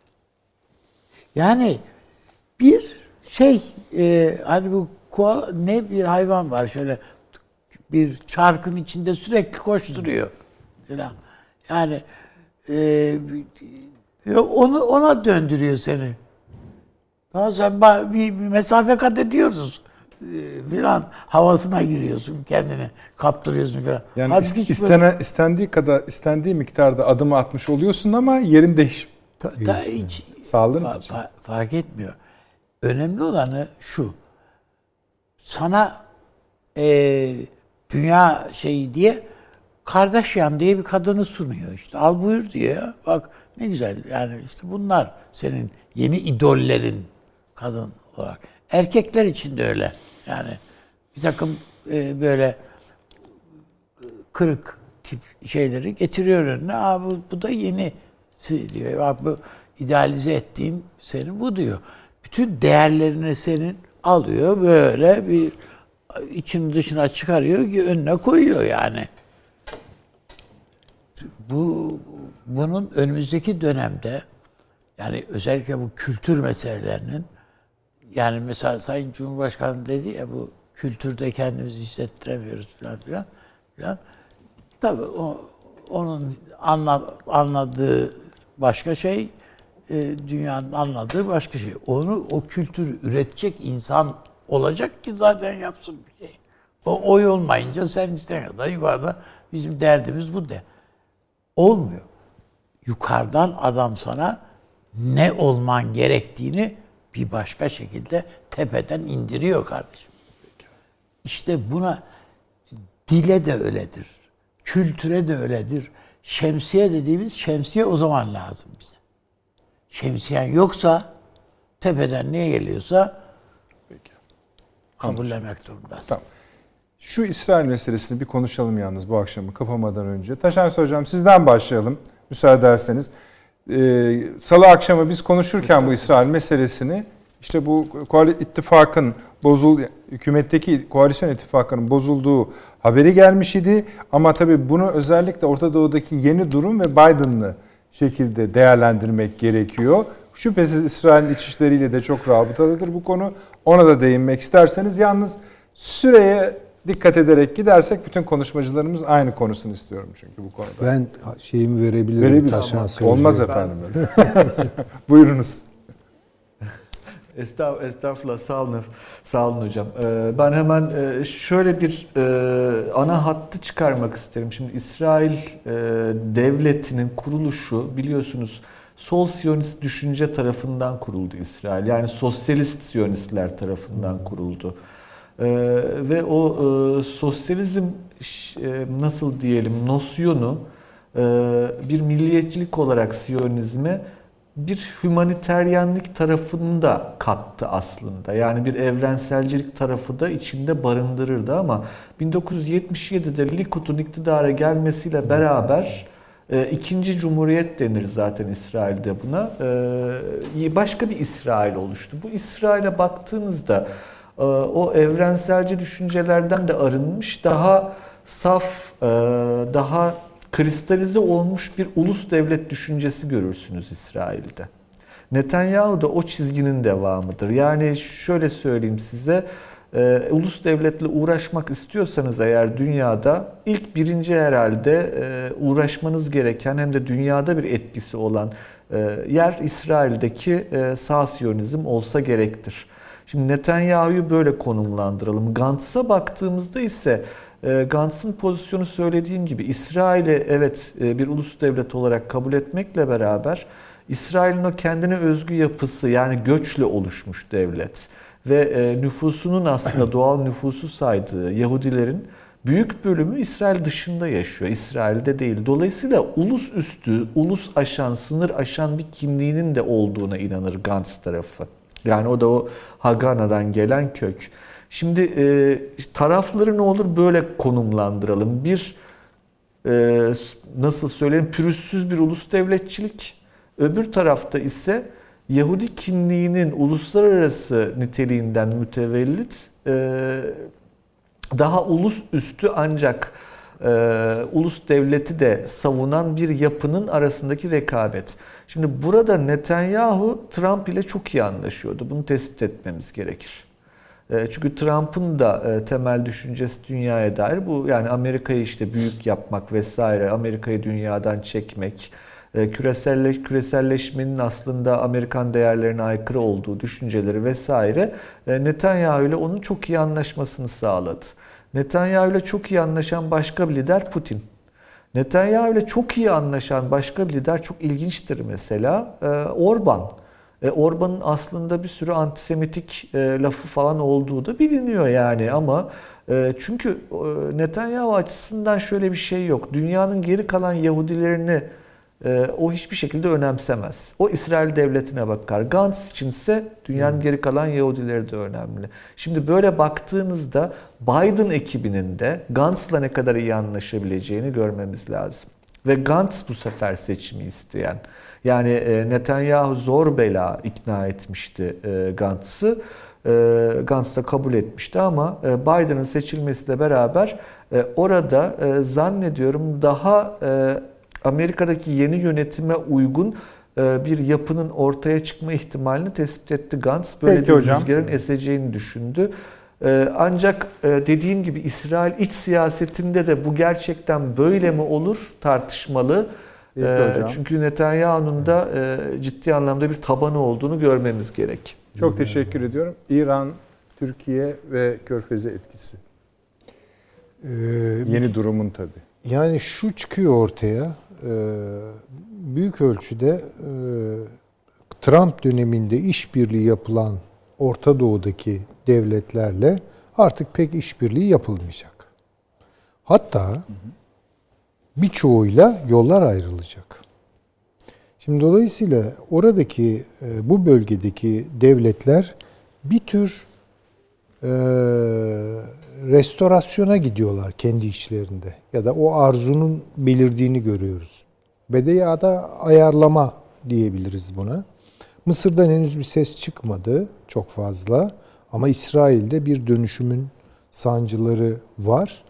Yani bir hani bu ne bir hayvan var şöyle bir çarkın içinde sürekli koşturuyor filan. Yani ona döndürüyor seni. Daha sen bir mesafe kat ediyoruz filan havasına giriyorsun kendini kaptırıyorsun filan. Yani istendiği miktarda adımı atmış oluyorsun ama yerin hiç sağlığınız için. Fark etmiyor. Önemli olanı şu. Sana dünya diye Kardashian diye bir kadını sunuyor işte. Al buyur diyor. Bak ne güzel yani işte bunlar senin yeni idollerin kadın olarak. Erkekler için de öyle. Yani bir takım böyle kırık tip şeyleri getiriyor önüne. Bu da yenisi diyor. Bak bu idealize ettiğin senin bu diyor. Bütün değerlerini senin alıyor böyle bir içini dışına çıkarıyor ki önüne koyuyor yani. Bunun önümüzdeki dönemde yani özellikle bu kültür meselelerinin yani mesela Sayın Cumhurbaşkanı dedi ya bu kültürde kendimizi hissettiremiyoruz filan. Tabii onun anladığı başka şey, dünyanın anladığı başka şey. O kültürü üretecek insan olacak ki zaten yapsın bir şey. O oy olmayınca sen istediğin kadar yukarıda Bizim derdimiz bu de. Olmuyor. Yukarıdan adam sana ne olman gerektiğini bir başka şekilde tepeden indiriyor kardeşim. İşte buna dile de öyledir. Kültüre de öyledir. Şemsiye dediğimiz şemsiye o zaman lazım bize. Şemsiyen yoksa tepeden ne geliyorsa kabullenmek durumundasın. Tamam. Şu İsrail meselesini bir konuşalım yalnız bu akşamı kapamadan önce. Taşansı Hocam sizden başlayalım müsaade ederseniz. Salı akşamı biz konuşurken bu İsrail meselesini işte bu ittifakın hükümetteki koalisyon ittifakının bozulduğu haberi gelmiş idi. Ama tabii bunu özellikle Orta Doğu'daki yeni durum ve Biden'lı şekilde değerlendirmek gerekiyor. Şüphesiz İsrail'in iç işleriyle de çok rabıtalıdır bu konu. Ona da değinmek isterseniz yalnız süreye dikkat ederek gidersek bütün konuşmacılarımız aynı konusunu istiyorum çünkü bu konuda. Ben şeyimi verebilirim. Olmaz efendim öyle. Buyurunuz. Estağfurullah, sağ olun hocam. Ben hemen şöyle bir ana hattı çıkarmak isterim. Şimdi İsrail devletinin kuruluşu biliyorsunuz sol Siyonist düşünce tarafından kuruldu İsrail. Yani sosyalist Siyonistler tarafından kuruldu. Ve o sosyalizm nasıl diyelim nosyonu bir milliyetçilik olarak Siyonizme bir hümaniteryenlik tarafını da kattı aslında. Yani bir evrenselcilik tarafı da içinde barındırırdı ama 1977'de Likud'un iktidara gelmesiyle beraber ikinci Cumhuriyet denir zaten İsrail'de buna. Başka bir İsrail oluştu. Bu İsrail'e baktığınızda o evrenselci düşüncelerden de arınmış, daha saf, daha kristalize olmuş bir ulus devlet düşüncesi görürsünüz İsrail'de. Netanyahu da o çizginin devamıdır. Yani şöyle söyleyeyim size, ulus devletle uğraşmak istiyorsanız eğer dünyada ilk birinci herhalde uğraşmanız gereken hem de dünyada bir etkisi olan yer İsrail'deki sağ Siyonizm olsa gerektir. Şimdi Netanyahu'yu böyle konumlandıralım. Gantz'a baktığımızda ise Gantz'ın pozisyonu söylediğim gibi İsrail'i evet bir ulus devlet olarak kabul etmekle beraber İsrail'in o kendine özgü yapısı yani göçle oluşmuş devlet ve nüfusunun aslında doğal nüfusu saydığı Yahudilerin büyük bölümü İsrail dışında yaşıyor. İsrail'de değil. Dolayısıyla ulus üstü, ulus aşan, sınır aşan bir kimliğinin de olduğuna inanır Gantz tarafı. Yani o da o Hagana'dan gelen kök. Şimdi tarafları ne olur böyle konumlandıralım. Bir nasıl söyleyeyim pürüzsüz bir ulus devletçilik. Öbür tarafta ise Yahudi kimliğinin uluslararası niteliğinden mütevellit daha ulus üstü ancak ulus devleti de savunan bir yapının arasındaki rekabet. Şimdi burada Netanyahu Trump ile çok iyi anlaşıyordu. Bunu tespit etmemiz gerekir. Çünkü Trump'ın da temel düşüncesi dünyaya dair bu yani Amerika'yı işte büyük yapmak vesaire, Amerika'yı dünyadan çekmek, küreselleşmenin aslında Amerikan değerlerine aykırı olduğu düşünceleri vesaire Netanyahu ile onun çok iyi anlaşmasını sağladı. Netanyahu ile çok iyi anlaşan başka bir lider Putin. Netanyahu ile çok iyi anlaşan başka bir lider çok ilginçtir mesela Orban. Orban'ın aslında bir sürü antisemitik lafı falan olduğu da biliniyor yani ama çünkü Netanyahu açısından şöyle bir şey yok. Dünyanın geri kalan Yahudilerini o hiçbir şekilde önemsemez. O İsrail devletine bakar. Gantz içinse dünyanın geri kalan Yahudileri de önemli. Şimdi böyle baktığımızda Biden ekibinin de Gantz'la ne kadar iyi anlaşabileceğini görmemiz lazım. Ve Gantz bu sefer seçimi isteyen. Yani Netanyahu zor bela ikna etmişti Gantz'ı. Gantz da kabul etmişti ama Biden'ın seçilmesiyle beraber orada zannediyorum daha Amerika'daki yeni yönetime uygun bir yapının ortaya çıkma ihtimalini tespit etti Gantz. Böyle Peki bir hocam. rüzgarın eseceğini düşündü. Ancak dediğim gibi İsrail iç siyasetinde de bu gerçekten böyle mi olur tartışmalı. Çünkü Netanyahu'nun da ciddi anlamda bir tabanı olduğunu görmemiz gerek. Çok teşekkür ediyorum. İran, Türkiye ve Körfez'e etkisi. Yeni durumun tabii. Yani şu çıkıyor ortaya, büyük ölçüde Trump döneminde işbirliği yapılan Orta Doğu'daki devletlerle artık pek işbirliği yapılmayacak. Hatta birçoğuyla yollar ayrılacak. Şimdi dolayısıyla oradaki, bu bölgedeki devletler bir tür restorasyona gidiyorlar kendi içlerinde. Ya da o arzunun belirdiğini görüyoruz. Ve de ya da ayarlama diyebiliriz buna. Mısır'dan henüz bir ses çıkmadı çok fazla. Ama İsrail'de bir dönüşümün sancıları var.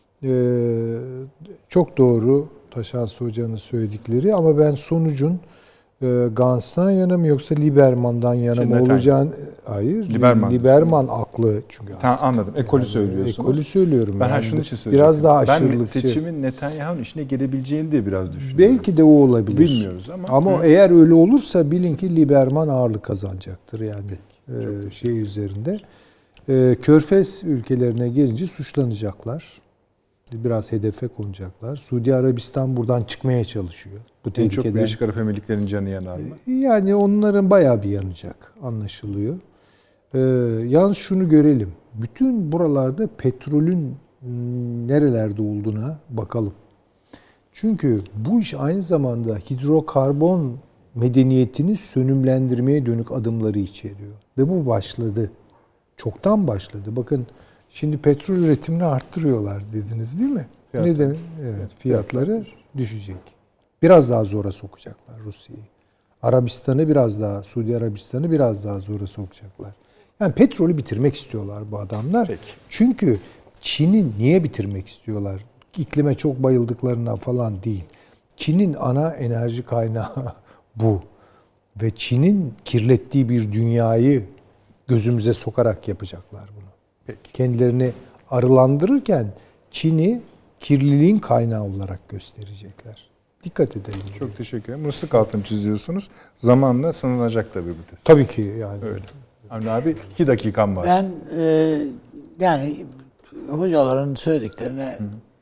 Çok doğru Taşansı Hoca'nın söyledikleri ama ben sonucun Gantz'tan yana mı yoksa Lieberman'dan yana mı olacağını... Hayır, Lieberman aklı çünkü. Tamam, anladım. Ekolü söylüyorsunuz. Ekolü söylüyorum. Ben şunun için söyleyeceğim. Biraz daha aşırılıkçı. Ben seçimin Netanyahu'nun işine gelebileceğini de biraz düşünüyorum. Belki de o olabilir. Bilmiyoruz ama. Ama eğer öyle olursa bilin ki Lieberman ağırlık kazanacaktır yani üzerinde. Körfez ülkelerine gelince suçlanacaklar. Biraz hedefe konacaklar. Suudi Arabistan buradan çıkmaya çalışıyor. Bu en çok Birleşik Arap Emirlikleri'nin canı yanar mı? Yani onların bayağı bir yanacak anlaşılıyor. Yalnız şunu görelim. Bütün buralarda petrolün nerelerde olduğuna bakalım. Çünkü bu iş aynı zamanda hidrokarbon medeniyetini sönümlendirmeye dönük adımları içeriyor. Ve bu başladı. Çoktan başladı. Bakın şimdi petrol üretimini arttırıyorlar dediniz değil mi? Ne demek? Evet, fiyatları düşecek. Biraz daha zora sokacaklar Rusya'yı. Arabistan'ı biraz daha, Suudi Arabistan'ı biraz daha zora sokacaklar. Yani petrolü bitirmek istiyorlar bu adamlar. Peki. Çünkü Çin'i niye bitirmek istiyorlar? İklime çok bayıldıklarından falan değil. Çin'in ana enerji kaynağı bu. Ve Çin'in kirlettiği bir dünyayı gözümüze sokarak yapacaklar bunu. Peki. Kendilerini arılandırırken Çin'i kirliliğin kaynağı olarak gösterecekler. Dikkat edelim. Çok teşekkür ederim. Bunu sık altını çiziyorsunuz. Zamanla sınanacak tabii bu test. Tabii ki yani. Öyle. Avni abi 2 dakikam var. Ben yani hocaların söylediklerine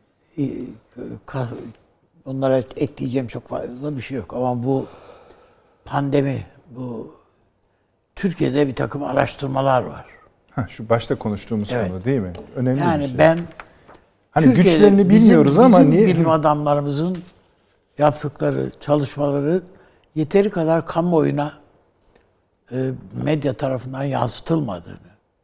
onlara ekleyeceğim çok fazla bir şey yok. Ama bu pandemi, bu Türkiye'de bir takım araştırmalar var. Şu başta konuştuğumuz Evet. konu değil mi? Önemli Yani bir şey. ben hani Türkiye'de güçlerini bilmiyoruz ama bizim niye? bilim adamlarımızın yaptıkları çalışmaları yeteri kadar kamuoyuna medya tarafından yansıtılmadığını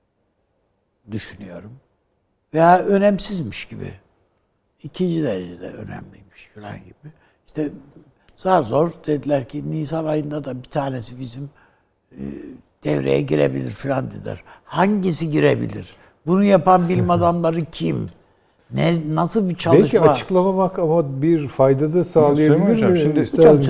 düşünüyorum. Veya önemsizmiş gibi. İkinci derecede önemliymiş falan gibi. İşte zar zor dediler ki Nisan ayında da bir tanesi bizim devreye girebilir falan dediler. Hangisi girebilir? Bunu yapan bilim adamları kim? Nasıl bir çalışma? Belki açıklamamak ama bir fayda da sağlayabilir Hocam, mi? şimdi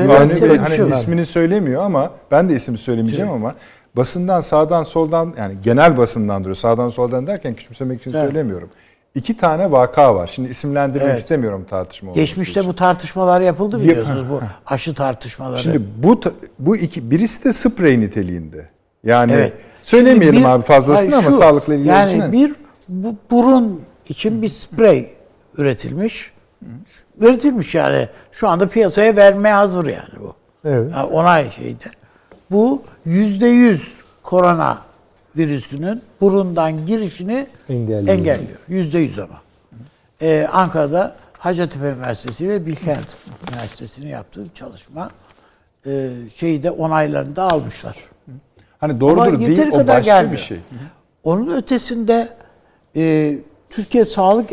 ismini söylemiyor ama ben de ismini söylemeyeceğim ama basından sağdan soldan yani genel basından duruyor. Sağdan soldan derken küçümsemek için söylemiyorum. 2 tane vaka var. Şimdi isimlendirmek istemiyorum tartışma olması Geçmişte için. bu tartışmalar yapıldı biliyorsunuz bu aşı tartışmaları. Şimdi bu iki birisi de sprey niteliğinde. Yani söylemeyelim abi fazlasını ama sağlıkla ilgili yani bir burun için bir sprey üretilmiş. Üretilmiş yani. Şu anda piyasaya vermeye hazır yani bu. Evet. Yani onay şeyde. Bu %100 korona virüsünün burundan girişini engelliyor. %100 ama. Ankara'da Hacettepe Üniversitesi ve Bilkent Üniversitesi'nin yaptığı çalışma şeyde onaylarını da almışlar. Hani doğrudur değil o başka gelmiyor. bir şey. Onun ötesinde Türkiye Sağlık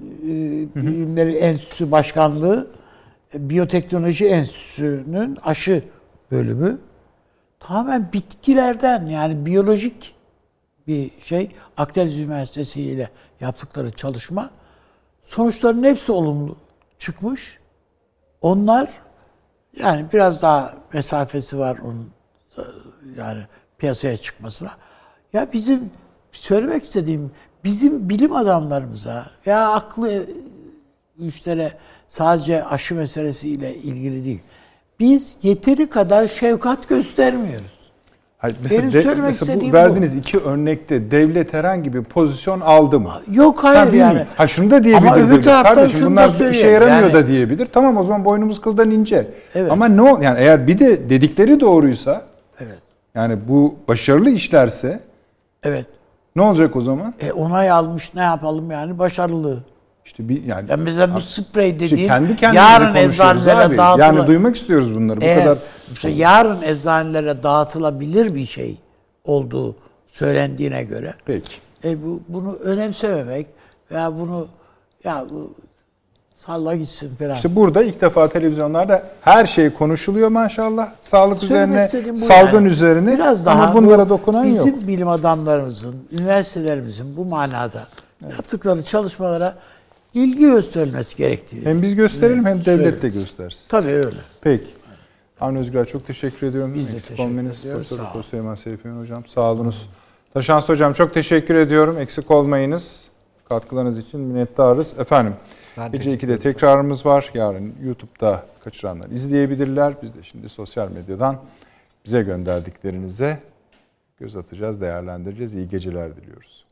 Bilimleri Enstitüsü Başkanlığı Biyoteknoloji Enstitüsü'nün aşı bölümü tamamen bitkilerden yani biyolojik bir şey Akdeniz Üniversitesi ile yaptıkları çalışma sonuçların hepsi olumlu çıkmış. Onlar yani biraz daha mesafesi var onun yani piyasaya çıkmasına. Ya bizim söylemek istediğim bizim bilim adamlarımıza veya aklı güçlere sadece aşı meselesiyle ilgili değil. Biz yeteri kadar şefkat göstermiyoruz. Hayır, Benim söylemek mesela istediğim bu verdiğiniz iki örnekte devlet herhangi bir pozisyon aldı mı? Yok, hayır yani. Ha şunu da diyebilir. Ama öbür devlet. taraftan Kardeşim şunu da bunlar işe söyleyeyim. yaramıyor Yani- da diyebilir. Tamam, o zaman boynumuz kıldan ince. Evet. Ama yani eğer bir de dedikleri doğruysa, Evet. yani bu başarılı işlerse Evet. ne olacak o zaman? Onay almış, ne yapalım yani, başarılı. İşte bir yani Yani mesela bu sprey işte dediğin kendi kendimize yarın konuşuyoruz eczanelere abi. dağıtılan, Yani duymak istiyoruz bunları. Bu eğer kadar işte yarın eczanelere dağıtılabilir bir şey olduğu söylendiğine göre peki. bunu önemsememek veya bunu bu salla gitsin falan. İşte burada ilk defa televizyonlarda her şey konuşuluyor maşallah. Sağlık Söylemek üzerine, istediğim bu salgın yani. üzerine, Biraz ama daha bunlara dokunan yok. bizim bilim adamlarımızın, üniversitelerimizin bu manada yaptıkları çalışmalara ilgi gösterilmesi gerektiği. Hem biz gösterelim hem devlet de Söylüyorum. göstersin. Tabii öyle. Peki. Avni Özgür, çok teşekkür ediyorum. Biz de Eksik teşekkür olmayınız. ediyoruz. Profesör Sağ Doktor olun. Süleyman Seyfiyen Hocam. Sağ olunuz. Taşans Hocam çok teşekkür ediyorum. Eksik olmayınız. Katkılarınız için minnettarız. Efendim, Ben gece teşekkür 2'de tekrarımız var. Yarın YouTube'da kaçıranlar izleyebilirler. Biz de şimdi sosyal medyadan bize gönderdiklerinize göz atacağız, değerlendireceğiz. İyi geceler diliyoruz.